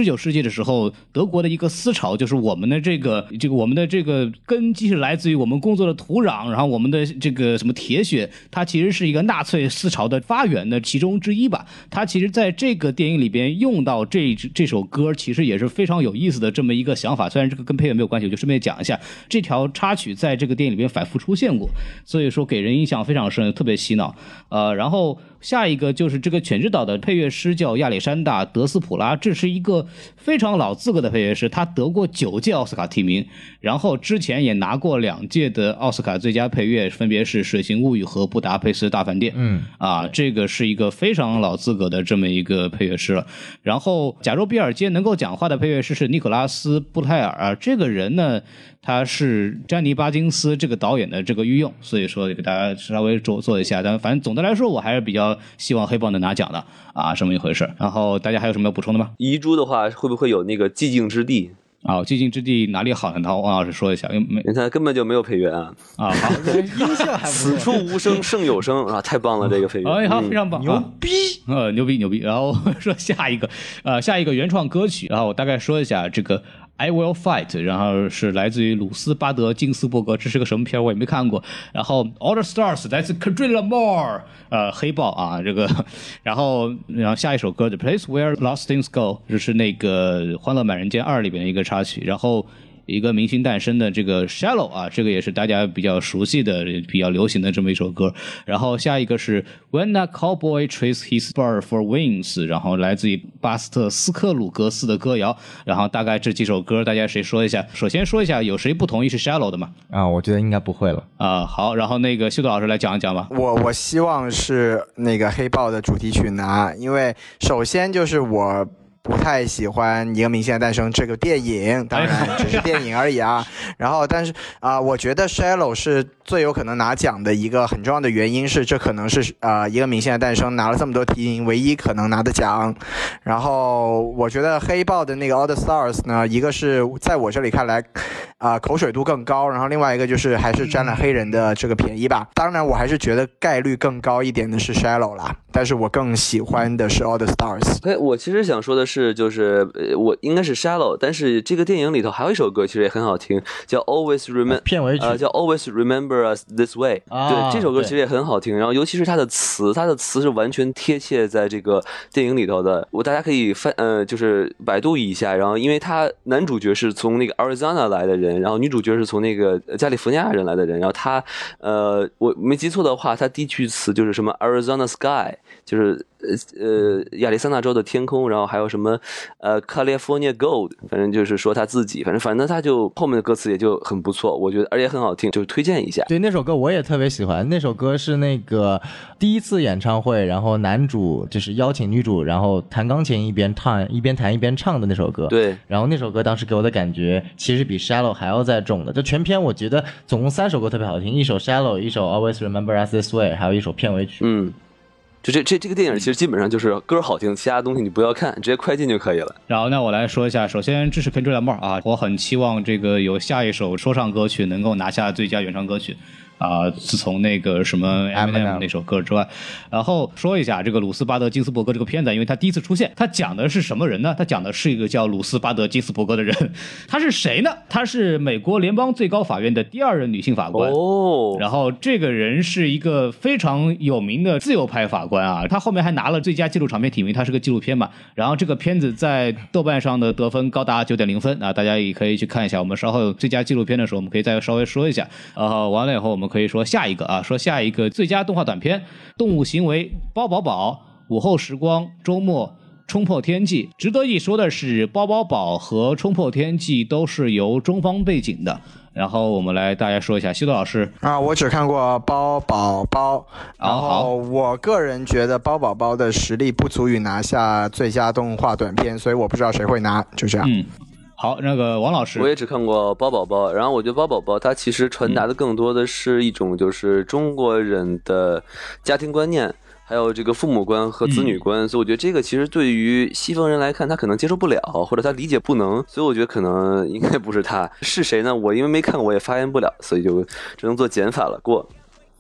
九世纪的时候，德国的一个思潮，就是我们的这个这个我们的这个根基是来自于我们工作的土壤，然后我们的这个什么铁血，它其实是一个纳粹思潮的发源的其中之一吧。它其实在这个电影里边用到这这首歌，其实也是非常有意思的这么一个想法。虽然这个跟配乐没有关系，我就顺便讲一下，这条插曲在这个电影里边反复出现过，所以说给人印象非常深，特别洗脑。呃，然后下一个就是这个犬之岛的配乐师叫亚历山大·德斯普拉，这是一个非常老资格的配乐师，他得过九届奥斯卡提名，然后之前也拿过两届的奥斯卡最佳配乐，分别是《水形物语》和《布达佩斯大饭店》。 嗯， 啊，这个是一个非常老资格的这么一个配乐师了。然后假如比尔街能够讲话的配乐师是尼可拉斯·布泰尔啊，这个人呢，他是詹妮·巴金斯这个导演的这个御用，所以说给大家稍微做做一下。但反正总的来说，我还是比较希望黑豹能拿奖的啊，这么一回事。然后大家还有什么要补充的吗？ 遗珠的话，会不会有那个寂静之地？ 啊、哦，寂静之地哪里好呢？然后王老师说一下，因为没， 人家根本就没有配乐啊！ 啊，好， 音效还不此处无声胜有声啊，太棒了，这个配乐， 哎，好，非常棒， 牛逼， 呃，牛逼牛逼。然后说下一个，呃，下一个原创歌曲，然后我大概说一下这个。I Will Fight， 然后是来自于鲁斯巴德金斯伯格，这是个什么片我也没看过。然后 All the Stars 来自 Kendrick Lamar， 呃，黑豹啊，这个，然后然后下一首歌 The Place Where Lost Things Go， 就是那个《欢乐满人间二》里边的一个插曲。然后一个明星诞生的这个 Shallow 啊，这个也是大家比较熟悉的、比较流行的这么一首歌。然后下一个是 When a Cowboy Trades His Spur for Wings， 然后来自于巴斯特斯科鲁格斯的歌谣。然后大概这几首歌大家谁说一下？首先说一下，有谁不同意是 Shallow 的吗？ 啊，我觉得应该不会了啊。好，然后那个秀斗老师来讲一讲吧。 我我希望是那个黑豹的主题曲拿，因为首先就是我不太喜欢《一个明星的诞生》这个电影，当然只是电影而已啊。然后，但是啊、呃，我觉得 Shallow 是最有可能拿奖的一个很重要的原因是，这可能是啊、呃《一个明星的诞生》拿了这么多提名唯一可能拿的奖。然后，我觉得黑豹的那个 All the Stars 呢，一个是在我这里看来啊、呃、口水度更高，然后另外一个就是还是占了黑人的这个便宜吧。当然，我还是觉得概率更高一点的是 Shallow 啦，但是我更喜欢的是 All the Stars。 哎，我其实想说的是，就是呃我应该是 Shallow， 但是这个电影里头还有一首歌其实也很好听，叫 Always Remember， 片尾曲， 呃，叫 Always Remember Us This Way。 啊、 对，这首歌其实也很好听，然后尤其是它的词，它的词是完全贴切在这个电影里头的。我大家可以翻呃，就是百度一下，然后因为他男主角是从那个 Arizona 来的人，然后女主角是从那个加利福尼亚人来的人，然后他呃，我没记错的话，他第一句词就是什么 Arizona Sky， 就是呃呃亚利桑那州的天空，然后还有什么呃 California Gold， 反正就是说他自己，反正反正他就后面的歌词也就很不错，我觉得而且很好听，就推荐一下。 对，那首歌我也特别喜欢，那首歌是那个第一次演唱会，然后男主就是邀请女主，然后弹钢琴一边唱一边弹一边唱的那首歌。 对， 然后那首歌当时给我的感觉其实比 Shallow 还要再重的。这全篇我觉得总共三首歌特别好听，一首 Shallow， 一首 Always Remember Us This Way， 还有一首片尾曲。 嗯。就这这这个电影其实基本上就是歌好听，其他东西你不要看，直接快进就可以了。 然后那我来说一下，首先支持 Kendrick Lamar 啊，我很期望这个有下一首说唱歌曲能够拿下最佳原创歌曲。啊，自从那个什么 Eminem 那首歌之外，然后说一下这个鲁斯巴德金斯伯格这个片子，因为他第一次出现，他讲的是什么人呢？他讲的是一个叫鲁斯巴德金斯伯格的人，他是谁呢？他是美国联邦最高法院的第二任女性法官哦。 然后这个人是一个非常有名的自由派法官啊，他后面还拿了最佳纪录长片提名，他是个纪录片嘛。然后这个片子在豆瓣上的得分高达 九点零 分啊，大家也可以去看一下。我们稍后有最佳纪录片的时候，我们可以再稍微说一下。呃，完了以后我们可以说下一个啊，说下一个最佳动画短片《动物行为》、包宝宝、午后时光、周末、冲破天际。值得一说的是，包宝宝和冲破天际都是由中方背景的。然后我们来大家说一下，西多老师啊，我只看过包宝宝，然后我个人觉得包宝宝的实力不足以拿下最佳动画短片，所以我不知道谁会拿，就这样。 嗯。好，那个王老师， 我也只看过包宝宝，然后我觉得包宝宝它其实传达的更多的是一种就是中国人的家庭观念，还有这个父母观和子女观，嗯、所以我觉得这个其实对于西方人来看，他可能接受不了，或者他理解不能，所以我觉得可能应该不是他，是谁呢？我因为没看过，我也发言不了，所以就只能做减法了，过。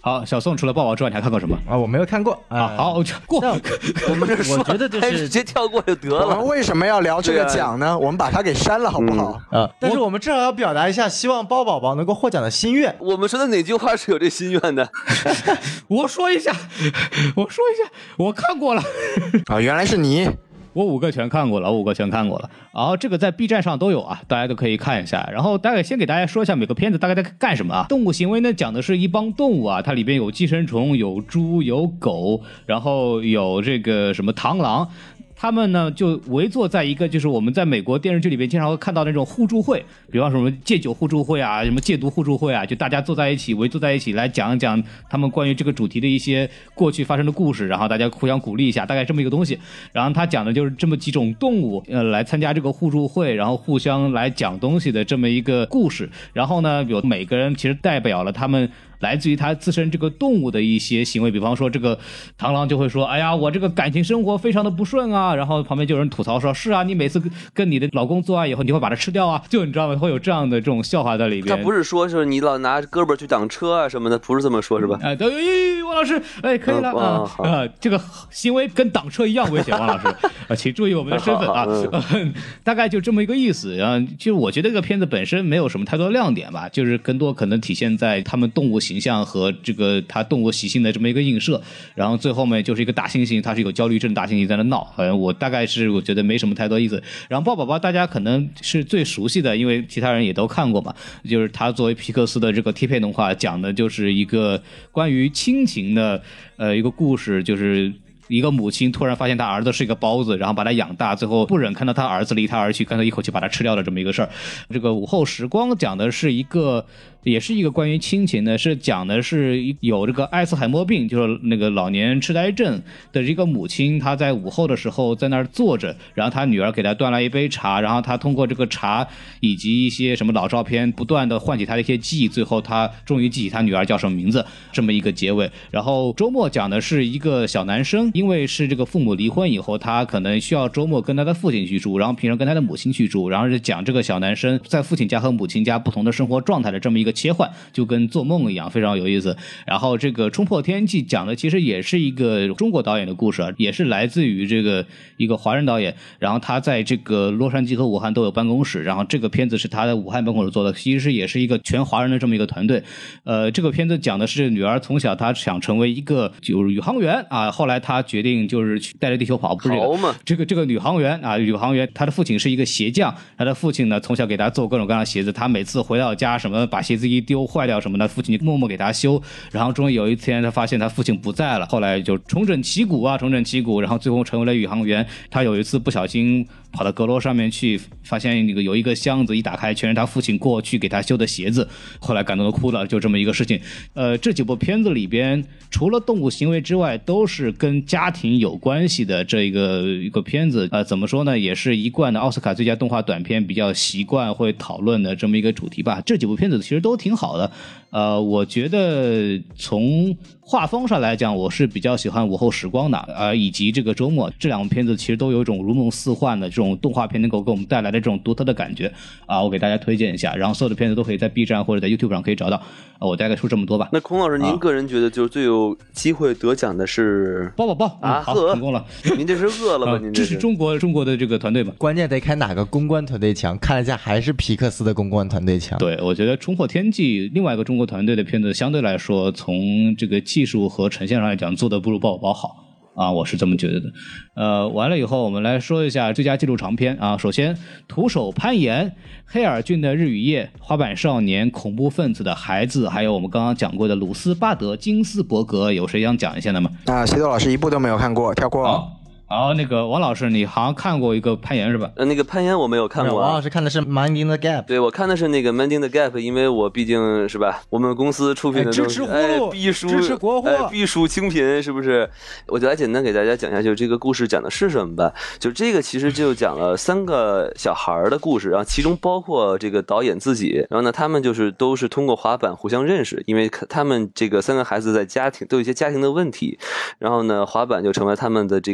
好，小宋除了抱抱之外，你还看过什么啊？我没有看过啊。好，过。 我们这我觉得就是直接跳过就得了。 我们为什么要聊这个奖呢？我们把它给删了好不好？ 啊，但是我们至少要表达一下希望包宝宝能够获奖的心愿。 我们说的哪句话是有这心愿的？ 我说一下，我说一下，我看过了。 啊，原来是你。 我五个全看过了，我五个全看过了。然后这个在 B 站上都有啊，大家都可以看一下。然后大概先给大家说一下每个片子大概在干什么啊。动物行为呢，讲的是一帮动物啊，它里边有寄生虫，有猪，有狗，然后有这个什么螳螂。他们呢就围坐在一个，就是我们在美国电视剧里面经常会看到那种互助会，比方说什么戒酒互助会啊，什么戒毒互助会啊，就大家坐在一起，围坐在一起来讲一讲他们关于这个主题的一些过去发生的故事，然后大家互相鼓励一下，大概这么一个东西。然后他讲的就是这么几种动物，呃，来参加这个互助会，然后互相来讲东西的这么一个故事。然后呢，有每个人其实代表了他们来自于他自身这个动物的一些行为，比方说这个螳螂就会说，哎呀，我这个感情生活非常的不顺啊，然后旁边就有人吐槽说，是啊，你每次跟你的老公做爱以后，你会把它吃掉啊，就你知道吗？会有这样的这种笑话在里边。 他不是说是你老拿胳膊去挡车啊什么的，不是这么说，是吧？ 哎，对，王老师，哎，可以了啊，呃，这个行为跟挡车一样危险，王老师，啊，请注意我们的身份啊，呃、大概就这么一个意思啊。其实我觉得这个片子本身没有什么太多亮点吧，就是更多可能体现在他们动物形象和这个它动物习性的这么一个映射，然后最后面就是一个大猩猩，它是有焦虑症大猩猩在那闹，反正我大概是我觉得没什么太多意思。然后抱宝宝大家可能是最熟悉的，因为其他人也都看过嘛，就是他作为皮克斯的这个贴片动画，讲的就是一个关于亲情的呃一个故事，就是一个母亲突然发现她儿子是一个包子，然后把他养大，最后不忍看到他儿子离他而去，干脆一口气把他吃掉了这么一个事儿。这个午后时光讲的是一个也是一个关于亲情的，是讲的是有这个阿兹海默病，就是那个老年痴呆症的一个母亲，她在午后的时候在那儿坐着，然后她女儿给她端来一杯茶，然后她通过这个茶以及一些什么老照片不断的唤起她的一些记忆，最后她终于记起她女儿叫什么名字，这么一个结尾。然后周末讲的是一个小男生，因为是这个父母离婚以后，他可能需要周末跟他的父亲去住，然后平常跟他的母亲去住，然后是讲这个小男生在父亲家和母亲家不同的生活状态的这么一个切换，就跟做梦一样，非常有意思。然后这个冲破天际讲的其实也是一个中国导演的故事，也是来自于这个一个华人导演，然后他在这个洛杉矶和武汉都有办公室，然后这个片子是他在武汉办公室做的，其实也是一个全华人的这么一个团队。呃，这个片子讲的是女儿从小她想成为一个就是宇航员啊，后来她决定就是去带着地球跑，不是这个这个这个宇航员啊，宇航员他的父亲是一个鞋匠，他的父亲呢从小给他做各种各样的鞋子，他每次回到家什么把鞋子一丢坏掉什么的，父亲就默默给他修，然后终于有一天他发现他父亲不在了，后来就重整旗鼓啊，重整旗鼓，然后最后成为了宇航员。他有一次不小心跑到阁楼上面去，发现那个有一个箱子，一打开全是他父亲过去给他修的鞋子，后来感动的哭了，就这么一个事情。呃，这几部片子里边除了动物行为之外，都是跟家庭有关系的这个一个片子。呃，怎么说呢，也是一贯的奥斯卡最佳动画短片比较习惯会讨论的这么一个主题吧。这几部片子其实都挺好的。呃，我觉得从画风上来讲，我是比较喜欢午后时光的，呃，以及这个周末这两部片子其实都有一种如梦似幻的这种动画片能够给我们带来的这种独特的感觉啊，我给大家推荐一下。然后所有的片子都可以在 B 站或者在 YouTube 上可以找到。啊，我大概说这么多吧。 那孔老师，您个人觉得就是最有机会得奖的是抱抱抱啊？ 好，成功了。 您这是饿了吧？您这是中国中国的这个团队吧？ 关键得看哪个公关团队强，看一下还是皮克斯的公关团队强。 对，我觉得冲破天际另外一个中国团队的片子相对来说从这个技术和呈现上来讲做的不如抱抱抱好啊，我是这么觉得的。呃，完了以后我们来说一下最佳纪录长片啊。首先徒手攀岩、黑尔郡的日与夜、滑板少年、恐怖分子的孩子，还有我们刚刚讲过的鲁斯巴德、金斯伯格，有谁想讲一下的吗？ 啊，西多老师一部都没有看过，跳过。 好好，那个王老师，你好像看过一个攀岩是吧？ 呃，那个攀岩我没有看过、啊。 王老师看的是《Minding the Gap》。 对，我看的是那个《Minding the Gap》，因为我毕竟是吧，我们公司出品的东西，哎，必输， 支持国货， 哎，必输精品，是不是？我就来简单给大家讲一下，就是这个故事讲的是什么吧。就这个其实就讲了三个小孩的故事，然后其中包括这个导演自己。然后呢，他们就是都是通过滑板互相认识，因为他们这个三个孩子在家庭都有一些家庭的问题，然后呢，滑板就成为他们的这个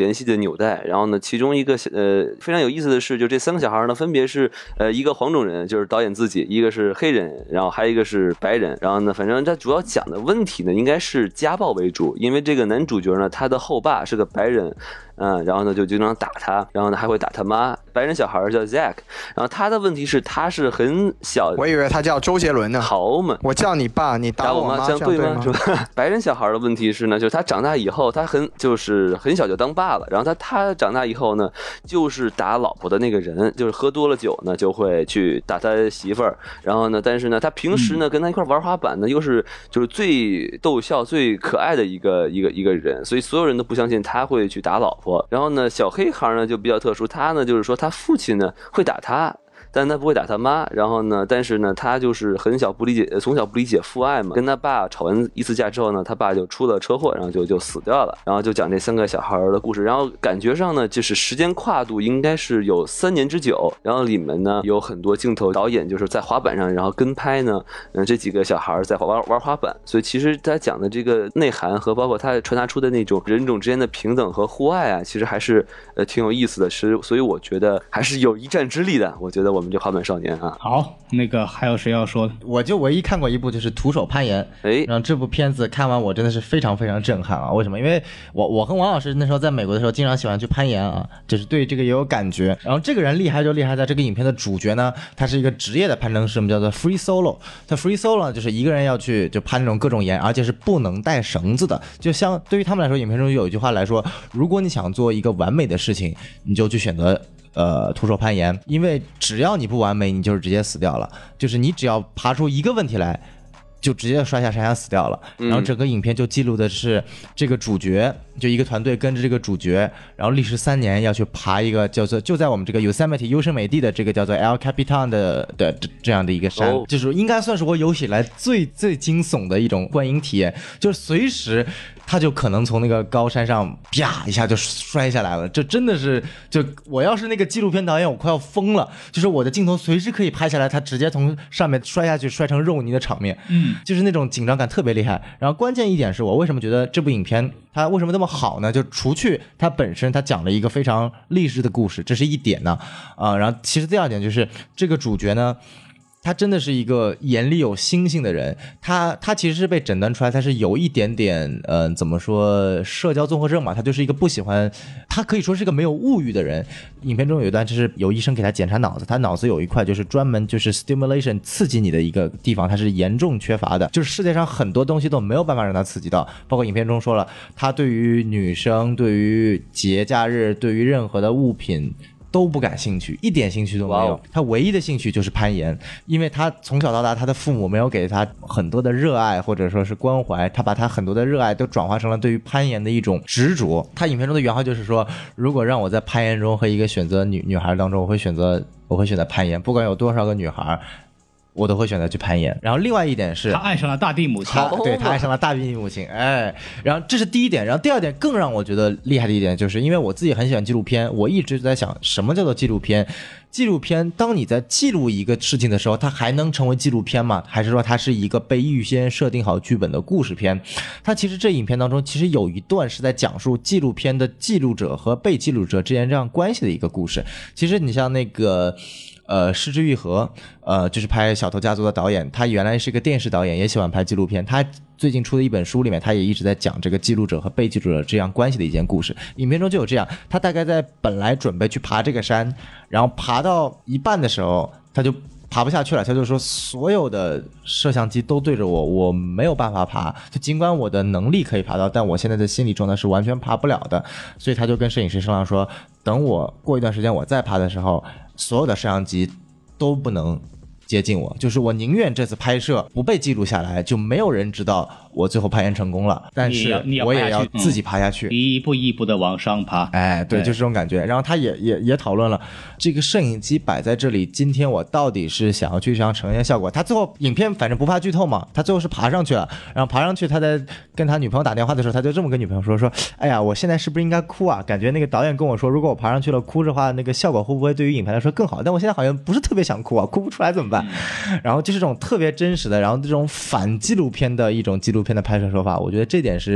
联系的纽带。然后呢，其中一个呃非常有意思的是，就这三个小孩呢，分别是呃一个黄种人，就是导演自己，一个是黑人，然后还有一个是白人。然后呢，反正他主要讲的问题呢，应该是家暴为主，因为这个男主角呢，他的后爸是个白人。嗯，然后呢就经常打他，然后呢还会打他妈。白人小孩叫 Zack， 然后他的问题是他是很小， 我以为他叫周杰伦呢。 好嘛， 我叫你爸，你打我妈， 这样对吗？ 是吧？白人小孩的问题是呢，就是他长大以后，他很就是很小就当爸了，然后他他长大以后呢，就是打老婆的那个人，就是喝多了酒呢就会去打他媳妇儿，然后呢，但是呢他平时呢跟他一块玩滑板呢，又是就是最逗笑、最可爱的一个一个一个人，所以所有人都不相信他会去打老婆。然后呢，小黑孩呢就比较特殊，他呢就是说他父亲呢会打他。但他不会打他妈，然后呢，但是呢，他就是很小不理解，从小不理解父爱嘛。跟他爸吵完一次架之后呢，他爸就出了车祸，然后就就死掉了。然后就讲这三个小孩的故事，然后感觉上呢，就是时间跨度应该是有三年之久。然后里面呢有很多镜头，导演就是在滑板上，然后跟拍呢，嗯，这几个小孩在玩玩滑板。所以其实他讲的这个内涵和包括他传达出的那种人种之间的平等和互爱啊，其实还是呃挺有意思的。是，所以我觉得还是有一战之力的。我觉得我。我们这滑板少年啊， 好，那个还有谁要说的？ 我就唯一看过一部就是《徒手攀岩》， 哎， 然后这部片子看完我真的是非常非常震撼啊！为什么？因为我我和王老师那时候在美国的时候，经常喜欢去攀岩啊，就是对这个也有感觉。然后这个人厉害就厉害在这个影片的主角呢，他是一个职业的攀登师，我们叫做 free solo。他 free solo 就是一个人要去就攀那种各种岩，而且是不能带绳子的。就像对于他们来说，影片中有一句话来说，如果你想做一个完美的事情，你就去选择。呃，徒手攀岩，因为只要你不完美，你就是直接死掉了。就是你只要爬出一个问题来，就直接摔下山崖死掉了。然后整个影片就记录的是这个主角，就一个团队跟着这个主角，然后历时三年要去爬一个叫做就在我们这个 Yosemite 优胜美地的这个叫做 El Capitan 的的这样的一个山，哦、就是应该算是我有史以来最最惊悚的一种观影体验，就是随时。他就可能从那个高山上啪一下就摔下来了，这真的是就我要是那个纪录片导演，我快要疯了。就是我的镜头随时可以拍下来，他直接从上面摔下去，摔成肉泥的场面，嗯，就是那种紧张感特别厉害。然后关键一点是我为什么觉得这部影片它为什么那么好呢？就除去它本身它讲了一个非常励志的故事，这是一点呢，啊、呃，然后其实第二点就是这个主角呢。他真的是一个眼里有星星的人，他他其实是被诊断出来，他是有一点点，嗯、呃，怎么说，社交综合症嘛，他就是一个不喜欢，他可以说是一个没有物欲的人。影片中有一段就是有医生给他检查脑子，他脑子有一块就是专门就是 stimulation 刺激你的一个地方，他是严重缺乏的，就是世界上很多东西都没有办法让他刺激到，包括影片中说了，他对于女生、对于节假日、对于任何的物品。都不感兴趣，一点兴趣都没有。他唯一的兴趣就是攀岩，因为他从小到大，他的父母没有给他很多的热爱或者说是关怀，他把他很多的热爱都转化成了对于攀岩的一种执着。他影片中的原话就是说，如果让我在攀岩中和一个选择女女孩当中，我会选择我会选择攀岩，不管有多少个女孩。我都会选择去攀岩。然后另外一点是， 他爱上了大地母亲， 他对他爱上了大地母亲，哎，然后这是第一点。然后第二点更让我觉得厉害的一点，就是因为我自己很喜欢纪录片，我一直在想什么叫做纪录片。纪录片，当你在记录一个事情的时候，它还能成为纪录片吗？还是说它是一个被预先设定好剧本的故事片？它其实这影片当中，其实有一段是在讲述纪录片的记录者和被记录者之间这样关系的一个故事。其实你像那个。呃，失之愈合，呃，就是拍《小偷家族》的导演，他原来是个电视导演，也喜欢拍纪录片。他最近出的一本书里面，他也一直在讲这个记录者和被记录者这样关系的一件故事。影片中就有这样，他大概在本来准备去爬这个山，然后爬到一半的时候，他就爬不下去了，他就说所有的摄像机都对着我，我没有办法爬，就尽管我的能力可以爬到，但我现在的心理状态是完全爬不了的。所以他就跟摄影师商量说，等我过一段时间我再爬的时候，所有的摄像机都不能接近我，就是我宁愿这次拍摄不被记录下来，就没有人知道我最后攀岩成功了，但是我也要自己爬下去， 一步一步的往上爬。 哎，对，就是这种感觉。然后他也也也讨论了这个摄影机摆在这里，今天我到底是想要去想呈现效果。他最后影片反正不怕剧透嘛，他最后是爬上去了，然后爬上去，他在跟他女朋友打电话的时候，他就这么跟女朋友说说，哎呀，我现在是不是应该哭啊？感觉那个导演跟我说，如果我爬上去了哭的话，那个效果会不会对于影片来说更好？但我现在好像不是特别想哭啊，哭不出来怎么办？嗯、然后就是这种特别真实的，然后这种反纪录片的一种纪录片的拍摄手法，我觉得这点是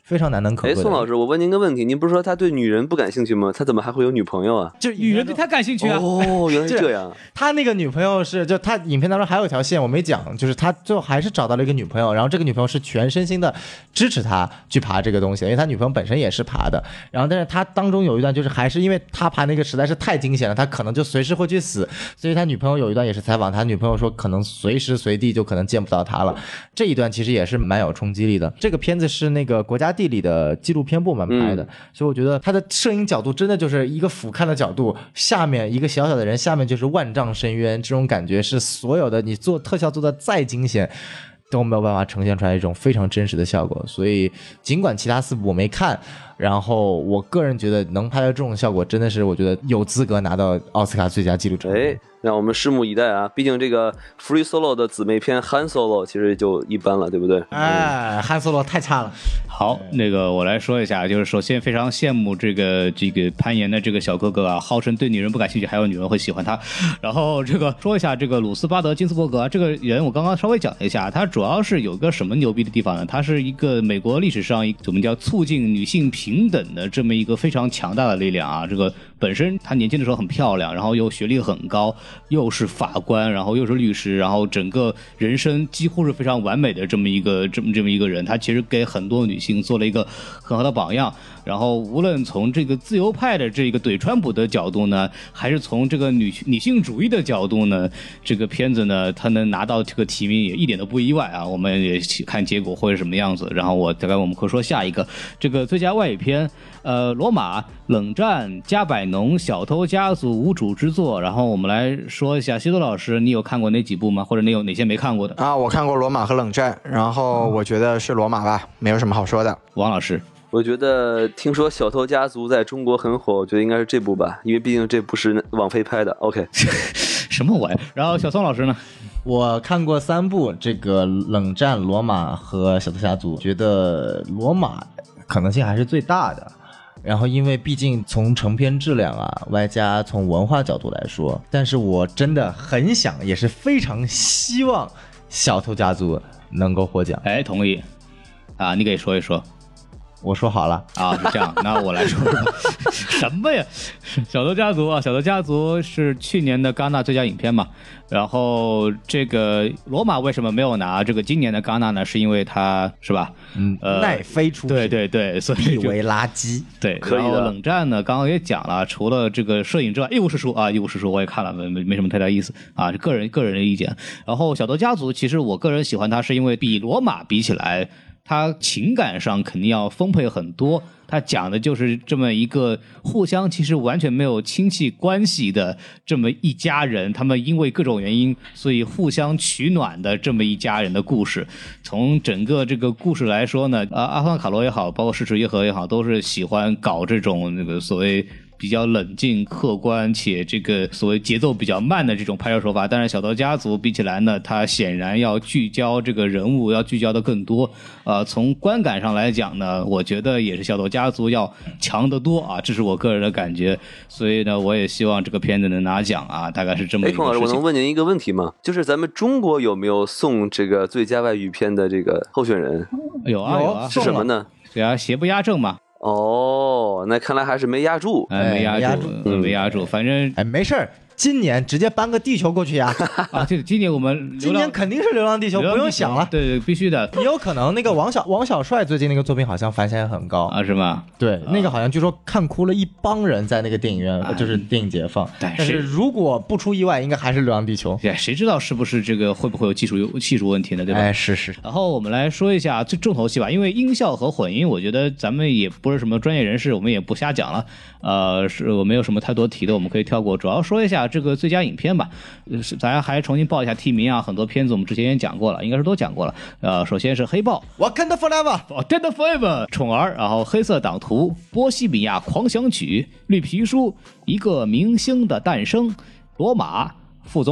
非常难能可贵哎， 的。 宋老师，我问您个问题，您不是说他对女人不感兴趣吗？他怎么还会有女朋友啊？ 就女人对他感兴趣啊。 哦，原来是这样。 他那个女朋友是，就他影片当中还有一条线我没讲，就是他最后还是找到了一个女朋友，然后这个女朋友是全身心的支持他去爬这个东西，因为他女朋友本身也是爬的。然后但是他当中有一段就是还是因为他爬那个实在是太惊险了，他可能就随时会去死，所以他女朋友有一段也是采访，他女朋友说可能随时随地就可能见不到他了。这一段其实也是蛮有冲击力的。这个片子是那个国家地理的纪录片部门拍的，嗯、所以我觉得他的摄影角度真的就是一个俯瞰的角度，下面一个小小的人，下面就是万丈深渊，这种感觉是所有的你做特效做的再惊险都没有办法呈现出来一种非常真实的效果。所以尽管其他四部我没看，然后我个人觉得能拍到这种效果真的是我觉得有资格拿到奥斯卡最佳纪录长片。 哎，让我们拭目以待啊！毕竟这个 Free Solo 的姊妹篇 Han Solo 其实就一般了，对不对？ 哎， Han Solo 太差了。 好，那个我来说一下，就是首先非常羡慕这个这个攀岩的这个小哥哥啊，号称对女人不感兴趣，还有女人会喜欢他。然后这个说一下这个鲁斯巴德金斯伯格啊，这个人我刚刚稍微讲了一下，他主要是有个什么牛逼的地方呢？他是一个美国历史上一我们叫促进女性平等的这么一个非常强大的力量啊。这个本身他年轻的时候很漂亮，然后又学历很高，又是法官，然后又是律师，然后整个人生几乎是非常完美的这么一个这么这么一个人，他其实给很多女性做了一个很好的榜样。然后无论从这个自由派的这个怼川普的角度呢，还是从这个女女性主义的角度呢，这个片子呢他能拿到这个提名也一点都不意外啊。我们也看结果会是什么样子。然后我大概我们会说下一个这个最佳外语片，呃，罗马、冷战、加百农、小偷家族无主之作。然后我们来说一下，西多老师，你有看过哪几部吗？或者你有哪些没看过的啊？我看过罗马和冷战，然后我觉得是罗马吧，没有什么好说的。 王老师， 我觉得听说小偷家族在中国很火，我觉得应该是这部吧，因为毕竟这部是网飞拍的。 OK 什么玩意？然后小宋老师呢？ 我看过三部，这个冷战、罗马和小偷家族，觉得罗马可能性还是最大的。然后因为毕竟从成片质量啊，外加从文化角度来说，但是我真的很想也是非常希望小偷家族能够获奖。 哎，同意啊，你给说一说。 我说好了啊，是这样，那我来说说什么呀？小偷家族啊，小偷家族是去年的戛纳最佳影片嘛。然后这个罗马为什么没有拿这个今年的戛纳呢？是因为它是吧？ 嗯，呃，奈飞出品， 对对对，所以地为垃圾。 对， 可以的。 然后冷战呢，刚刚也讲了，除了这个摄影之外，一无是处啊，一无是处，我也看了，没没没什么太大意思啊，个人个人的意见。然后小偷家族，其实我个人喜欢它，是因为比罗马比起来，它情感上肯定要丰沛很多。它讲的就是这么一个互相其实完全没有亲戚关系的这么一家人，他们因为各种原因，所以互相取暖的这么一家人的故事。从整个这个故事来说呢，啊，阿方卡罗也好，包括矢池一和也好，都是喜欢搞这种那个所谓比较冷静客观且这个所谓节奏比较慢的这种拍摄手法。但是小偷家族比起来呢，它显然要聚焦这个人物，要聚焦的更多。呃，从观感上来讲呢，我觉得也是小偷家族要强得多啊，这是我个人的感觉。所以呢，我也希望这个片子能拿奖啊，大概是这么一个事情。 哎，孔老师，我能问您一个问题吗？就是咱们中国有没有送这个最佳外语片的这个候选人？ 有啊有啊， 是什么呢？ 对啊，邪不压正嘛。 哦，那看来还是没压住， 哎，没压住， 嗯、 没压住，反正哎，没事儿。今年直接搬个地球过去呀！ 啊，这今年我们今年肯定是流浪地球，不用想了。 对对，必须的。 也有可能那个王小王小帅最近那个作品好像反响也很高啊，是吗？ 对，那个好像据说看哭了一帮人在那个电影院，啊、就是电影节放。但是如果不出意外，应该还是流浪地球。 对，谁知道是不是这个会不会有技术有技术问题呢？对吧？ 哎，是是。 然后我们来说一下最重头戏吧，因为音效和混音，我觉得咱们也不是什么专业人士，我们也不瞎讲了。呃，是我没有什么太多提的，我们可以跳过，主要说一下这个最佳影片吧。是，大家还重新报一下提名啊，很多片子我们之前也讲过了，应该是都讲过了。呃，首先是黑豹 ，Wakanda Forever，Wakanda Forever， 宠儿，然后黑色党徒，波西米亚狂想曲，绿皮书，一个明星的诞生，罗马，副总统，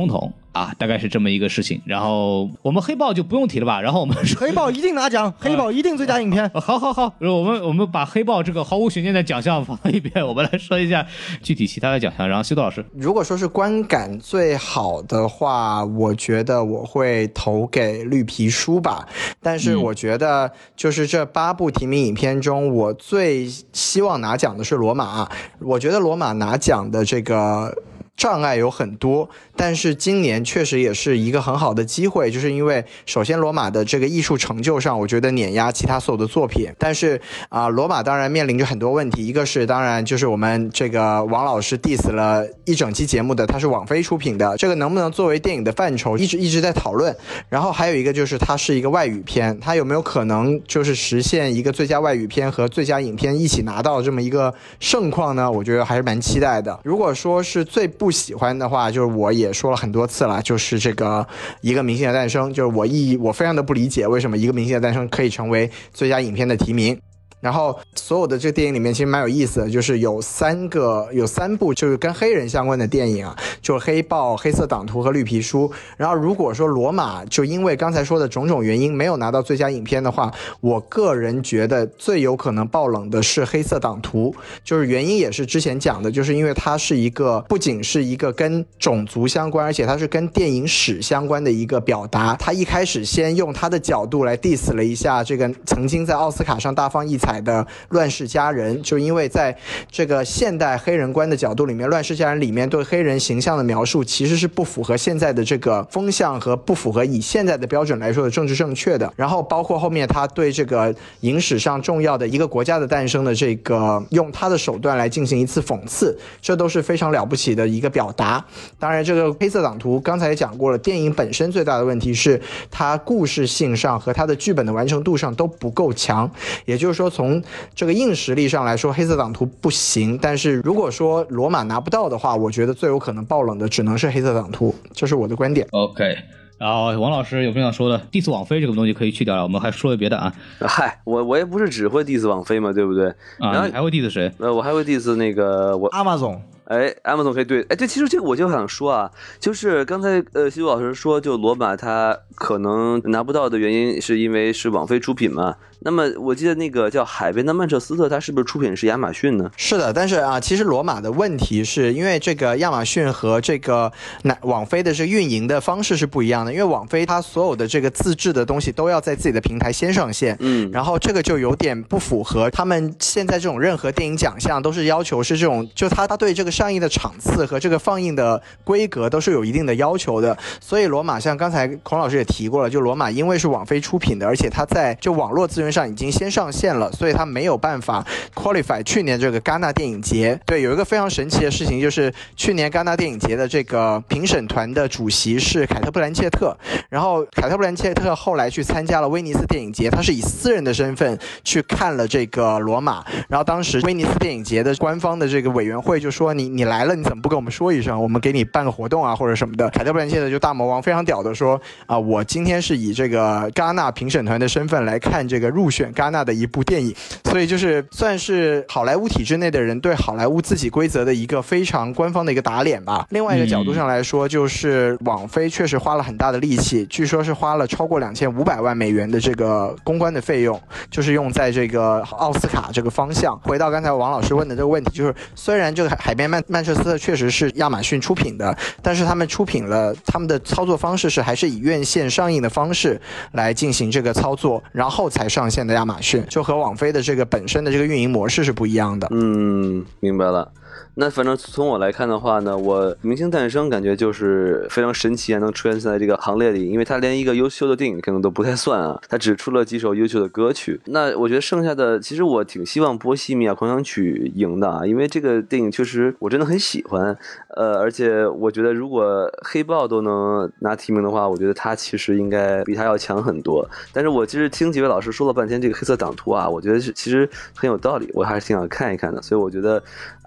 啊，大概是这么一个事情。然后我们黑豹就不用提了吧，然后我们黑豹一定拿奖，黑豹一定最佳影片。 好好好，我们我们把黑豹这个毫无悬念的奖项放一遍，我们来说一下具体其他的奖项。然后西多老师， 如果说是观感最好的话，我觉得我会投给绿皮书吧。但是我觉得就是这八部提名影片中，我最希望拿奖的是罗马。我觉得罗马拿奖的这个障碍有很多，但是今年确实也是一个很好的机会，就是因为首先罗马的这个艺术成就上，我觉得碾压其他所有的作品。但是啊、呃，罗马当然面临着很多问题，一个是当然就是我们这个王老师 diss 了一整期节目的，它是网飞出品的，这个能不能作为电影的范畴，一直一直在讨论。然后还有一个就是它是一个外语片，它有没有可能就是实现一个最佳外语片和最佳影片一起拿到这么一个盛况呢？我觉得还是蛮期待的。如果说是最不喜欢的话，就是我也说了很多次了，就是这个一个明星的诞生，就是我一我非常的不理解为什么一个明星的诞生可以成为最佳影片的提名。然后所有的这个电影里面其实蛮有意思的，就是有三个有三部就是跟黑人相关的电影啊，就是黑豹、黑色党徒和绿皮书。然后如果说罗马就因为刚才说的种种原因没有拿到最佳影片的话，我个人觉得最有可能爆冷的是黑色党徒，就是原因也是之前讲的，就是因为它是一个不仅是一个跟种族相关，而且它是跟电影史相关的一个表达。他一开始先用他的角度来 diss 了一下这个曾经在奥斯卡上大放异彩的乱世佳人，就因为在这个现代黑人观的角度里面，乱世佳人里面对黑人形象的描述其实是不符合现在的这个风向和不符合以现在的标准来说的政治正确的。然后包括后面他对这个影史上重要的一个国家的诞生的这个用他的手段来进行一次讽刺，这都是非常了不起的一个表达。当然这个黑色党徒刚才也讲过了，电影本身最大的问题是它故事性上和它的剧本的完成度上都不够强，也就是说从这个硬实力上来说黑色党徒不行，但是如果说罗马拿不到的话，我觉得最有可能爆冷的只能是黑色党徒，这是我的观点。 OK， 然后王老师有没有想说的？diss网飞这个东西可以去掉了，我们还说别的啊。 嗨，我我也不是只会 diss 网飞嘛，对不对？ 啊， 然后你还会 diss 谁？ 呃，我还会 diss 那个我阿玛总。 哎 ，Amazon 可以对，哎，对，其实这个我就想说啊，就是刚才呃，西渡老师说，就罗马他可能拿不到的原因，是因为是网飞出品嘛。那么我记得那个叫《海边的曼彻斯特》，它是不是出品是亚马逊呢？ 是的，但是啊，其实罗马的问题是因为这个亚马逊和这个网飞的这个运营的方式是不一样的，因为网飞它所有的这个自制的东西都要在自己的平台先上线， 嗯， 然后这个就有点不符合他们现在这种任何电影奖项都是要求是这种，就他他对这个上映的场次和这个放映的规格都是有一定的要求的，所以罗马像刚才孔老师也提过了，就罗马因为是网飞出品的，而且它在就网络资源上已经先上线了，所以它没有办法 qualify 去年这个戛纳电影节。对，有一个非常神奇的事情，就是去年戛纳电影节的这个评审团的主席是凯特布兰切特，然后凯特布兰切特后来去参加了威尼斯电影节，他是以私人的身份去看了这个罗马，然后当时威尼斯电影节的官方的这个委员会就说你你来了你怎么不跟我们说一声，我们给你办个活动啊或者什么的。凯特布兰切特就大魔王非常屌的说啊，我今天是以这个戛纳评审团的身份来看这个入选戛纳的一部电影，所以就是算是好莱坞体制内的人对好莱坞自己规则的一个非常官方的一个打脸吧。另外一个角度上来说，就是网飞确实花了很大的力气，据说是花了超过两千五百万美元的这个公关的费用，就是用在这个奥斯卡这个方向。回到刚才王老师问的这个问题，就是虽然这个海边曼曼彻斯特确实是亚马逊出品的，但是他们出品了，他们的操作方式是还是以院线上映的方式来进行这个操作，然后才上线的亚马逊，就和网飞的这个本身的这个运营模式是不一样的。 嗯，明白了。那反正从我来看的话呢，我明星诞生感觉就是非常神奇啊，能出现在这个行列里，因为他连一个优秀的电影可能都不太算啊，他只出了几首优秀的歌曲。那我觉得剩下的，其实我挺希望《波西米亚狂想曲》赢的啊，因为这个电影确实我真的很喜欢，呃，而且我觉得如果黑豹都能拿提名的话，我觉得他其实应该比他要强很多。但是我其实听几位老师说了半天这个黑色党徒啊，我觉得是其实很有道理，我还是挺想看一看的。所以我觉得按照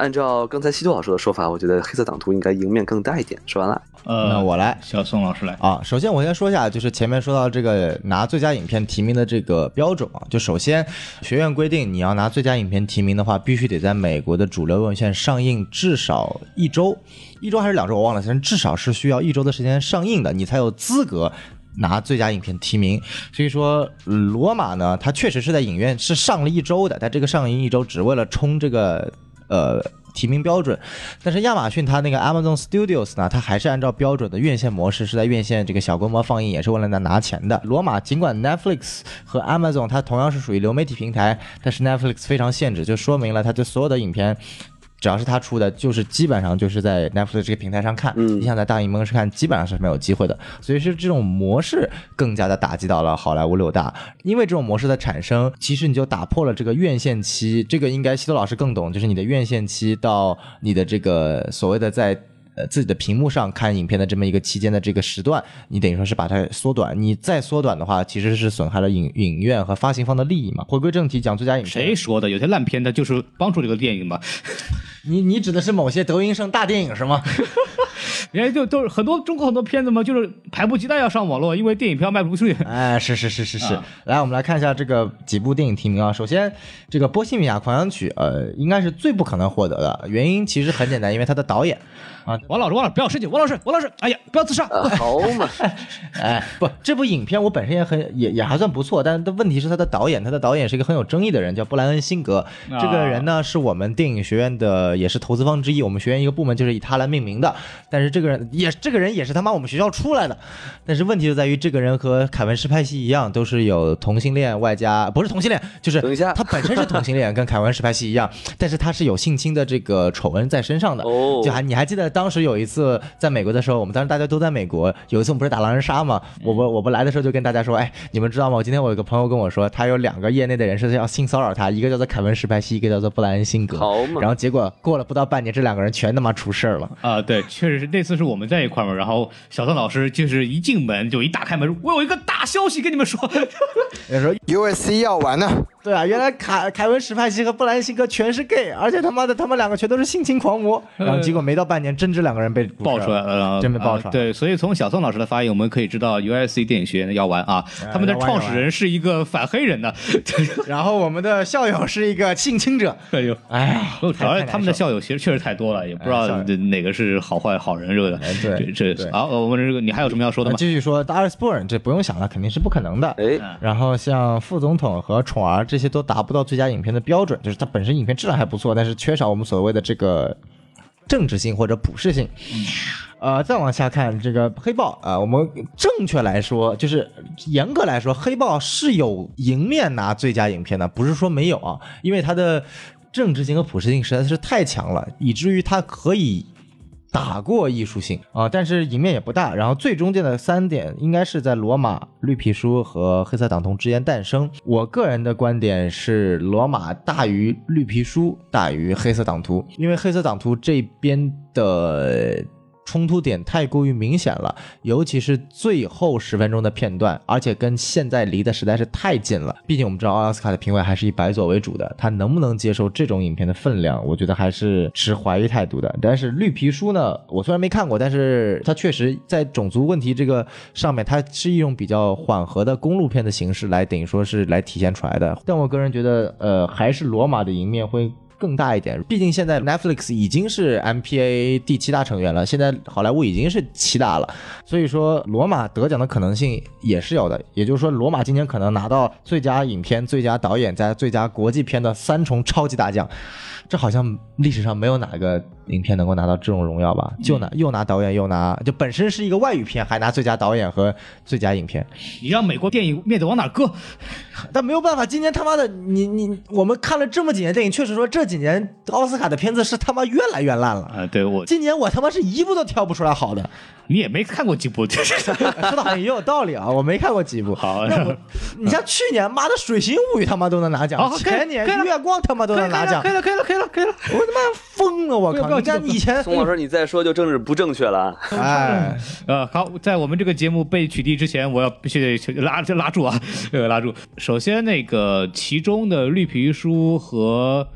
照刚才西多老师的说法，我觉得黑色党徒应该赢面更大一点。说完了， 呃， 那我来， 小宋老师来啊。首先我先说一下，就是前面说到这个拿最佳影片提名的这个标准啊，就首先学院规定你要拿最佳影片提名的话，必须得在美国的主流院线上映至少一周，一周还是两周我忘了，但至少是需要一周的时间上映的，你才有资格拿最佳影片提名。所以说罗马呢，它确实是在影院是上了一周的，但这个上映一周只为了冲这个呃提名标准。但是亚马逊它那个 Amazon Studios 呢，它还是按照标准的院线模式，是在院线这个小规模放映，也是为了拿拿钱的。罗马尽管 Netflix 和 Amazon 它同样是属于流媒体平台，但是 Netflix 非常限制，就说明了它对所有的影片只要是他出的，就是基本上就是在 Netflix 这个平台上看， 嗯， 你想在大荧幕上看，基本上是没有机会的。所以是这种模式更加的打击到了好莱坞六大，因为这种模式的产生，其实你就打破了这个院线期，这个应该西多老师更懂，就是你的院线期到你的这个所谓的在呃，自己的屏幕上看影片的这么一个期间的这个时段，你等于说是把它缩短，你再缩短的话，其实是损害了影影院和发行方的利益嘛。回归正题，讲最佳影片， 谁说的？有些烂片它就是帮助这个电影嘛。 你你指的是某些德云社大电影是吗？ 人家就都是很多中国很多片子嘛，就是迫不及待要上网络，因为电影票卖不出去。 哎，是是是是是、 啊。 来，我们来看一下这个几部电影提名啊。首先，这个《波西米亚狂想曲》呃，应该是最不可能获得的，原因其实很简单，因为他的导演啊， 王老师，王老师不要生气，王老师，王老师，哎呀，不要自杀。 啊、好嘛， 哎，不，这部影片我本身也很也也还算不错，但是问题是他的导演，他的导演是一个很有争议的人，叫布莱恩·辛格。 啊、 这个人呢，是我们电影学院的，也是投资方之一。我们学院一个部门就是以他来命名的。但是这个人也，这个人也是他妈我们学校出来的。但是问题就在于，这个人和凯文·史派西一样，都是有同性恋外加不是同性恋，就是他本身是同性恋，跟凯文·史派西一样，但是他是有性侵的这个丑闻在身上的。 哦， 就还你还记得当时有一次在美国的时候，我们当时大家都在美国，有一次我们不是打狼人杀嘛，我不我不来的时候就跟大家说，哎，你们知道吗？我今天我有个朋友跟我说，他有两个业内的人是要性骚扰他，一个叫做凯文·史派西，一个叫做布莱恩·辛格。 好嘛， 然后结果过了不到半年，这两个人全他妈出事了啊！对，确实是那次是我们在一块嘛，然后小邓老师就是一进门就一打开门，我有一个大消息跟你们说， 他说 U S C 要完呢。 对啊，原来凯凯文·史派西和布莱恩·辛格全是 gay， 而且他妈的他们两个全都是性侵狂魔。然后结果没到半年，真这两个人被爆出来了， 真被爆出来、 呃。对，所以从小宋老师的发言，我们可以知道 U S C 电影学院的要完啊，他们的创始人是一个反黑人的， 然后我们的校友是一个性侵者。 哎呦， 哎呀， 主要是他们的校友其实确实太多了，也不知道哪个是好坏好人，这个。 哎、对， 这这好，我们这个你还有什么要说的吗？ 继续说，达尔斯波尔这不用想了，肯定是不可能的。 哎， 然后像副总统和宠儿这些都达不到最佳影片的标准，就是它本身影片质量还不错，但是缺少我们所谓的这个政治性或者普适性。呃，再往下看这个黑豹啊、呃，我们正确来说，就是严格来说，黑豹是有赢面拿最佳影片的，不是说没有啊，因为它的政治性和普适性实在是太强了，以至于它可以打过艺术性啊、呃，但是赢面也不大。然后最中间的三点应该是在罗马、绿皮书和黑色党徒之间诞生。我个人的观点是罗马大于绿皮书，大于黑色党徒，因为黑色党徒这边的冲突点太过于明显了，尤其是最后十分钟的片段，而且跟现在离得实在是太近了。毕竟我们知道奥斯卡的评委还是以白左为主的，他能不能接受这种影片的分量，我觉得还是持怀疑态度的。但是绿皮书呢，我虽然没看过，但是它确实在种族问题这个上面，它是一种比较缓和的公路片的形式来等于说是来体现出来的。但我个人觉得呃，还是罗马的赢面会更大一点，毕竟现在 Netflix 已经是 M P A 第七大成员了，现在好莱坞已经是七大了，所以说罗马得奖的可能性也是有的。也就是说，罗马今年可能拿到最佳影片、最佳导演加最佳国际片的三重超级大奖，这好像历史上没有哪个影片能够拿到这种荣耀吧？就拿又拿导演又拿，就本身是一个外语片，还拿最佳导演和最佳影片， 你让美国电影面子往哪搁？ 但没有办法，今年他妈的你你我们看了这么几年电影，确实说这几年奥斯卡的片子是他妈越来越烂了啊！对我今年我他妈是一部都挑不出来好的。 你也没看过几部， 说的好像也有道理啊，我没看过几部。 好， 那我你像去年妈的《水形物语》他妈都能拿奖， 好前年《月光》他妈都能拿奖， 可以了，可以了，可以了，可以了， 我他妈疯了，我靠！你看以前宋老师你再说就政治不正确了。 哎， 呃，好，在我们这个节目被取缔之前，我要必须得拉拉住啊，呃，拉住。首先，那个其中的《绿皮书》和《明星诞生》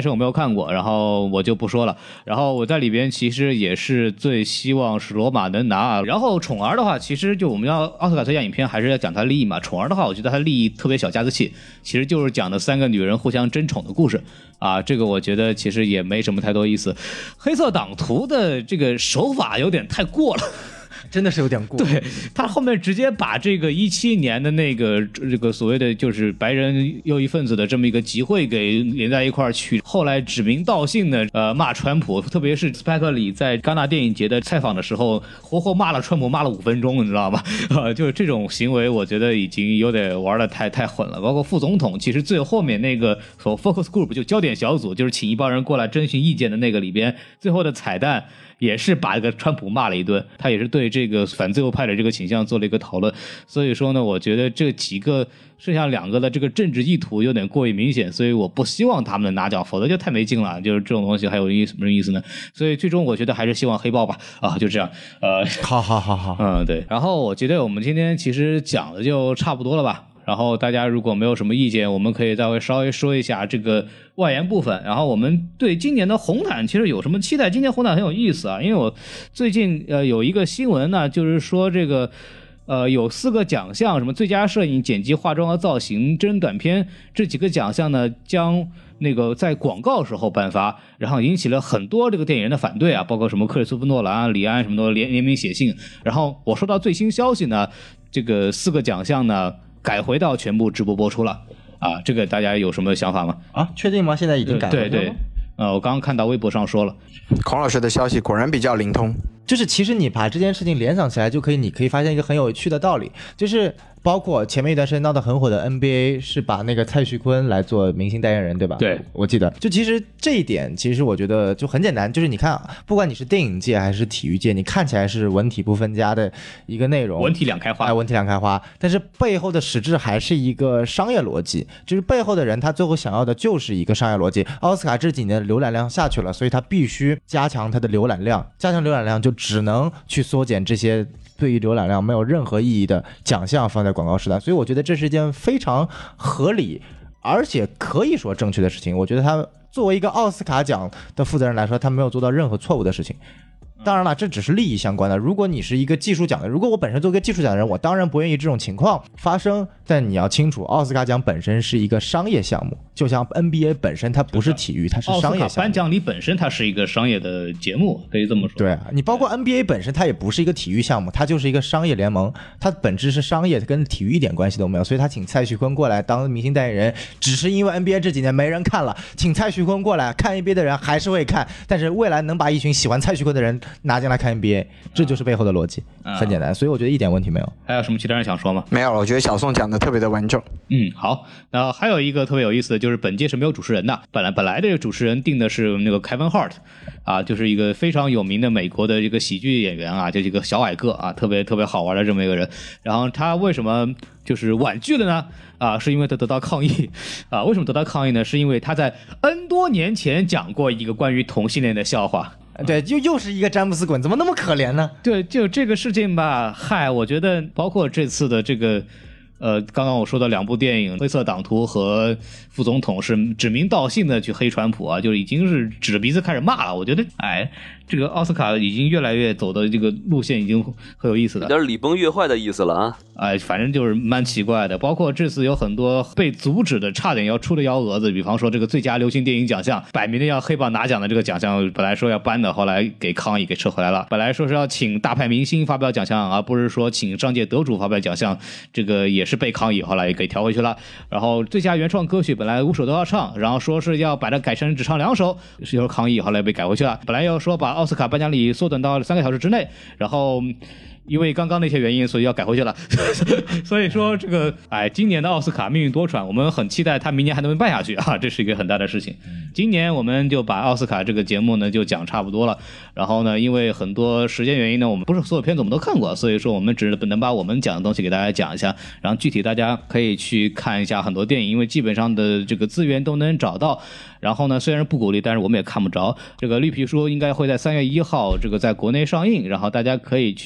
生我没有看过，然后我就不说了。然后我在里边其实也是最希望是罗马能拿。然后宠儿的话，其实就我们要奥斯卡最佳影片还是要讲它利益嘛。宠儿的话，我觉得它利益特别小家子气，其实就是讲的三个女人互相争宠的故事啊。这个我觉得其实也没什么太多意思。黑色党徒的这个手法有点太过了。 真的是有点过。 对，他后面直接把这个一七年的那个这个所谓的就是白人右翼分子的这么一个集会给连在一块儿去，后来指名道姓的呃骂川普，特别是斯派克里在戛纳电影节的采访的时候，活活骂了川普骂了五分钟，你知道吗？呃，就是这种行为，我觉得已经有点玩的太太狠了。包括副总统，其实最后面那个所 focus group 就焦点小组，就是请一帮人过来征询意见的那个里边，最后的彩蛋。也是把这个川普骂了一顿，他也是对这个反自由派的这个倾向做了一个讨论。所以说呢，我觉得这几个剩下两个的这个政治意图有点过于明显，所以我不希望他们拿奖，否则就太没劲了。就是这种东西还有意什么意思呢？所以最终我觉得还是希望黑豹吧。啊，就这样。呃， 好好好好， 嗯，对。然后我觉得我们今天其实讲的就差不多了吧。然后大家如果没有什么意见，我们可以再会稍微说一下这个外延部分。然后我们对今年的红毯其实有什么期待？今年红毯很有意思啊，因为我最近呃有一个新闻呢，就是说这个呃有四个奖项，什么最佳摄影、剪辑、化妆和造型、真人短片这几个奖项呢，将那个在广告时候颁发，然后引起了很多这个电影人的反对啊，包括什么克里斯托弗诺兰、李安什么的联联名写信。然后我收到最新消息呢，这个四个奖项呢。改回到全部直播播出了啊，这个大家有什么想法吗？ 啊，确定吗？现在已经改回了吗？ 对对，呃，我刚刚看到微博上说了， 孔老师的消息果然比较灵通。 就是其实你把这件事情联想起来，就可以，你可以发现一个很有趣的道理，就是包括前面一段时间闹得很火的 N B A 是把那个蔡徐坤来做明星代言人，对吧？ 对， 我记得。就其实这一点，其实我觉得就很简单，就是你看，不管你是电影界还是体育界，你看起来是文体不分家的一个内容， 文体两开花， 哎，文体两开花，但是背后的实质还是一个商业逻辑，就是背后的人他最后想要的就是一个商业逻辑。奥斯卡这几年的浏览量下去了，所以他必须加强他的浏览量，加强浏览量就只能去缩减这些对于浏览量没有任何意义的奖项放在广告时代，所以我觉得这是一件非常合理而且可以说正确的事情。我觉得他作为一个奥斯卡奖的负责人来说，他没有做到任何错误的事情。当然了，这只是利益相关的。如果你是一个技术奖的，如果我本身作为一个技术奖的人，我当然不愿意这种情况发生。但你要清楚，奥斯卡奖本身是一个商业项目，就像 N B A 本身它不是体育，它是商业项目。 奥斯卡颁奖礼本身它是一个商业的节目，可以这么说。 对，你包括 N B A 本身它也不是一个体育项目，它就是一个商业联盟，它本质是商业，跟体育一点关系都没有。所以他请蔡徐坤过来当明星代言人，只是因为 N B A 这几年没人看了，请蔡徐坤过来看 N B A 的人还是会看，但是未来能把一群喜欢蔡徐坤的人拿进来看 N B A， 这就是背后的逻辑， 啊、 很简单。所以我觉得一点问题没有。 还有什么其他人想说吗？ 没有了，我觉得小宋讲的特别的完整。 嗯，好。然后还有一个特别有意思的就是本届是没有主持人的，本来本来这个主持人定的是那个 Kevin Hart 啊，就是一个非常有名的美国的这个喜剧演员啊，就一个小矮个啊，特别特别好玩的这么一个人。然后他为什么就是婉拒了呢？啊，是因为他得到抗议啊。为什么得到抗议呢？是因为他在 N 多年前讲过一个关于同性恋的笑话。 对，又又是一个詹姆斯滚，怎么那么可怜呢？ 对，就这个事情吧，嗨，我觉得包括这次的这个。呃，刚刚我说的两部电影《灰色党徒》和《副总统》是指名道姓的去黑川普啊，就已经是指着鼻子开始骂了。我觉得，哎，这个奥斯卡已经越来越走的这个路线已经很有意思了， 有点礼崩乐坏的意思了啊！ 哎，反正就是蛮奇怪的。包括这次有很多被阻止的，差点要出的幺蛾子，比方说这个最佳流行电影奖项，摆明了要黑豹拿奖的这个奖项，本来说要颁的，后来给抗议给撤回来了。本来说是要请大牌明星发表奖项，而不是说请上届得主发表奖项，这个也是被抗议，后来也给调回去了。然后最佳原创歌曲本来五首都要唱，然后说是要把它改成只唱两首，是由抗议，后来被改回去了。本来要说把奥斯卡颁奖礼缩短到三个小时之内，然后因为刚刚那些原因，所以要改回去了。所以说这个，哎，今年的奥斯卡命运多舛，我们很期待他明年还能不能办下去啊，这是一个很大的事情。今年我们就把奥斯卡这个节目呢就讲差不多了。然后呢，因为很多时间原因呢，我们不是所有片子我们都看过，所以说我们只能把我们讲的东西给大家讲一下。然后具体大家可以去看一下很多电影，因为基本上的这个资源都能找到。然后呢，虽然不鼓励，但是我们也看不着。这个绿皮书应该会在三月一号这个在国内上映，然后大家可以去重点。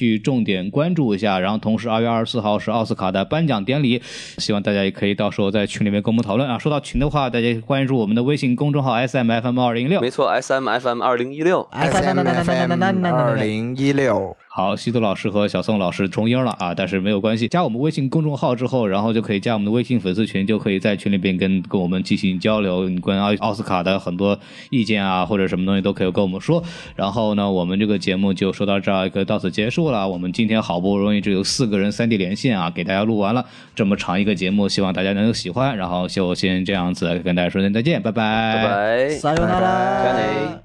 点关注一下。然后同时二月二十四号是奥斯卡的颁奖典礼，希望大家也可以到时候在群里面跟我们讨论啊。说到群的话，大家关注我们的微信公众号 S M F M 二零一六， 没错 ，S M F M 二零一六 S M F M 二零一六。 好，西多老师和小宋老师重音了啊，但是没有关系，加我们微信公众号之后，然后就可以加我们的微信粉丝群，就可以在群里边跟跟我们进行交流，关于奥斯卡的很多意见啊或者什么东西都可以跟我们说。然后呢，我们这个节目就说到这儿一个到此结束了。我们今天好不容易只有四个人三 D 连线啊，给大家录完了这么长一个节目，希望大家能够喜欢。然后就先这样子跟大家说声再见，拜拜， 拜拜， 撒由那拉， 加内。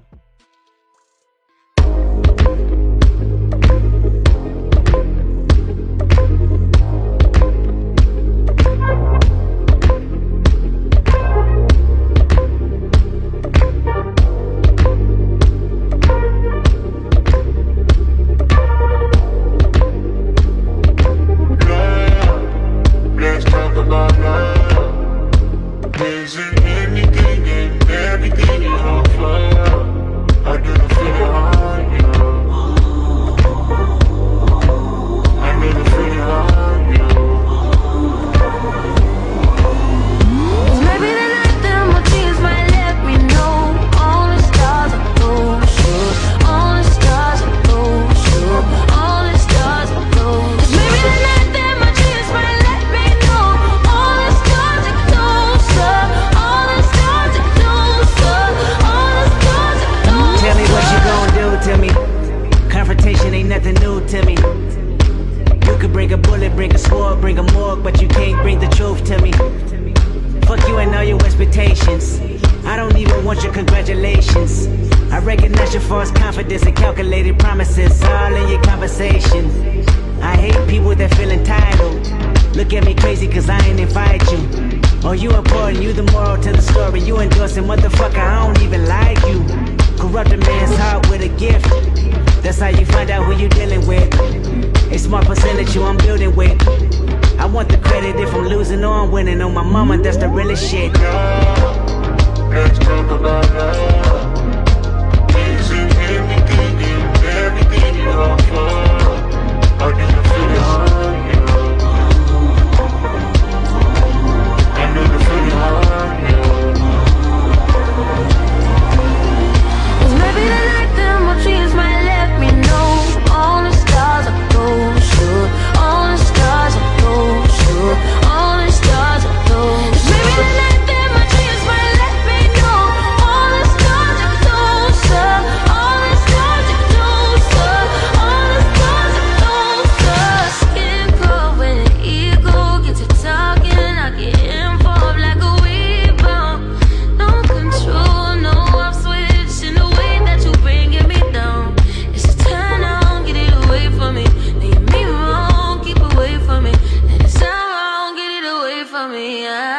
me. I